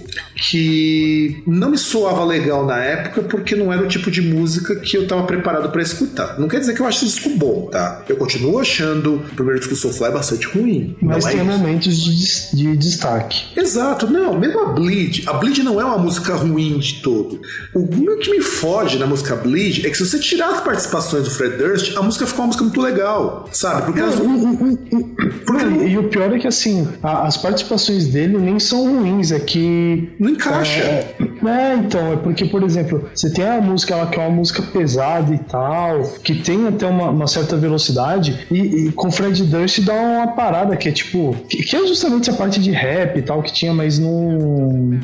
que não me soava legal na época porque não era o tipo de música que eu tava preparado pra escutar. Não quer dizer que eu acho esse disco bom, tá? Eu continuo achando o primeiro disco do Soulfly bastante ruim. Mas não tem é momentos de, de destaque. Exato, não, mesmo a Bleed, a Bleed não é uma música ruim de todo. O que me foge na música Bleed é que se você tirar as participações do Fred Durst, a música fica uma música muito legal, sabe? Porque não, as... e, e, Porque... Não, e o pior é que assim, a, as participações dele nem são ruins, é que Não encaixa. É, é, então, é porque, por exemplo, você tem a música, ela que é uma música pesada e tal, que tem até uma, uma certa velocidade, e, e com Fred Durst dá uma parada que é tipo, que, que é justamente a parte de rap e tal que tinha, mas não,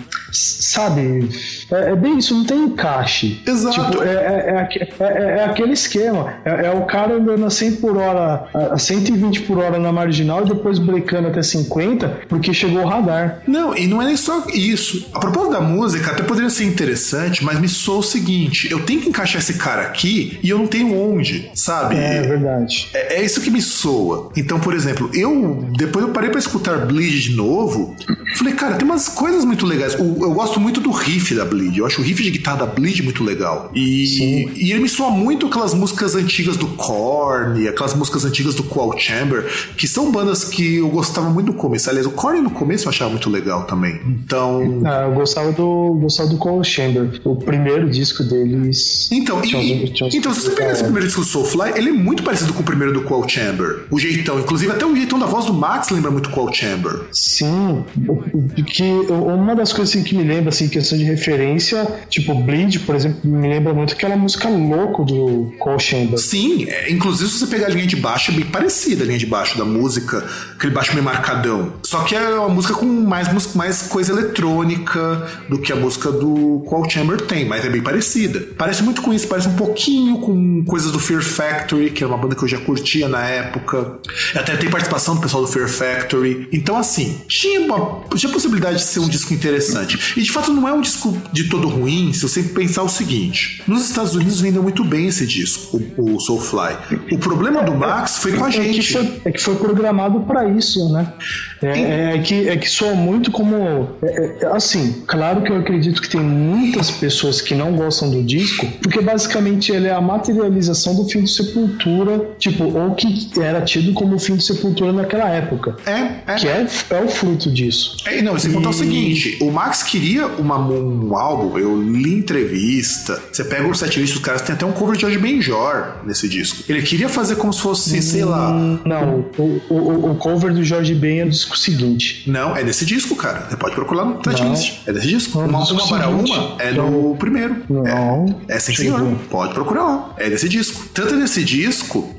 sabe, é, é bem isso, não tem encaixe. Exato. Tipo, é, é, é, é, é aquele esquema, é, é o cara andando a cem por hora, a cento e vinte por hora na marginal e depois brecando até cinquenta, porque chegou o radar. Não, e não é nem só isso. A propósito da música, até poderia ser interessante, mas me soa o seguinte: eu tenho que encaixar esse cara aqui e eu não tenho onde, sabe? É verdade. É, é isso que me soa. Então, por exemplo, eu depois eu parei pra escutar Bleed de novo. Falei, cara, tem umas coisas muito legais. Eu, eu gosto muito do riff da Bleed. Eu acho o riff de guitarra da Bleed muito legal. E, e ele me soa muito aquelas músicas antigas do Korn, aquelas músicas antigas do Coal Chamber, que são bandas que eu gostava muito do começo. Aliás, o Korn no começo eu achava muito legal também. Então... Ah, eu gostava do, gostava do Coal Chamber. O primeiro disco deles... Então, e, uns, então se você pegar esse primeiro disco do Soulfly, ele é muito parecido com o primeiro do Coal Chamber. O jeitão. Inclusive, até o jeitão da voz do Max lembra muito Coal Chamber. Sim. Que uma das coisas assim, que me lembra, assim, questão de referência, tipo Bleed, por exemplo, me lembra muito aquela música louco do Coal Chamber. Sim, é, inclusive se você pegar a linha de baixo, é bem parecida a linha de baixo da música, aquele baixo meio marcadão. Só que é uma música com mais, mais coisa eletrônica do que a música do Coal Chamber tem, mas é bem parecida. Parece muito com isso, parece um pouquinho com coisas do Fear Factory, que é uma banda que eu já curtia na época. Até tem participação do pessoal do Fear Factory. Então, assim, tinha, uma, tinha a possibilidade de ser um disco interessante. E de fato não é um disco de todo ruim, se você pensar o seguinte: nos Estados Unidos vendeu muito bem esse disco, o, o Soulfly. O problema do Max foi com a gente. É que foi, é que foi programado pra isso, né? É, é, que, é que soa muito como... É, é, assim, claro que eu acredito que tem muitas pessoas que não gostam do disco, porque basicamente ele é a materialização do fim do Sepultura, tipo, ou que era tido como o fim do Sepultura naquela época. É, é. Que é, é o fruto disso. É, não, você e... contar o seguinte: o Max queria uma, um álbum, eu li entrevista, você pega o setlist dos caras, tem até um cover de George Benjor nesse disco. Ele queria fazer como se fosse, hum, sei lá... Não, o, o, o cover do Jorge Ben é do disco seguinte. Não, é desse disco, cara. Você pode procurar no setlist. É desse disco. Não, uma disco uma para seguinte. uma é do primeiro. Não. É, é sim, senhor. Pode procurar lá. É desse disco. Tanto é desse disco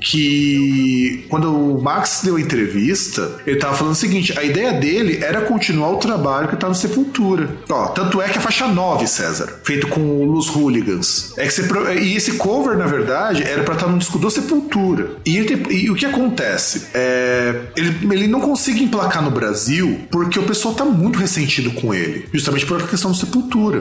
que quando o Max deu a entrevista, ele tava falando o seguinte: a ideia dele era continuar o trabalho que tá no Sepultura. Ó, tanto é que a faixa nove, César, feito com o Los Hooligans. É que você, e esse cover, na verdade, era pra estar no disco do Sepultura. E, ele, e o que acontece? É, ele, ele não consegue emplacar no Brasil porque o pessoal tá muito ressentido com ele, justamente por questão do Sepultura.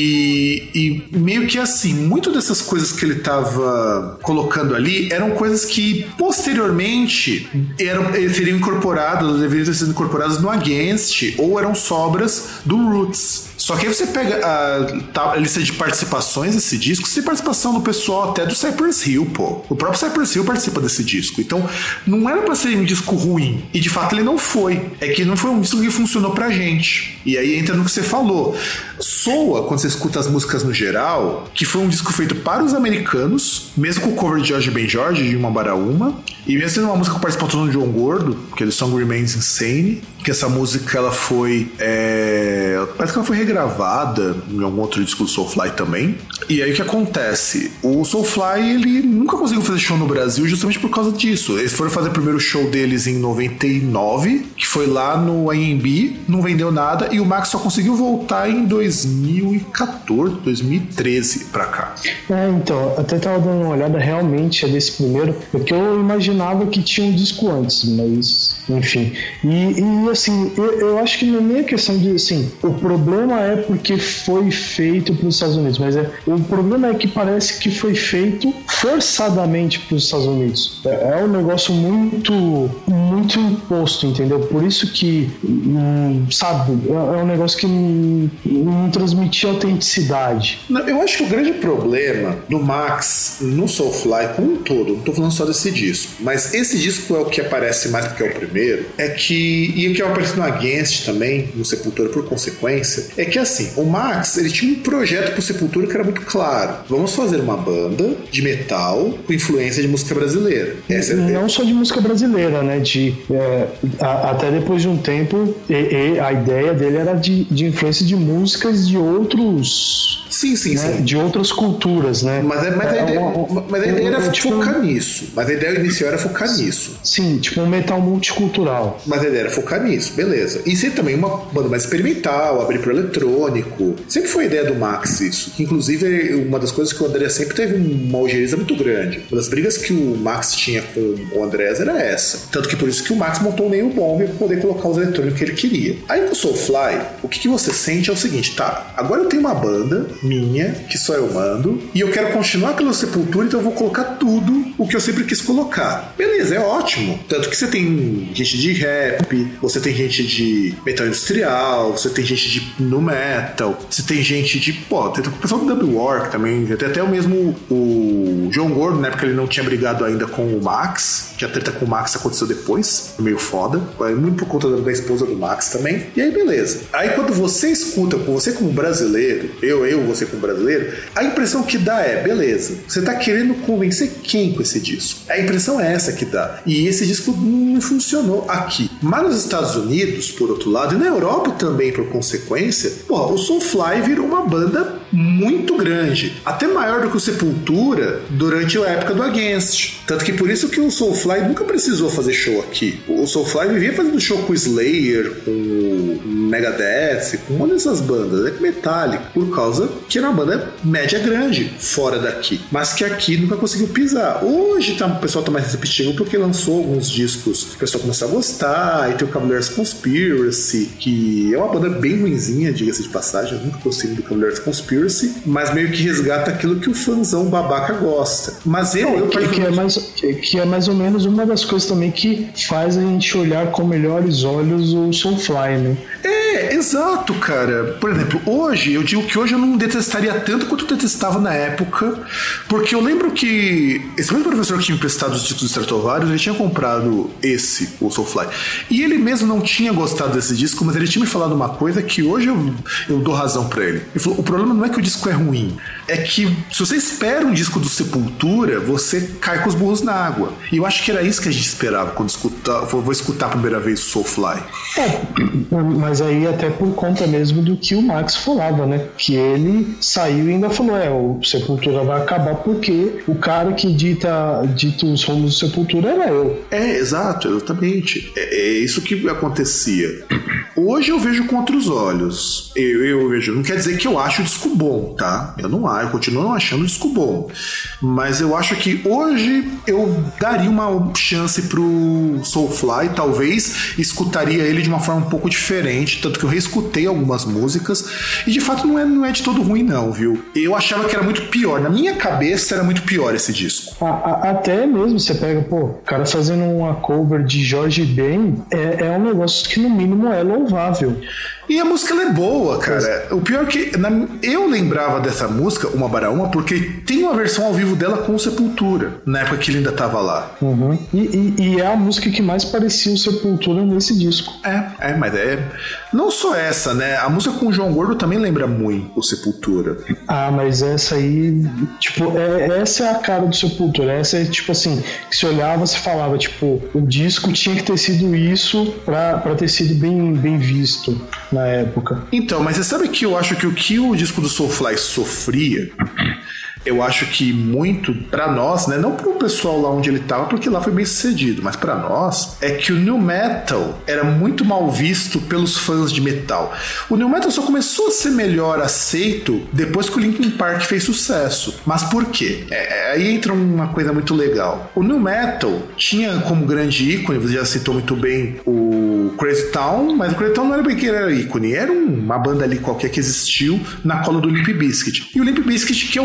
E, e meio que assim, muito dessas coisas que ele tava colocando ali eram coisas que posteriormente eram, seriam incorporadas, deveriam ter sido incorporadas no Against, ou eram sobras do Roots. Só que aí você pega a, a lista de participações desse disco, você tem participação do pessoal até do Cypress Hill, pô. O próprio Cypress Hill participa desse disco. Então, não era pra ser um disco ruim. E de fato ele não foi. É que não foi um disco que funcionou pra gente. E aí entra no que você falou. Soa, quando você escuta as músicas no geral, que foi um disco feito para os americanos, mesmo com o cover de George Benjor, de Uma Baraúma, e mesmo sendo uma música com participação do John Gordo, que é The Song Remains Insane, que essa música ela foi é... parece que ela foi regravada em algum outro disco do Soulfly também. E aí o que acontece? O Soulfly, ele nunca conseguiu fazer show no Brasil justamente por causa disso. Eles foram fazer o primeiro show deles em noventa e nove, que foi lá no A M B, não vendeu nada, e o Max só conseguiu voltar em dois mil e quatorze, dois mil e treze pra cá. É, então, até tava dando uma olhada, realmente é desse primeiro, porque eu imaginava que tinha um disco antes, mas enfim. E, e assim, eu, eu acho que não é nem a questão de, assim, o problema é porque foi feito para os Estados Unidos, mas é, o problema é que parece que foi feito forçadamente para os Estados Unidos. É, é um negócio muito, muito imposto, entendeu? Por isso que, hum, sabe, é, é um negócio que não, não transmitia autenticidade. Não, eu acho que o grande problema do Max no Soulfly como um todo, não tô falando só desse disco, mas esse disco é o que aparece mais porque é o primeiro, é que, e que vai aparecer no Against também, no Sepultura por consequência, é que assim, o Max, ele tinha um projeto pro Sepultura que era muito claro. Vamos fazer uma banda de metal com influência de música brasileira. Essa Não é... só de música brasileira, né? De, é, a, até depois de um tempo, e, e a ideia dele era de, de influência de músicas de outros... Sim, sim, né? sim. De outras culturas, né? Mas, é, mas, a, ideia, uma, mas a ideia era tipo, focar nisso. Mas a ideia inicial era focar nisso. Sim, tipo um metal multicultural. Mas a ideia era focar nisso, beleza. E ser também uma banda mais experimental, abrir pro eletrônico. Sempre foi a ideia do Max isso. Que, inclusive, uma das coisas que o André sempre teve uma algeriza muito grande. Uma das brigas que o Max tinha com o Andrés era essa. Tanto que por isso que o Max montou nem o Bomb pra poder colocar os eletrônicos que ele queria. Aí com o Soulfly, o que, que você sente é o seguinte, tá, agora eu tenho uma banda minha, que só eu mando, e eu quero continuar pela Sepultura, então eu vou colocar tudo o que eu sempre quis colocar. Beleza, é ótimo. Tanto que você tem gente de rap, você tem gente de metal industrial, você tem gente de nu metal, você tem gente de, pô, tem o pessoal do Double Work também, tem até o mesmo o João Gordo, na época ele não tinha brigado ainda com o Max, que a treta com o Max aconteceu depois, meio foda, muito por conta da esposa do Max também, e aí beleza. Aí quando você escuta, você como brasileiro, eu, eu, você como brasileiro, a impressão que dá é, beleza, você tá querendo convencer quem com esse disco? A impressão é essa que dá. E esse disco não funcionou aqui. Mas nos Estados Unidos, por outro lado, e na Europa também, por consequência, porra, o Soulfly virou uma banda muito grande. Até maior do que o Sepultura durante a época do Against. Tanto que por isso que o Soulfly nunca precisou fazer show aqui. O Soulfly vivia fazendo show com o Slayer, com o Megadeth, com uma dessas bandas, é né? Metallica, por causa que era uma banda média grande fora daqui, mas que aqui nunca conseguiu pisar. Hoje tá, o pessoal tá mais receptivo porque lançou alguns discos que o pessoal começou a gostar, e tem o Cavaliers Conspiracy, que é uma banda bem ruinzinha, diga-se de passagem, eu nunca gostei do Cavaliers Conspiracy, mas meio que resgata aquilo que o fãzão babaca gosta. Mas eu, é, eu que, que, é mais, que é mais ou menos uma das coisas também que faz a gente olhar com melhores olhos o Soulfly, né? É, exato, cara. Por exemplo, hoje, eu digo que hoje eu não detestaria tanto quanto eu detestava na época, porque eu lembro que esse mesmo professor que tinha emprestado os discos Stratovarius, ele tinha comprado esse, o Soulfly, e ele mesmo não tinha gostado desse disco, mas ele tinha me falado uma coisa que hoje eu, eu dou razão pra ele. Ele falou, o problema não é que o disco é ruim, é que se você espera um disco do Sepultura, você cai com os burros na água. E eu acho que era isso que a gente esperava quando escutar, vou escutar a primeira vez o Soulfly. É, mas aí até por conta mesmo do que o Max falava, né? Que ele saiu e ainda falou, é, o Sepultura vai acabar porque o cara que dita, dita os rumos do Sepultura era eu. É, exato, exatamente. É, é isso que acontecia. Hoje eu vejo com outros olhos. Eu, eu vejo, não quer dizer que eu acho o disco bom, tá? Eu não acho, eu continuo não achando o disco bom. Mas eu acho que hoje eu daria uma chance pro Soulfly, talvez escutaria ele de uma forma um pouco diferente, tanto que eu reescutei algumas músicas e de fato não é, não é de todo ruim não, viu? Eu achava que era muito pior, na minha cabeça era muito pior esse disco. A, a, até mesmo você pega, pô, o cara fazendo uma cover de Jorge Ben é, é um negócio que no mínimo é louvável. E a música ela é boa, cara. O pior é que na, eu lembrava dessa música, Uma Bara Uma, porque tem uma versão ao vivo dela com o Sepultura, na época que ele ainda tava lá. Uhum. E, e, e é a música que mais parecia o Sepultura nesse disco. É, é, mas é... Não só essa, né? A música com o João Gordo também lembra muito o Sepultura. Ah, mas essa aí, tipo, é, essa é a cara do Sepultura. Essa é, tipo assim, que se olhava, você falava, tipo, o disco tinha que ter sido isso pra, pra ter sido bem, bem visto na época. Então, mas você sabe que eu acho que o que o disco do Soulfly sofria, eu acho que muito pra nós, né, não pro pessoal lá onde ele tava, porque lá foi bem sucedido, mas pra nós, é que o nu metal era muito mal visto pelos fãs de metal. O nu metal só começou a ser melhor aceito depois que o Linkin Park fez sucesso. Mas por quê? É, aí entra uma coisa muito legal. O nu metal tinha como grande ícone, você já citou muito bem o Crazy Town, mas o Crazy Town não era bem que era ícone, era uma banda ali qualquer que existiu na cola do Limp Bizkit. E o Limp Bizkit, que é o pior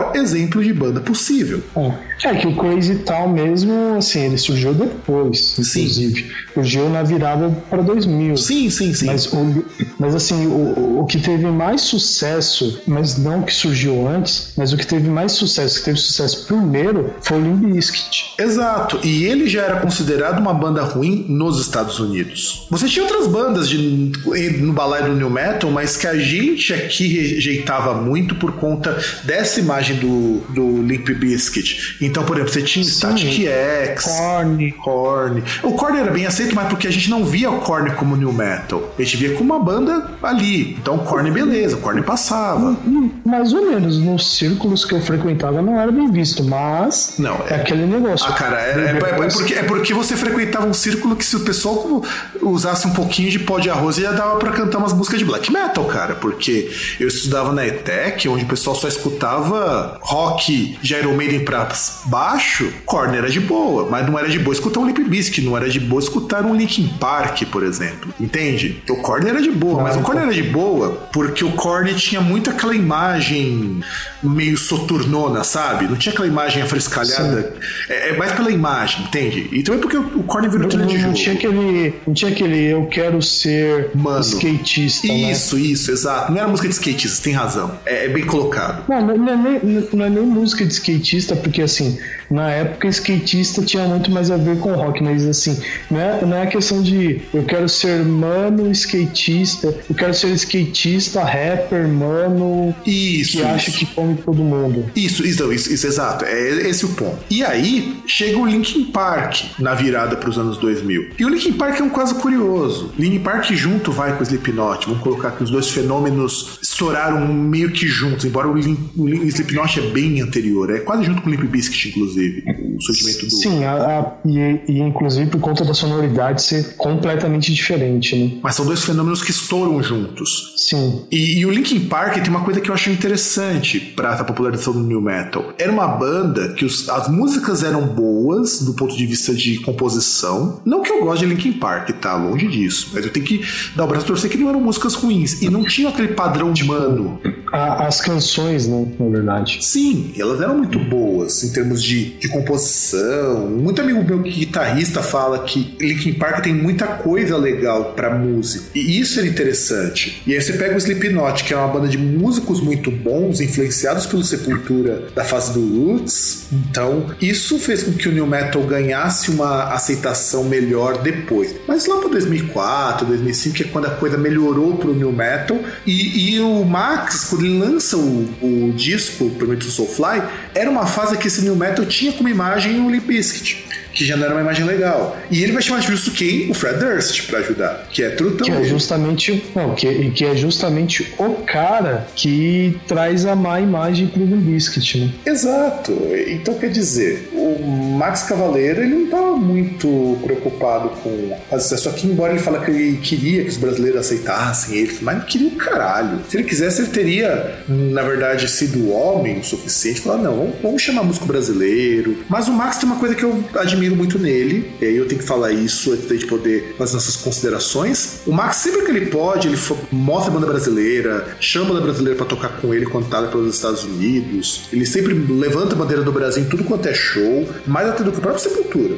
pior exemplo de banda possível. É, é que o Crazy Town mesmo, assim, ele surgiu depois, inclusive. Sim. Surgiu na virada para dois mil. Sim, sim, sim. Mas, o, mas assim, o, o que teve mais sucesso, mas não o que surgiu antes, mas o que teve mais sucesso, que teve sucesso primeiro, foi o Limp Bizkit. Exato, e ele já era considerado uma banda ruim nos Estados Unidos. Você tinha outras bandas de, no balaio do New Metal, mas que a gente aqui rejeitava muito por conta dessa imagem do, do Limp Bizkit. Então, por exemplo, você tinha Sim. Static X, Korn. Korn. O Korn era bem aceito, mas porque a gente não via o Korn como New Metal. A gente via como uma banda ali. Então, Korn, beleza, o Korn passava. Mais ou menos, nos círculos que eu frequentava não era bem visto, mas não, é, é aquele negócio. Ah, cara, é, é, é, porque, é porque você frequentava um círculo que se o pessoal usasse um pouquinho de pó de arroz já dava pra cantar umas músicas de black metal, cara, porque eu estudava na E T E C, onde o pessoal só escutava rock de Iron Maiden pra baixo. Korn era de boa, mas não era de boa escutar um Limp Bizkit, não era de boa escutar um Linkin Park, por exemplo, entende? O Korn era de boa, mas o Korn era de boa porque o Korn tinha muito aquela imagem meio soturnona, sabe? Não tinha aquela imagem afrescalhada, é, é mais pela imagem, entende? E também porque o Korn virou trilha de jogo. Não tinha aquele, não tinha aquele eu quero ser Mano, skatista, isso, né? Isso, exato. Não era música de skatista, você tem razão. É, é bem colocado. Não, não, não, é nem, não é nem música de skatista, porque assim, na época skatista tinha muito mais a ver com rock, mas assim, não é, não é a questão de eu quero ser mano skatista, eu quero ser skatista, rapper, mano, isso, que isso. acha que come todo mundo. Isso, isso, isso, isso, exato. É esse o ponto. E aí, chega o Linkin Park na virada para os anos dois mil. E o Linkin Park é um caso curioso. Linkin Park junto vai com o Slipknot. Vamos colocar que os dois fenômenos estouraram meio que juntos, embora o, Lin, o Slipknot é bem anterior. É quase junto com o Limp Bizkit, inclusive, o surgimento do... Sim, a, a, e, e inclusive por conta da sonoridade ser completamente diferente, né? Mas são dois fenômenos que estouram juntos. Sim. E, e o Linkin Park tem uma coisa que eu acho interessante para a popularização do New Metal. Era uma banda que os, as músicas eram boas do ponto de vista de composição. Não que eu goste de Linkin Park, tá? Longe disso. Mas eu tenho que dar o braço a torcer que não eram músicas ruins. E não tinha aquele padrão de mano. A, as canções, né? Na verdade. Sim, elas eram muito boas em termos de, de composição. Muito amigo meu que guitarrista fala que Linkin Park tem muita coisa legal pra música. E isso era interessante. E aí você pega o Slipknot, que é uma banda de músicos muito bons, influenciados pelo Sepultura da fase do Roots. Então, isso fez com que o New Metal ganhasse uma aceitação melhor depois. Mas lá para dois mil e quatro, dois mil e cinco, que é quando a coisa melhorou pro New Metal. E, e o Max, quando ele lança o, o disco Prometheus Soulfly, era uma fase que esse New Metal tinha como imagem o Limp Bizkit, que já não era uma imagem legal. E ele vai chamar justo quem? O Fred Durst pra ajudar, que é trutão. Que é justamente, não, que, que é justamente o cara que traz a má imagem pro Limp Bizkit, né? Exato. Então, quer dizer, o Max Cavalera, ele não estava muito preocupado com fazer sucesso aqui, embora ele fale que ele queria que os brasileiros aceitassem ele, mas não queria o caralho. Se ele quisesse, ele teria, na verdade, sido homem o suficiente, falar, não, vamos, vamos chamar músico brasileiro. Mas o Max tem uma coisa que eu admiro muito nele, e aí eu tenho que falar isso antes de poder fazer nossas considerações. O Max, sempre que ele pode, ele mostra a banda brasileira, chama a banda brasileira pra tocar com ele quando tá pelos Estados Unidos. Ele sempre levanta a bandeira do Brasil em tudo quanto é show, mais até do que o próprio Sepultura.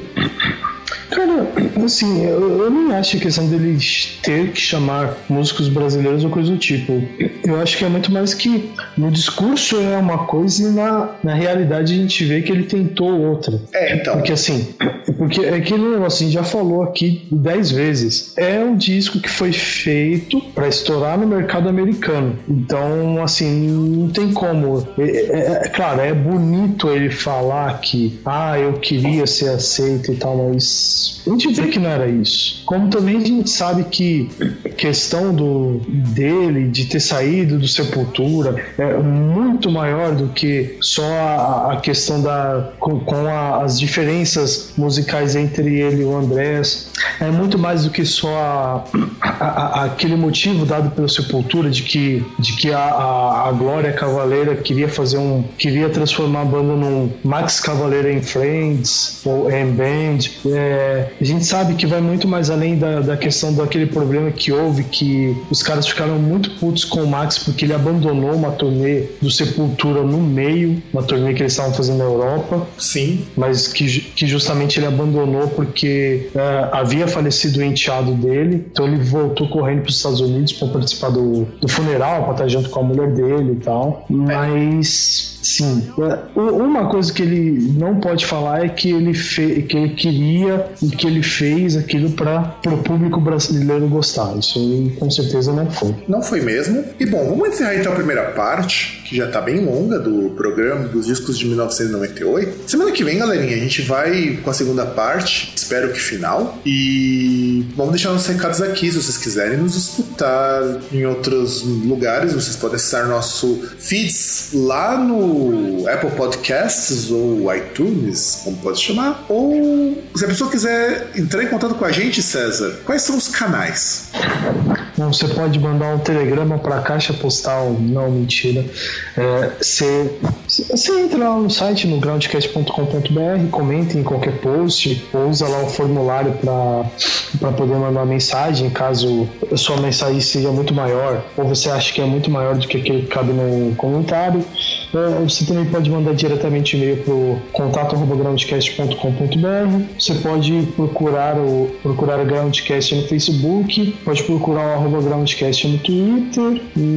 Cara, assim, eu, eu não acho a questão dele ter que chamar músicos brasileiros ou coisa do tipo. Eu acho que é muito mais que no discurso é uma coisa e na, na realidade a gente vê que ele tentou outra. É, então. Porque assim, porque é aquele negócio, a gente já falou aqui dez vezes, é um disco que foi feito pra estourar no mercado americano. Então, assim, não tem como. É, é, é, claro, é bonito ele falar que, ah, eu queria ser aceito e tal, mas a gente vê que não era isso. Como também a gente sabe que a questão do, dele, de ter saído do Sepultura, é muito maior do que só a, a questão da com, com a, as diferenças musicais entre ele e o Andrés. É muito mais do que só a, a, a, aquele motivo dado pelo Sepultura de que, de que a, a, a Glória Cavaleira queria fazer um queria transformar a banda num Max Cavaleira em Friends ou em Band. É, a gente sabe que vai muito mais além da, da questão daquele problema que houve, que os caras ficaram muito putos com o Max porque ele abandonou uma turnê do Sepultura no meio, uma turnê que eles estavam fazendo na Europa. Sim. Mas que, que justamente ele abandonou porque uh, havia falecido o enteado dele, então ele voltou correndo para os Estados Unidos para participar do, do funeral, para estar junto com a mulher dele e tal. É. Mas sim, uma coisa que ele não pode falar é que ele, fe, que ele queria e que ele fez aquilo para o público brasileiro gostar. Isso aí, com certeza não foi. Não foi mesmo. E bom, vamos encerrar então a primeira parte, que já tá bem longa, do programa dos discos de mil novecentos e noventa e oito. Semana que vem, galerinha, a gente vai com a segunda parte, espero que final. E vamos deixar nossos recados aqui, se vocês quiserem nos escutar em outros lugares, vocês podem acessar nosso feeds lá no Apple Podcasts ou iTunes, como pode chamar. Ou se a pessoa quiser entrar em contato com a gente, César, quais são os canais? Bom, você pode mandar um telegrama para a caixa postal. Não, mentira. É, você, você entra lá no site, no groundcast ponto com ponto b r, comenta em qualquer post, ou usa lá o formulário para poder mandar uma mensagem, caso a sua mensagem seja muito maior, ou você acha que é muito maior do que aquele que cabe no comentário. É, você também pode mandar diretamente e-mail para o contato arroba groundcast ponto com ponto b r. Você pode procurar o, procurar o Groundcast no Facebook, pode procurar o arroba Groundcast no Twitter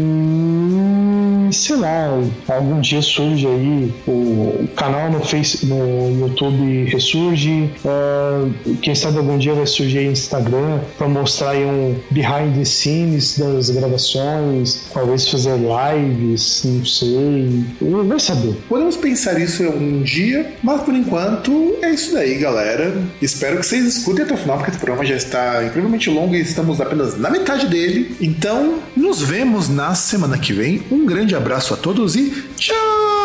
e, sei lá, algum dia surge aí o canal no, face, no YouTube ressurge, é, quem sabe algum dia vai surgir aí Instagram para mostrar aí um behind the scenes das gravações, talvez fazer lives, não sei, vai saber. Podemos pensar isso um dia, mas por enquanto é isso daí, galera. Espero que vocês escutem até o final, porque esse programa já está incrivelmente longo e estamos apenas na metade dele. Então, nos vemos na semana que vem. Um grande abraço a todos e tchau!